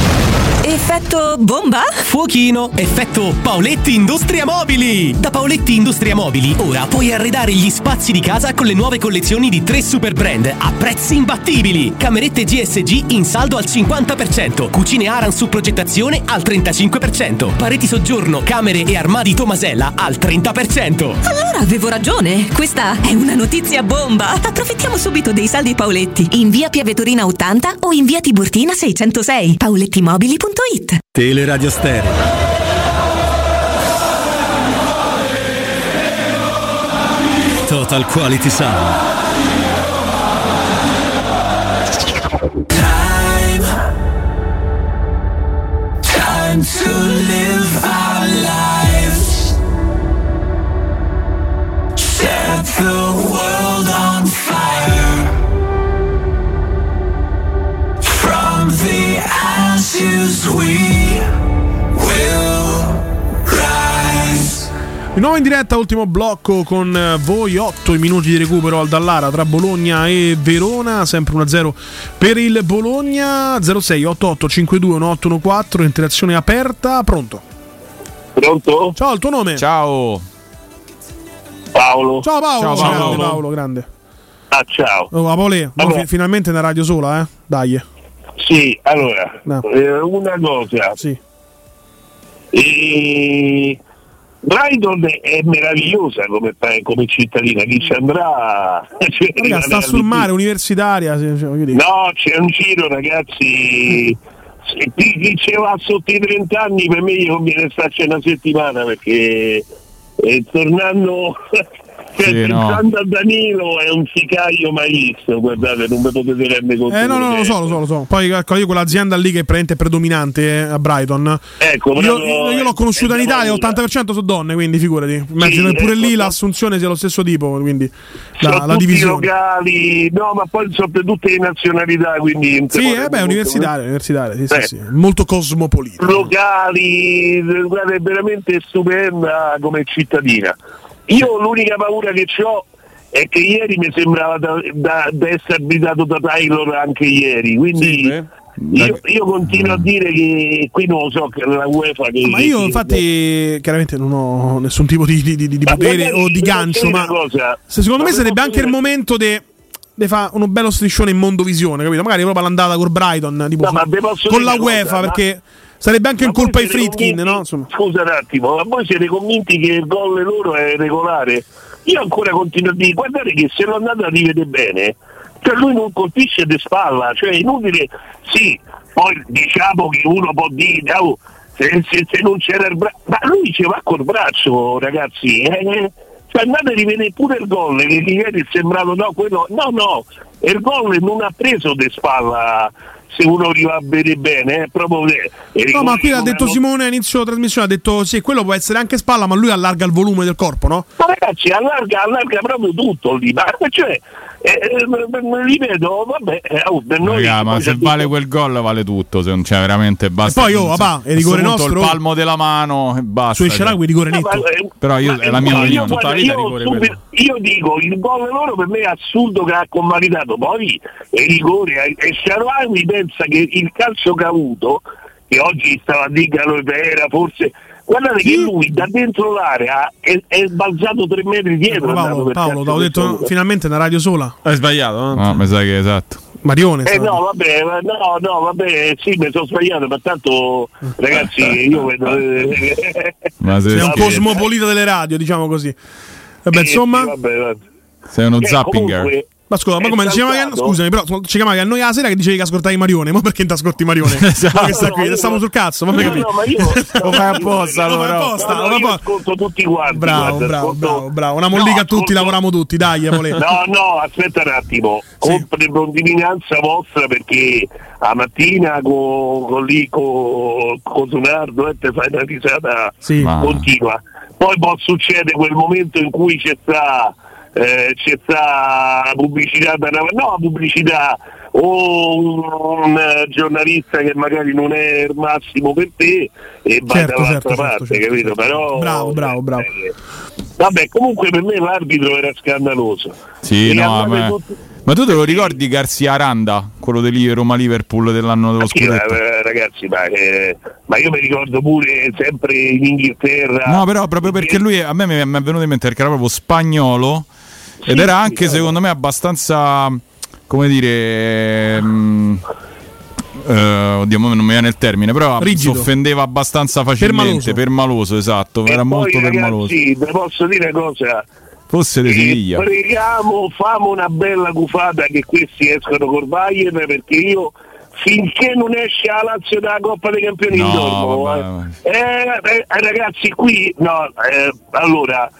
Speaker 12: Effetto bomba?
Speaker 15: Fuochino! Effetto Paoletti Industria Mobili! Da Paoletti Industria Mobili ora puoi arredare gli spazi di casa con le nuove collezioni di tre super brand a prezzi imbattibili. Camerette G S G in saldo al cinquanta per cento, cucine Aran su progettazione al trentacinque per cento, pareti soggiorno, camere e armadi Tomasella al trenta per cento.
Speaker 8: Allora avevo ragione, questa è una notizia bomba. Approfittiamo subito dei saldi Paoletti in via Piavetorina ottanta o in via Tiburtina seicentosei. paolettimobili punto it.
Speaker 17: Teleradio Stereo Total Quality Sound.
Speaker 19: Time, time to live our lives. Set the world on fire. From the ashes we will rise.
Speaker 4: Di nuovo in diretta, ultimo blocco con voi, otto minuti di recupero al Dallara tra Bologna e Verona, sempre uno a zero per il Bologna. Zero sei otto otto cinque due uno otto uno quattro, interazione aperta. Pronto?
Speaker 10: Pronto?
Speaker 4: Ciao, il tuo nome?
Speaker 5: Ciao
Speaker 10: Paolo.
Speaker 4: Ciao Paolo,
Speaker 10: Ciao,
Speaker 4: grande
Speaker 10: Paolo.
Speaker 4: Paolo, grande.
Speaker 10: Ah, ciao.
Speaker 4: Oh, Apolè,
Speaker 10: Allora.
Speaker 4: fi- finalmente una radio sola, eh? Dai.
Speaker 10: Sì, allora,
Speaker 4: No.
Speaker 10: eh, una cosa.
Speaker 4: Sì.
Speaker 10: E... Brighton è meravigliosa come, come cittadina, chi ci andrà...
Speaker 4: Raga, sta sul mare, universitaria. Cioè, voglio dire.
Speaker 10: No, c'è un giro, ragazzi. Se chi, chi ci va sotto i trenta anni, per me gli conviene starci una settimana, perché eh, tornando cioè,
Speaker 5: Sì, no.
Speaker 10: pensando a Danilo è un ficaio mai visto, guardate, non mi potete rendere conto.
Speaker 4: Eh no, no, lo so, lo so, lo so. Poi ecco, io quell'azienda lì che è praticamente predominante eh, a Brighton.
Speaker 10: Ecco,
Speaker 4: io,
Speaker 10: proprio-
Speaker 4: io l'ho conosciuta in Italia, ottanta per cento sono donne, quindi figurati. Immagino che pure
Speaker 10: ecco,
Speaker 4: lì l'assunzione sia lo stesso tipo, quindi la,
Speaker 10: sono
Speaker 4: la
Speaker 10: tutti
Speaker 4: divisione.
Speaker 10: locali, no, ma poi sono per tutte le nazionalità, quindi non si
Speaker 4: Sì,
Speaker 10: può
Speaker 4: eh beh,
Speaker 10: rendere
Speaker 4: universitaria, universitaria, sì, sì,
Speaker 10: Eh.
Speaker 4: sì. Molto cosmopolita.
Speaker 10: locali, guarda, è veramente stupenda come cittadina. Io l'unica paura che ho è che ieri mi sembrava da, da, da essere abitato da Taylor anche ieri, quindi io, io continuo a dire che qui non lo so, che la UEFA che,
Speaker 4: Ma io
Speaker 10: che-
Speaker 4: infatti chiaramente non ho nessun tipo di, di, di, di
Speaker 10: Ma
Speaker 4: potere
Speaker 10: magari
Speaker 4: o di
Speaker 10: devo
Speaker 4: gancio,
Speaker 10: dire
Speaker 4: ma
Speaker 10: una cosa,
Speaker 4: se secondo
Speaker 10: ma
Speaker 4: me sarebbe
Speaker 10: posso
Speaker 4: anche il
Speaker 10: dire-
Speaker 4: momento di fare uno bello striscione in Mondovisione, capito? Magari proprio l'andata col Brighton, tipo,
Speaker 10: No, ma vi posso
Speaker 4: con
Speaker 10: dire
Speaker 4: la
Speaker 10: una
Speaker 4: UEFA,
Speaker 10: cosa, ma-
Speaker 4: perché sarebbe anche
Speaker 10: Ma
Speaker 4: in colpa
Speaker 10: voi
Speaker 4: ai
Speaker 10: siete
Speaker 4: Friedkin,
Speaker 10: convinti-
Speaker 4: no? Insomma.
Speaker 10: Scusa un attimo, ma voi siete convinti che il gol loro è regolare? Io ancora continuo a dire, guardate che se lo andate a rivedere bene, cioè lui non colpisce di spalla, cioè è inutile, sì, poi diciamo che uno può dire, oh, se, se- se non c'era il braccio, ma lui ci va col braccio, ragazzi, eh? Cioè andate a rivedere pure il gol, che ieri è sembrato, no, quello, no, no, il gol non ha preso di spalla, se uno arriva a vedere bene, è proprio... È
Speaker 4: No, ma qui ha detto
Speaker 10: una-
Speaker 4: Simone a inizio trasmissione, ha detto sì, quello può essere anche spalla, ma lui allarga il volume del corpo, no?
Speaker 10: Ma ragazzi, allarga, allarga proprio tutto lì, ma cioè, eh, eh, ripeto, vabbè, eh, oh, per noi...
Speaker 5: Raga, ma
Speaker 10: poi
Speaker 5: se
Speaker 10: c'è
Speaker 5: vale
Speaker 10: tutto-
Speaker 5: quel gol vale tutto, se non c'è veramente basta.
Speaker 4: E poi, oh, papà, è rigore
Speaker 5: A questo punto
Speaker 4: nostro?
Speaker 5: il palmo della mano e basta.
Speaker 4: Su Esceragui rigore
Speaker 10: No,
Speaker 4: netto.
Speaker 10: ma, eh,
Speaker 5: Però io,
Speaker 10: ma
Speaker 5: è la mia
Speaker 10: io,
Speaker 5: opinione.
Speaker 10: guarda, io, subito- io dico, il gol loro per me è assurdo che ha convalidato, poi è rigore, e Shaarawy pensa che il calcio che ha avuto, che oggi stava a dire che era forse... Guardate che lui da dentro l'area è, è balzato tre metri dietro. è andato
Speaker 4: Paolo,
Speaker 10: per
Speaker 4: Paolo,
Speaker 10: calcio
Speaker 4: t'avevo detto
Speaker 10: questo.
Speaker 4: finalmente una radio sola.
Speaker 7: Hai sbagliato, no?
Speaker 5: No, mi sa che esatto.
Speaker 4: Marione.
Speaker 10: Eh
Speaker 4: stava-
Speaker 10: no, vabbè, ma- no, no, vabbè, sì, mi sono sbagliato, ma tanto, ragazzi, io vedo... eh,
Speaker 5: Ma se
Speaker 4: Sei un
Speaker 5: scherzi.
Speaker 4: cosmopolita delle radio, diciamo così. Vabbè,
Speaker 10: sì,
Speaker 4: insomma.
Speaker 10: sì, vabbè, vabbè.
Speaker 5: Sei uno
Speaker 10: Eh,
Speaker 5: zappinger.
Speaker 10: comunque,
Speaker 4: Ma scusa, ma
Speaker 10: è
Speaker 4: come ci chiamavi?
Speaker 10: saltato.
Speaker 4: Scusami, però ci chiamavi a noi la sera che dicevi che ascoltavi Marione, ma perché ti ascolti Marione? Ma che sta
Speaker 10: No,
Speaker 4: qui,
Speaker 10: no,
Speaker 4: stiamo
Speaker 10: io-
Speaker 4: sul cazzo, ma
Speaker 10: No,
Speaker 4: mi
Speaker 10: no,
Speaker 4: capito?
Speaker 10: ma io
Speaker 5: Lo fai apposta,
Speaker 4: Lo fai
Speaker 5: allora.
Speaker 4: apposta,
Speaker 10: No,
Speaker 4: lo
Speaker 10: no,
Speaker 4: fai
Speaker 10: io
Speaker 4: apposta.
Speaker 10: ascolto tutti quanti.
Speaker 4: Bravo,
Speaker 10: guarda,
Speaker 4: bravo,
Speaker 10: ascolto-
Speaker 4: bravo, bravo. Una
Speaker 10: No,
Speaker 4: mollica a tutti,
Speaker 10: ascolto-
Speaker 4: lavoriamo tutti, dai, Apolè.
Speaker 10: No, no, aspetta un attimo, con lungimiranza vostra, perché a mattina con, con lì con, con Sunardo e te fai una risata
Speaker 4: Sì.
Speaker 5: Ma-
Speaker 10: continua. Poi può succedere quel momento in cui c'è sta eh, c'è sta pubblicità da una- no pubblicità o un, un eh, giornalista che magari non è il massimo per te e va
Speaker 4: Certo,
Speaker 10: dall'altra
Speaker 4: certo,
Speaker 10: parte,
Speaker 4: certo,
Speaker 10: capito?
Speaker 4: certo.
Speaker 10: Però
Speaker 4: Bravo, bravo, bravo.
Speaker 10: eh, vabbè, comunque per me l'arbitro era scandaloso.
Speaker 5: Sì,
Speaker 10: E
Speaker 5: no,
Speaker 10: andate
Speaker 5: ma...
Speaker 10: tutti-
Speaker 5: ma tu te lo ricordi Garzia Aranda, quello di Roma-Liverpool dell'anno dello
Speaker 10: Sì,
Speaker 5: scudetto?
Speaker 10: eh, ragazzi, ma, eh, ma io mi ricordo pure sempre in Inghilterra.
Speaker 5: No, però proprio perché lui a me mi è mi è venuto in mente perché era proprio spagnolo ed era anche secondo me abbastanza, come dire, mh, eh, oddio, mo non mi viene il termine, però si
Speaker 4: Rigido.
Speaker 5: offendeva abbastanza facilmente,
Speaker 4: Permaloso.
Speaker 5: permaloso, esatto,
Speaker 10: E
Speaker 5: era
Speaker 10: poi,
Speaker 5: molto permaloso.
Speaker 10: ragazzi, vi posso dire una cosa.
Speaker 5: Fosse di
Speaker 10: Eh,
Speaker 5: Siviglia.
Speaker 10: Preghiamo, famo una bella cufata che questi escono col Bayern, perché io finché non esce la Lazio dalla Coppa dei Campioni
Speaker 5: No,
Speaker 10: in dormo,
Speaker 5: vabbè,
Speaker 10: eh. Eh, eh, ragazzi qui no, eh, allora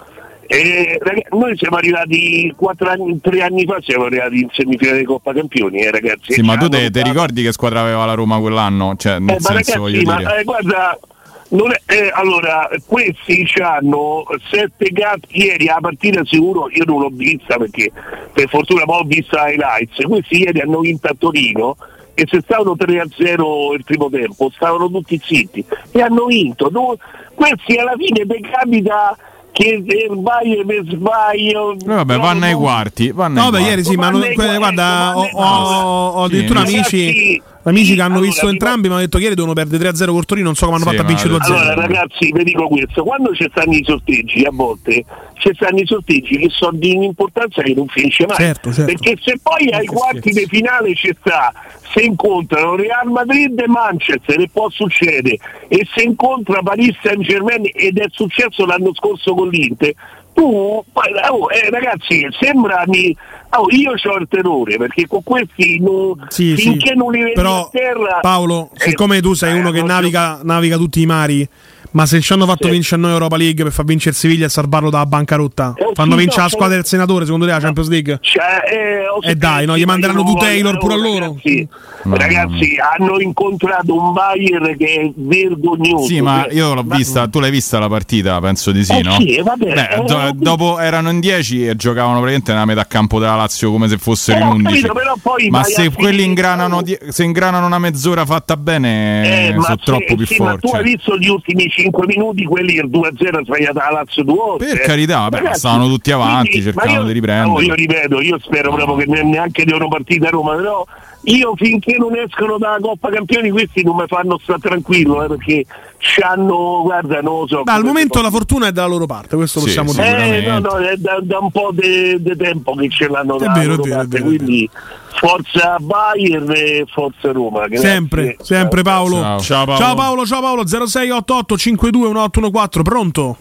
Speaker 10: Eh, ragazzi, noi siamo arrivati quattro anni, tre anni fa siamo arrivati in semifinale di Coppa Campioni, eh, ragazzi.
Speaker 5: Sì, ma tu te, te ricordi che squadra aveva la Roma quell'anno? Cioè, nel
Speaker 10: eh,
Speaker 5: senso,
Speaker 10: ma ragazzi,
Speaker 5: voglio
Speaker 10: ma,
Speaker 5: dire.
Speaker 10: Eh, guarda, non è, eh, allora, questi hanno sette gatti ieri, la partita sicuro io non l'ho vista perché per fortuna poi ho vista highlights. Questi ieri hanno vinto a Torino e se stavano tre a zero il primo tempo stavano tutti zitti e hanno vinto. No, questi alla fine mi capita che sbaglio e sbaglio.
Speaker 5: No, vabbè, vanno ai quarti. Vanno
Speaker 4: No,
Speaker 5: ai
Speaker 4: vabbè,
Speaker 5: quarti.
Speaker 4: ieri sì, ma non, que- guarda, ho, ho, ho addirittura
Speaker 5: Sì,
Speaker 4: amici, amici che hanno visto entrambi, mi hanno detto che ieri devono perdere tre a zero col Torino, non so come hanno
Speaker 5: Sì,
Speaker 4: fatto a
Speaker 5: ma-
Speaker 4: vincere due a zero.
Speaker 10: Allora ragazzi, vi dico questo, quando ci stanno i sorteggi a volte ci stanno i sorteggi che sono di un'importanza che non finisce mai,
Speaker 4: Certo, certo.
Speaker 10: perché se poi ai quarti di finale ci sta, se incontrano Real Madrid e Manchester e può succedere, e se incontra Paris Saint Germain ed è successo l'anno scorso con l'Inter, tu oh, eh, ragazzi sembra mi, oh, io ho il terrore perché con questi non,
Speaker 4: Sì,
Speaker 10: finché
Speaker 4: sì.
Speaker 10: non li vedi
Speaker 4: Però,
Speaker 10: a terra
Speaker 4: Paolo,
Speaker 10: eh,
Speaker 4: siccome tu sei
Speaker 10: eh,
Speaker 4: uno che
Speaker 10: non
Speaker 4: naviga, naviga tutti i mari, ma se ci hanno fatto
Speaker 10: Sì.
Speaker 4: vincere noi Europa League per far vincere Siviglia e salvarlo dalla bancarotta,
Speaker 10: Eh,
Speaker 4: fanno
Speaker 10: sì,
Speaker 4: vincere
Speaker 10: no,
Speaker 4: la squadra del senatore, secondo te la Champions League?
Speaker 10: Cioè, eh, ho
Speaker 4: E dai, no,
Speaker 10: sentito,
Speaker 4: gli manderanno
Speaker 10: io
Speaker 4: tu
Speaker 10: non
Speaker 4: Taylor
Speaker 10: voglio-
Speaker 4: pure a loro?
Speaker 10: Ragazzi, ragazzi hanno incontrato un Bayern che è vergognoso.
Speaker 5: Sì, ma
Speaker 10: cioè,
Speaker 5: io l'ho
Speaker 10: ma-
Speaker 5: vista, tu l'hai vista la partita? Penso di sì,
Speaker 10: Eh
Speaker 5: no?
Speaker 10: sì, vabbè,
Speaker 5: Beh,
Speaker 10: eh,
Speaker 5: do-
Speaker 10: eh,
Speaker 5: dopo erano in dieci e giocavano praticamente nella metà campo della Lazio come se fossero
Speaker 10: Eh,
Speaker 5: in
Speaker 10: ho
Speaker 5: undici.
Speaker 10: capito, però poi
Speaker 5: Ma
Speaker 10: vai
Speaker 5: se
Speaker 10: a
Speaker 5: quelli
Speaker 10: finire-
Speaker 5: ingranano, die- se ingranano una mezz'ora fatta bene,
Speaker 10: Eh, ma
Speaker 5: sono
Speaker 10: se-
Speaker 5: troppo più
Speaker 10: sì, ma
Speaker 5: forti.
Speaker 10: tu hai visto gli ultimi cinque minuti, quelli il due a zero ha sbagliato la Lazio due volte.
Speaker 5: Per carità, vabbè,
Speaker 10: Ragazzi,
Speaker 5: stavano tutti avanti,
Speaker 10: quindi-
Speaker 5: cercavano
Speaker 10: ma io-
Speaker 5: di riprendere.
Speaker 10: no, io ripeto, io spero proprio che ne- neanche devono partire a Roma, però io finché non escono dalla Coppa Campioni questi non mi fanno stare tranquillo, eh, perché c'hanno, guarda, non lo so.
Speaker 4: Beh, al
Speaker 10: come
Speaker 4: momento
Speaker 10: si
Speaker 4: la
Speaker 10: può-
Speaker 4: fortuna è dalla loro parte, questo
Speaker 5: Sì,
Speaker 4: possiamo
Speaker 5: sì,
Speaker 4: dire.
Speaker 10: eh, no, no, è da, da un po' di tempo che ce l'hanno
Speaker 4: È
Speaker 10: dalla
Speaker 4: vero, è
Speaker 10: loro
Speaker 4: vero, è
Speaker 10: parte,
Speaker 4: vero, è
Speaker 10: quindi forza Bayern e forza Roma. Grazie.
Speaker 4: Sempre, sempre Paolo.
Speaker 5: Ciao.
Speaker 7: Ciao, Paolo.
Speaker 4: Ciao Paolo, ciao Paolo, zero sei otto otto cinque due uno otto uno quattro, pronto?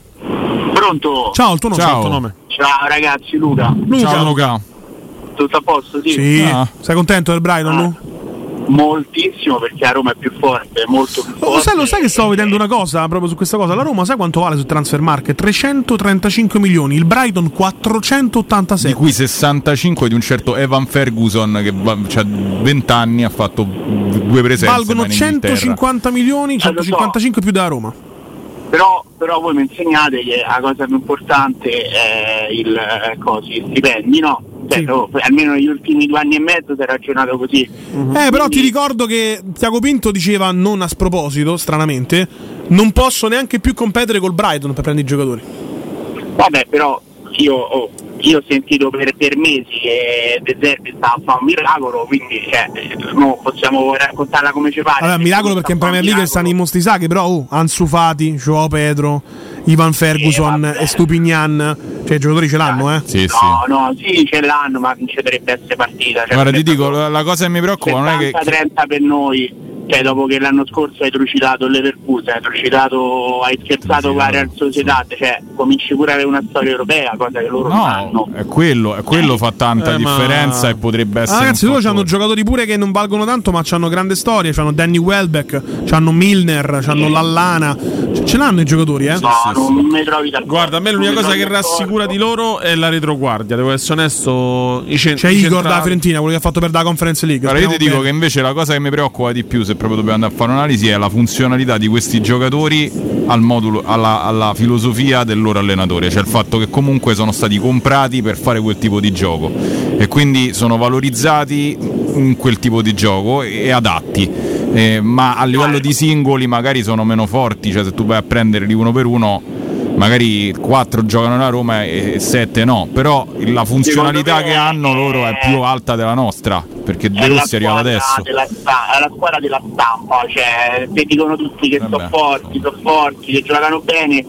Speaker 22: Pronto?
Speaker 4: Ciao, il tuo nome?
Speaker 5: Ciao.
Speaker 4: il tuo nome.
Speaker 22: Ciao ragazzi, Luca.
Speaker 4: Luca.
Speaker 5: Ciao Luca.
Speaker 22: Tutto a posto? Sì.
Speaker 4: Sì.
Speaker 5: Ah.
Speaker 4: Sei contento del Brighton,
Speaker 22: Ah.
Speaker 4: Lu?
Speaker 22: Moltissimo perché a Roma è più forte, molto più forte.
Speaker 4: Lo sai, lo sai che stavo vedendo una cosa proprio su questa cosa? La Roma, sai quanto vale su Transfer Market? trecentotrentacinque milioni, il Brighton quattrocentottantasei.
Speaker 5: Di cui sessantacinque di un certo Evan Ferguson che ha cioè, venti anni, ha fatto due presenze.
Speaker 4: Valgono
Speaker 5: ma in Inghilterra.
Speaker 4: centocinquanta milioni, centocinquantacinque più della Roma.
Speaker 22: Però, però voi mi insegnate che la cosa più importante è il eh, cosi, gli stipendi, no? Cioè,
Speaker 4: Sì.
Speaker 22: oh, almeno negli ultimi due anni e mezzo si è ragionato così.
Speaker 4: Eh, però ti ricordo che Tiago Pinto diceva, non a sproposito, stranamente, non posso neanche più competere col Brighton per prendere i giocatori.
Speaker 22: Vabbè, però io, oh, io ho sentito per, per mesi che De Zerbi stava a fare un miracolo, quindi cioè, non possiamo raccontarla come ci pare.
Speaker 4: Allora, miracolo perché in Premier League stanno i mostri sacri, però oh, Ansu Fati, Joao Pedro, Ivan Ferguson
Speaker 22: vabbè.
Speaker 4: e Stupignan, cioè i giocatori ce l'hanno, eh?
Speaker 5: Sì, sì.
Speaker 22: No, no, sì, ce l'hanno, ma non ci dovrebbe essere partita. Cioè,
Speaker 5: Guarda, ti dico, la, la cosa che mi preoccupa non è che.
Speaker 22: settanta trenta per noi, cioè dopo che l'anno scorso hai trucidato il Leverkusen, hai trucidato, hai scherzato con la Real Sociedad, cioè cominci pure ad avere una storia europea, cosa che loro non hanno.
Speaker 5: No, è quello, è quello fa tanta
Speaker 4: Eh, ma-
Speaker 5: differenza e potrebbe essere.
Speaker 4: Ah, ragazzi,
Speaker 5: un
Speaker 4: loro hanno
Speaker 5: fattore.
Speaker 4: giocatori pure che non valgono tanto, ma hanno grande storia. C'hanno Danny Welbeck, c'hanno Milner, c'hanno Lallana. C- ce l'hanno i giocatori, eh?
Speaker 22: No, non mi trovi d'accordo.
Speaker 7: Guarda, a me l'unica
Speaker 22: Non mi
Speaker 7: cosa che
Speaker 22: trovi d'accordo.
Speaker 7: rassicura di loro è la retroguardia. Devo essere onesto. I cen-
Speaker 4: C'è
Speaker 7: i
Speaker 4: Igor
Speaker 7: centrali-
Speaker 4: da Fiorentina, quello che ha fatto perdere la Conference League.
Speaker 5: Allora, io ti
Speaker 4: Speriamo
Speaker 5: dico che
Speaker 4: bene.
Speaker 5: invece la cosa che mi preoccupa di più, se proprio dobbiamo andare a fare un'analisi, è la funzionalità di questi giocatori al modulo, alla, alla filosofia del loro allenatore, cioè il fatto che comunque sono stati comprati per fare quel tipo di gioco e quindi sono valorizzati in quel tipo di gioco e adatti. Eh, ma a livello di singoli magari sono meno forti, cioè se tu vai a prenderli uno per uno magari quattro giocano nella Roma e sette no, però la funzionalità
Speaker 22: Secondo me
Speaker 5: che hanno loro è più alta della nostra, perché De
Speaker 22: È la
Speaker 5: Rossi è arrivato
Speaker 22: squadra
Speaker 5: adesso.
Speaker 22: della sta- è la squadra della stampa, cioè ti dicono tutti che sono
Speaker 5: Vabbè.
Speaker 22: forti, sono forti, che giocano bene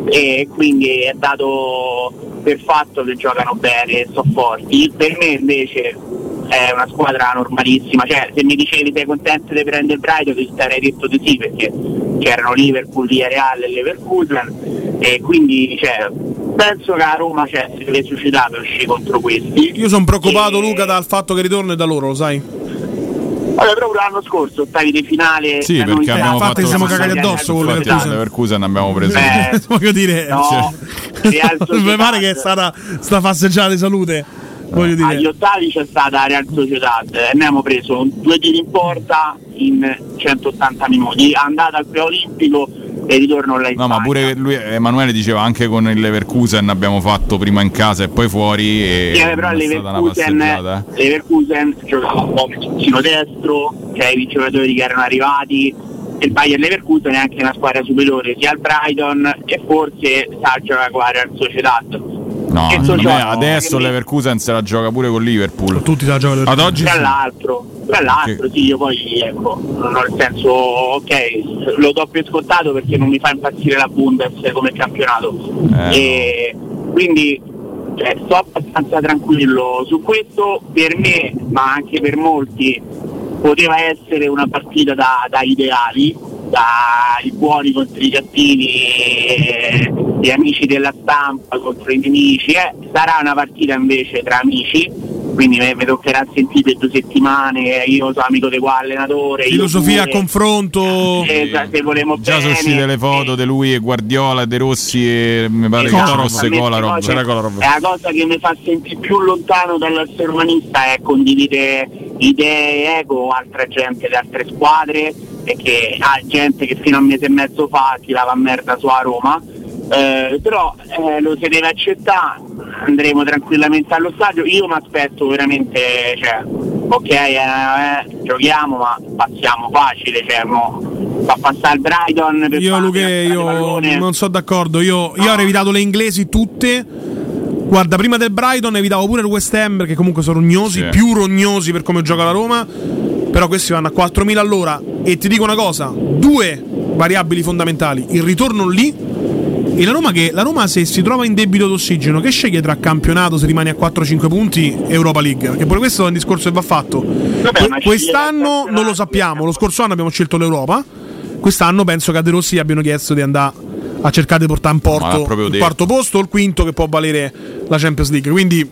Speaker 22: e quindi è dato per fatto che giocano bene e sono forti. Per me invece è una squadra normalissima, cioè se mi dicevi sei contento di prendere il Brighton ti sarei detto di sì, perché c'erano Liverpool, Villarreal e Leverkusen e quindi cioè, penso che a Roma cioè, si deve suicidare per uscire contro questi.
Speaker 4: Io sono preoccupato,
Speaker 22: E-
Speaker 4: Luca, dal fatto che ritorno è da loro, lo sai?
Speaker 22: Allora, proprio l'anno scorso, ottavi di finale.
Speaker 5: Sì,
Speaker 22: da noi
Speaker 5: perché abbiamo
Speaker 22: in
Speaker 4: Infatti
Speaker 5: fatto
Speaker 4: siamo
Speaker 22: casa,
Speaker 4: cagati
Speaker 22: siamo
Speaker 4: addosso con
Speaker 22: cagati
Speaker 4: Leverkusen.
Speaker 5: Leverkusen abbiamo preso.
Speaker 22: Eh,
Speaker 4: Voglio dire,
Speaker 22: no,
Speaker 5: Cioè,
Speaker 21: Real Sociedad.
Speaker 4: Mi pare che è stata sta passeggiata di salute. Voglio dire.
Speaker 21: Agli ottavi c'è stata la Real Sociedad e noi abbiamo preso due tiri in porta in centottanta minuti, andata al preolimpico e ritorno là in
Speaker 5: No, ma pure lui, Emanuele diceva anche con il Leverkusen abbiamo fatto prima in casa e poi fuori e
Speaker 21: sì, però
Speaker 5: è stata una
Speaker 21: Leverkusen,
Speaker 5: passeggiata.
Speaker 21: Leverkusen giocava un po' terzino destro, cioè i giocatori che erano arrivati. Il Bayern Leverkusen è anche una squadra superiore sia al Brighton e forse sa giocare con la Real Sociedad.
Speaker 5: No,
Speaker 21: Che
Speaker 5: secondo me
Speaker 21: gioca-
Speaker 5: adesso il Leverkusen se la gioca pure con Liverpool.
Speaker 4: Tutti la giocano
Speaker 5: ad oggi.
Speaker 21: Tra
Speaker 5: Sì.
Speaker 21: l'altro, tra l'altro sì, io poi ecco, non ho il senso, ok, lo do per scontato perché non mi fa impazzire la Bundes come campionato.
Speaker 5: Eh,
Speaker 21: E quindi cioè, sto abbastanza tranquillo su questo. Per me, ma anche per molti, poteva essere una partita da, da ideali, dai buoni contro i cattivi, eh, gli amici della stampa contro i nemici. Eh. Sarà una partita invece tra amici, quindi mi, mi toccherà sentire due settimane, io sono amico di quell'allenatore.
Speaker 4: Filosofia a
Speaker 21: io pure.
Speaker 4: confronto.
Speaker 21: Eh, se volemo
Speaker 5: Già
Speaker 21: bene,
Speaker 5: sono uscite le foto di lui e Guardiola, De Rossi e mi pare che
Speaker 21: Esatto,
Speaker 5: fosse
Speaker 21: a me
Speaker 5: Kolarov.
Speaker 21: queste
Speaker 5: C'era
Speaker 21: cose-
Speaker 5: Kolarov.
Speaker 21: È la cosa che mi fa sentire più lontano dall'essere umanista, è condividere idee, ego, altra gente di altre squadre, e che ha gente che fino a un mese e mezzo fa tirava a merda su a Roma. Eh, però eh, lo si deve accettare, andremo tranquillamente allo stadio. Io mi aspetto veramente, cioè, ok, eh, eh, giochiamo ma passiamo facile, cioè, mo, fa passare il Brighton per
Speaker 4: Io
Speaker 21: fare
Speaker 4: Luque,
Speaker 21: il
Speaker 4: io
Speaker 21: pallone.
Speaker 4: non sono d'accordo. Io, io avrei evitato le inglesi tutte. Guarda, prima del Brighton evitavo pure il West Ham, perché comunque sono rognosi,
Speaker 5: Sì.
Speaker 4: più rognosi per come gioca la Roma. Però questi vanno a quattromila all'ora. E ti dico una cosa: due variabili fondamentali. Il ritorno lì e la Roma, che la Roma, se si trova in debito d'ossigeno, che sceglie tra campionato se rimane a quattro cinque punti e Europa League? Perché pure questo è un discorso che va fatto. Que-
Speaker 21: ma
Speaker 4: quest'anno non lo sappiamo. Lo scorso anno abbiamo scelto l'Europa. Quest'anno penso che a De Rossi gli abbiano chiesto di andare a cercare di portare in
Speaker 5: Ma l'ha
Speaker 4: porto
Speaker 5: proprio
Speaker 4: il
Speaker 5: detto.
Speaker 4: quarto posto o il quinto, che può valere la Champions League. Quindi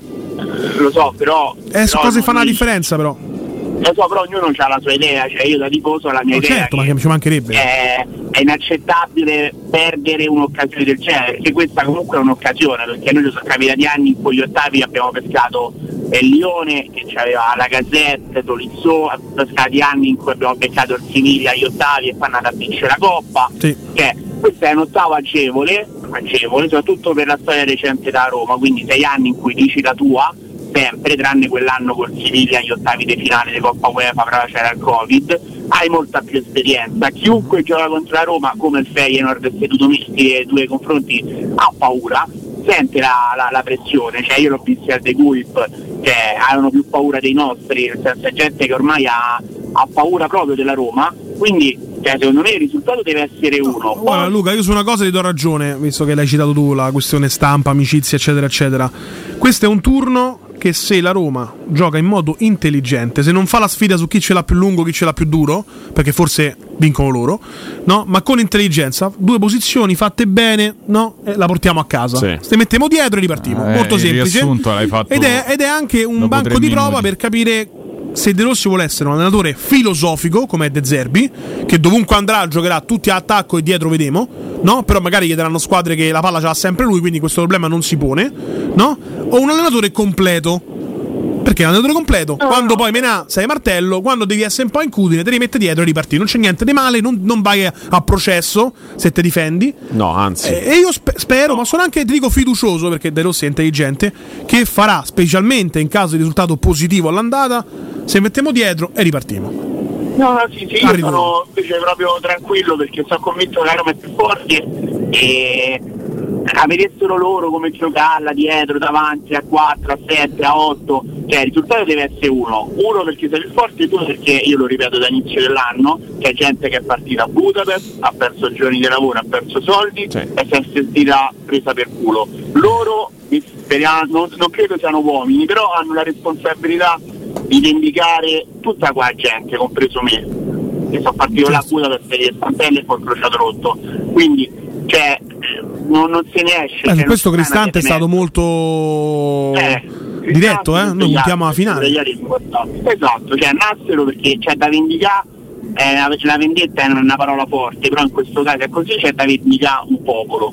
Speaker 21: Lo so, però
Speaker 4: eh, su
Speaker 21: però
Speaker 4: cose fanno la
Speaker 21: noi-
Speaker 4: differenza, però.
Speaker 21: Lo so, però ognuno ha la sua idea, cioè io da tifoso ho la mia
Speaker 4: No,
Speaker 21: idea.
Speaker 4: certo, ma
Speaker 21: che
Speaker 4: che ci mancherebbe.
Speaker 21: È, è inaccettabile perdere un'occasione del genere, perché questa comunque è un'occasione, perché noi ci sono capitati anni in cui gli ottavi abbiamo pescato il Lione, che aveva la Gazzetta, Tolisso, sono stati anni in cui abbiamo beccato il Siviglia agli ottavi e poi è andata a vincere la Coppa.
Speaker 4: Sì.
Speaker 21: Cioè, questo è un ottavo agevole, agevole, soprattutto per la storia recente da Roma, quindi sei anni in cui dici la tua, sempre, tranne quell'anno col Siviglia agli ottavi di finale di Coppa UEFA, però c'era il Covid, hai molta più esperienza. Chiunque gioca contro la Roma, come il Feyenoord e seduto misti nei due confronti, ha paura, sente la, la, la pressione. Cioè io l'ho visto al De Guip, che hanno più paura dei nostri, nel senso è gente che ormai ha, ha paura proprio della Roma, quindi cioè, secondo me il risultato deve essere uno.
Speaker 4: Guarda Luca, io su una cosa ti do ragione, visto che l'hai citato tu, la questione stampa, amicizia, eccetera, eccetera. Questo è un turno che, se la Roma gioca in modo intelligente, se non fa la sfida su chi ce l'ha più lungo, chi ce l'ha più duro, perché forse vincono loro, no? Ma con intelligenza, due posizioni fatte bene, no? E la portiamo a casa.
Speaker 5: Sì.
Speaker 4: Ste mettiamo dietro e ripartiamo.
Speaker 5: Eh,
Speaker 4: Molto
Speaker 5: il
Speaker 4: semplice.
Speaker 5: riassunto l'hai fatto
Speaker 4: Ed è, ed è anche un
Speaker 5: dopo
Speaker 4: banco
Speaker 5: tre
Speaker 4: di prova
Speaker 5: minuti.
Speaker 4: per capire se De Rossi vuole essere un allenatore filosofico come è De Zerbi, che dovunque andrà giocherà tutti a attacco e dietro vedemo, no? Però magari chiederanno squadre che la palla ce l'ha sempre lui, quindi questo problema non si pone, no? O un allenatore completo, perché è un allenatore completo, quando poi menà sei martello, quando devi essere un po' incudine te li mette dietro e riparti, non c'è niente di male, non, non vai a, a processo se te difendi.
Speaker 7: No, anzi.
Speaker 4: E io spe- spero, ma sono anche, ti dico, fiducioso, perché De Rossi è intelligente, che farà, specialmente in caso di risultato positivo all'andata, se mettiamo dietro e ripartiamo.
Speaker 21: No, no, sì, sì, io
Speaker 4: Arrivo.
Speaker 21: sono invece proprio tranquillo perché sono convinto che la Roma è più forte e la vedessero loro come giocarla dietro, davanti, a quattro, a sette, a otto, cioè il risultato deve essere uno, uno perché sei più forte, due perché, io lo ripeto da inizio dell'anno, c'è gente che è partita a Budapest, ha perso giorni di lavoro, ha perso soldi e si è sentita presa per culo. Loro, speriamo, non, non credo siano uomini, però hanno la responsabilità di vendicare tutta quella gente, compreso me, che sono partito là a Budapest per le stampelle e poi il crociato rotto, quindi cioè non, non se ne esce.
Speaker 4: Beh, su
Speaker 21: cioè,
Speaker 4: questo
Speaker 21: non
Speaker 4: Cristante è stato molto
Speaker 21: Eh,
Speaker 4: diretto, eh? Noi puntiamo alla finale.
Speaker 21: Esatto, cioè andassero perché c'è da vendicare, eh, la vendetta è una parola forte, però in questo caso è così, c'è da vendicare un popolo.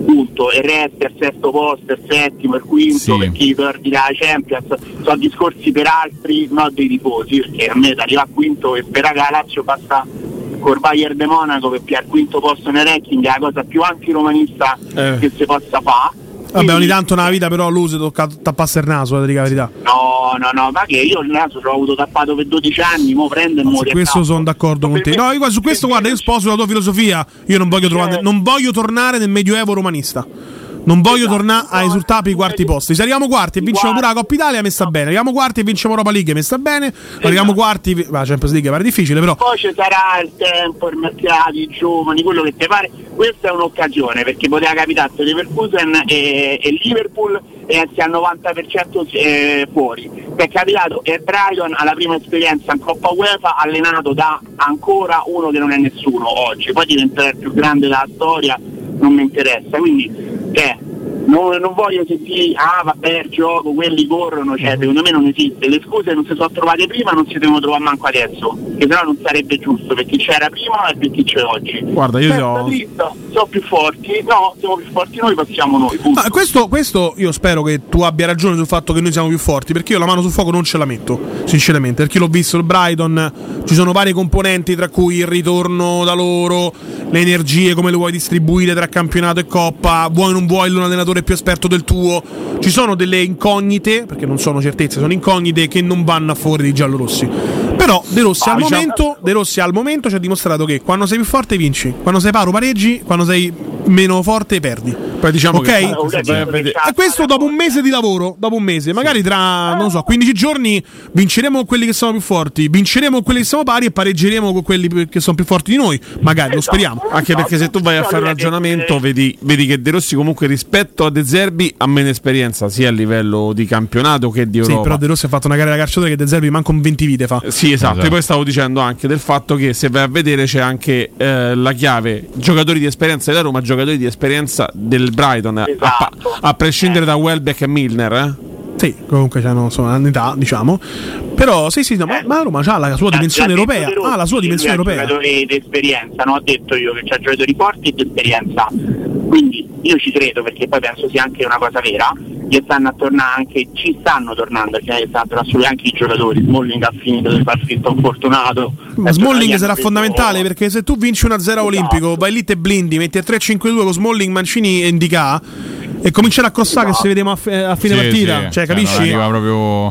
Speaker 22: punto, e resta il sesto posto, il settimo, il quinto, sì. perché i ricordi della Champions sono discorsi per altri, non dei tifosi, perché a me da arrivare a quinto e sperare che la Lazio passa col Bayern de Monaco per pigliare il quinto posto nel ranking è la cosa più antiromanista eh. che si possa fare.
Speaker 4: Vabbè, ogni tanto nella vita però lui si tocca tapparsi il naso, la verità.
Speaker 22: No, no, no, ma che io il naso ce l'ho avuto tappato per dodici anni, mo prende e
Speaker 4: no,
Speaker 22: muore.
Speaker 4: Su questo sono d'accordo con te. No, io su questo guarda, io sposo la tua filosofia. Io non voglio trovare, non voglio tornare nel medioevo romanista. Non voglio esatto, tornare a esultare per i quarti posti. Se arriviamo quarti e vinciamo pure la Coppa Italia, mi sta bene. Arriviamo quarti e vinciamo Europa League, mi sta bene. Esatto. Arriviamo quarti, la Champions League pare difficile, però.
Speaker 22: Poi ci sarà il tempo, il mercato, i giovani, quello che ti pare. Questa è un'occasione, perché poteva capitare a Leverkusen e, e Liverpool e essere al novanta per cento eh, fuori. È capitato e Brighton alla prima esperienza in Coppa UEFA, allenato da ancora uno che non è nessuno oggi. Poi diventerà il più grande della storia, non mi interessa. Quindi eh, non, non voglio sentire ah vabbè il gioco, quelli corrono, cioè secondo me non esiste, le scuse non si sono trovate prima, non si devono trovare manco adesso, che sennò non sarebbe giusto per chi c'era prima e per chi c'è oggi.
Speaker 4: Guarda, io ho...
Speaker 22: sono più forti, no, siamo più forti noi, passiamo noi.
Speaker 4: Ah, questo, questo io spero che tu abbia ragione sul fatto che noi siamo più forti, perché io la mano sul fuoco non ce la metto, sinceramente, perché l'ho visto il Brighton, ci sono varie componenti tra cui il ritorno da loro, le energie, come le vuoi distribuire tra campionato e Coppa, vuoi o non vuoi un allenatore più esperto del tuo, ci sono delle incognite, perché non sono certezze, sono incognite che non vanno a favore dei giallorossi. Però De Rossi, ah, al, diciamo... momento, De Rossi al momento ci ha dimostrato che quando sei più forte vinci, quando sei paro pareggi, quando sei meno forte perdi. Poi diciamo okay? che e questo dopo un mese di lavoro, dopo un mese, magari tra non so, quindici giorni vinceremo con quelli che sono più forti, vinceremo con quelli che sono pari e pareggeremo con quelli che sono più forti di noi, magari lo speriamo.
Speaker 7: Anche perché se tu vai a fare un ragionamento vedi, vedi che De Rossi comunque rispetto a De Zerbi ha meno esperienza sia a livello di campionato che di Europa.
Speaker 4: Sì, però De Rossi ha fatto una gara da calciatore che De Zerbi manco un venti vite fa.
Speaker 7: Sì, esatto. Esatto. E poi stavo dicendo anche del fatto che se vai a vedere c'è anche eh, la chiave giocatori di esperienza della Roma, giocatori di esperienza del Brighton, esatto. a, a prescindere da Welbeck e Milner, eh?
Speaker 4: Sì, comunque hanno un'età, diciamo. Però sì, sì, no, ma, ma Roma ha la sua dimensione europea. Ha ah, la sua dimensione europea.
Speaker 22: Giocatori di esperienza, no? Ho detto io che c'ha giocatori forti e di esperienza. Quindi io ci credo, perché poi penso sia anche una cosa vera. Gli stanno a tornare anche, ci stanno tornando, perché stanno tornando anche i giocatori. Smalling ha finito di far scritto infortunato.
Speaker 4: Ma Smalling sarà fondamentale, perché se tu vinci uno a zero esatto. olimpico, vai lì te blindi, metti a tre cinque due con Smalling, Mancini e Ndicà e cominciare a crossare esatto. che se vediamo a, f- a fine sì, partita, sì. Cioè, capisci?
Speaker 5: Arriva proprio...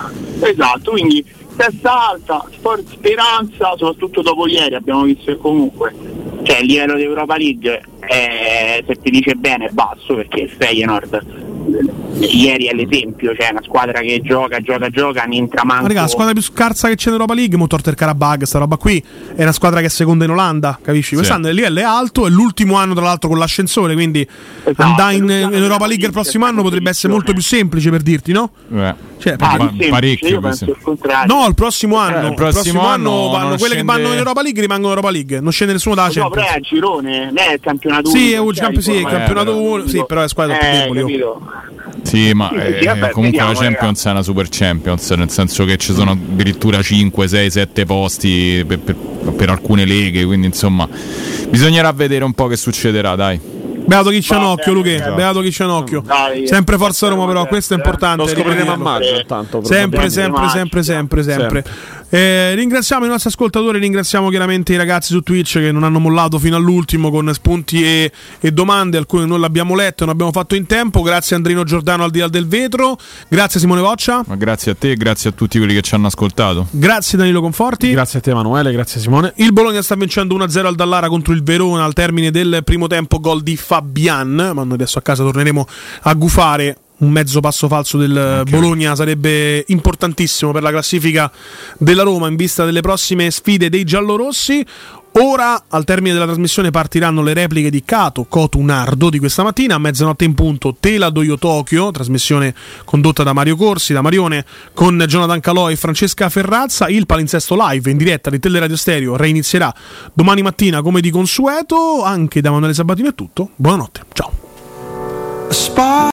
Speaker 22: Esatto, quindi testa alta, speranza, soprattutto dopo ieri abbiamo visto che comunque cioè il livello di Europa League è, se ti dice bene, è basso, perché il Feyenoord ieri è l'esempio, cioè una squadra che gioca, gioca, gioca, ne entra manco.
Speaker 4: Ma raga, la squadra più scarsa che c'è in Europa League, Motor Karabag, sta roba qui, è una squadra che è seconda in Olanda, capisci? Sì. Quest'anno il livello è alto, è l'ultimo anno tra l'altro con l'ascensore, quindi esatto, andare in, in Europa League il prossimo anno potrebbe essere molto più semplice, per dirti, no?
Speaker 5: Beh.
Speaker 4: Cioè,
Speaker 22: ah, pa- parecchio
Speaker 4: no, il prossimo anno,
Speaker 5: eh, il prossimo, il prossimo anno,
Speaker 22: anno
Speaker 5: vanno,
Speaker 22: quelle
Speaker 5: scende...
Speaker 22: che
Speaker 4: vanno in Europa League rimangono in Europa League, non scende nessuno dalla Champions.
Speaker 22: No, però è a girone, non è il campionato
Speaker 4: sì,
Speaker 22: unico,
Speaker 4: è camp- sì, il campionato unico, sì, però è squadra più deboli.
Speaker 5: Sì, ma
Speaker 22: sì,
Speaker 5: sì, vabbè, eh, comunque vediamo, la Champions ragazzi. È una super Champions, nel senso che ci sono addirittura cinque, sei, sette posti per, per, per alcune leghe, quindi insomma bisognerà vedere un po' che succederà, dai.
Speaker 4: Beato chi c'è un occhio, Luque. Beato chi c'è un occhio. Sempre Forza Roma, però questo è importante.
Speaker 7: Lo scopriremo a maggio. Tanto,
Speaker 4: sempre, sempre, sempre, sempre, sempre. Eh, ringraziamo i nostri ascoltatori, ringraziamo chiaramente i ragazzi su Twitch che non hanno mollato fino all'ultimo con spunti e, e domande, alcune non l'abbiamo letto, non abbiamo fatto in tempo. Grazie Andrino Giordano al di là del vetro, grazie Simone Voccia.
Speaker 5: Ma grazie a te e grazie a tutti quelli che ci hanno ascoltato.
Speaker 4: Grazie Danilo Conforti.
Speaker 7: Grazie a te Emanuele, grazie Simone.
Speaker 4: Il Bologna sta vincendo uno a zero al Dallara contro il Verona al termine del primo tempo, gol di Fabian, ma noi adesso a casa torneremo a gufare. Un mezzo passo falso del okay. Bologna sarebbe importantissimo per la classifica della Roma in vista delle prossime sfide dei giallorossi. Ora, al termine della trasmissione, partiranno le repliche di Kato, Kotu, Nardo di questa mattina. A mezzanotte in punto Tela Doio Tokyo, trasmissione condotta da Mario Corsi, da Marione, con Jonathan Calò e Francesca Ferrazza. Il palinsesto live in diretta di Teleradio Stereo reinizierà domani mattina come di consueto. Anche da Emanuele Sabatino è tutto. Buonanotte, ciao.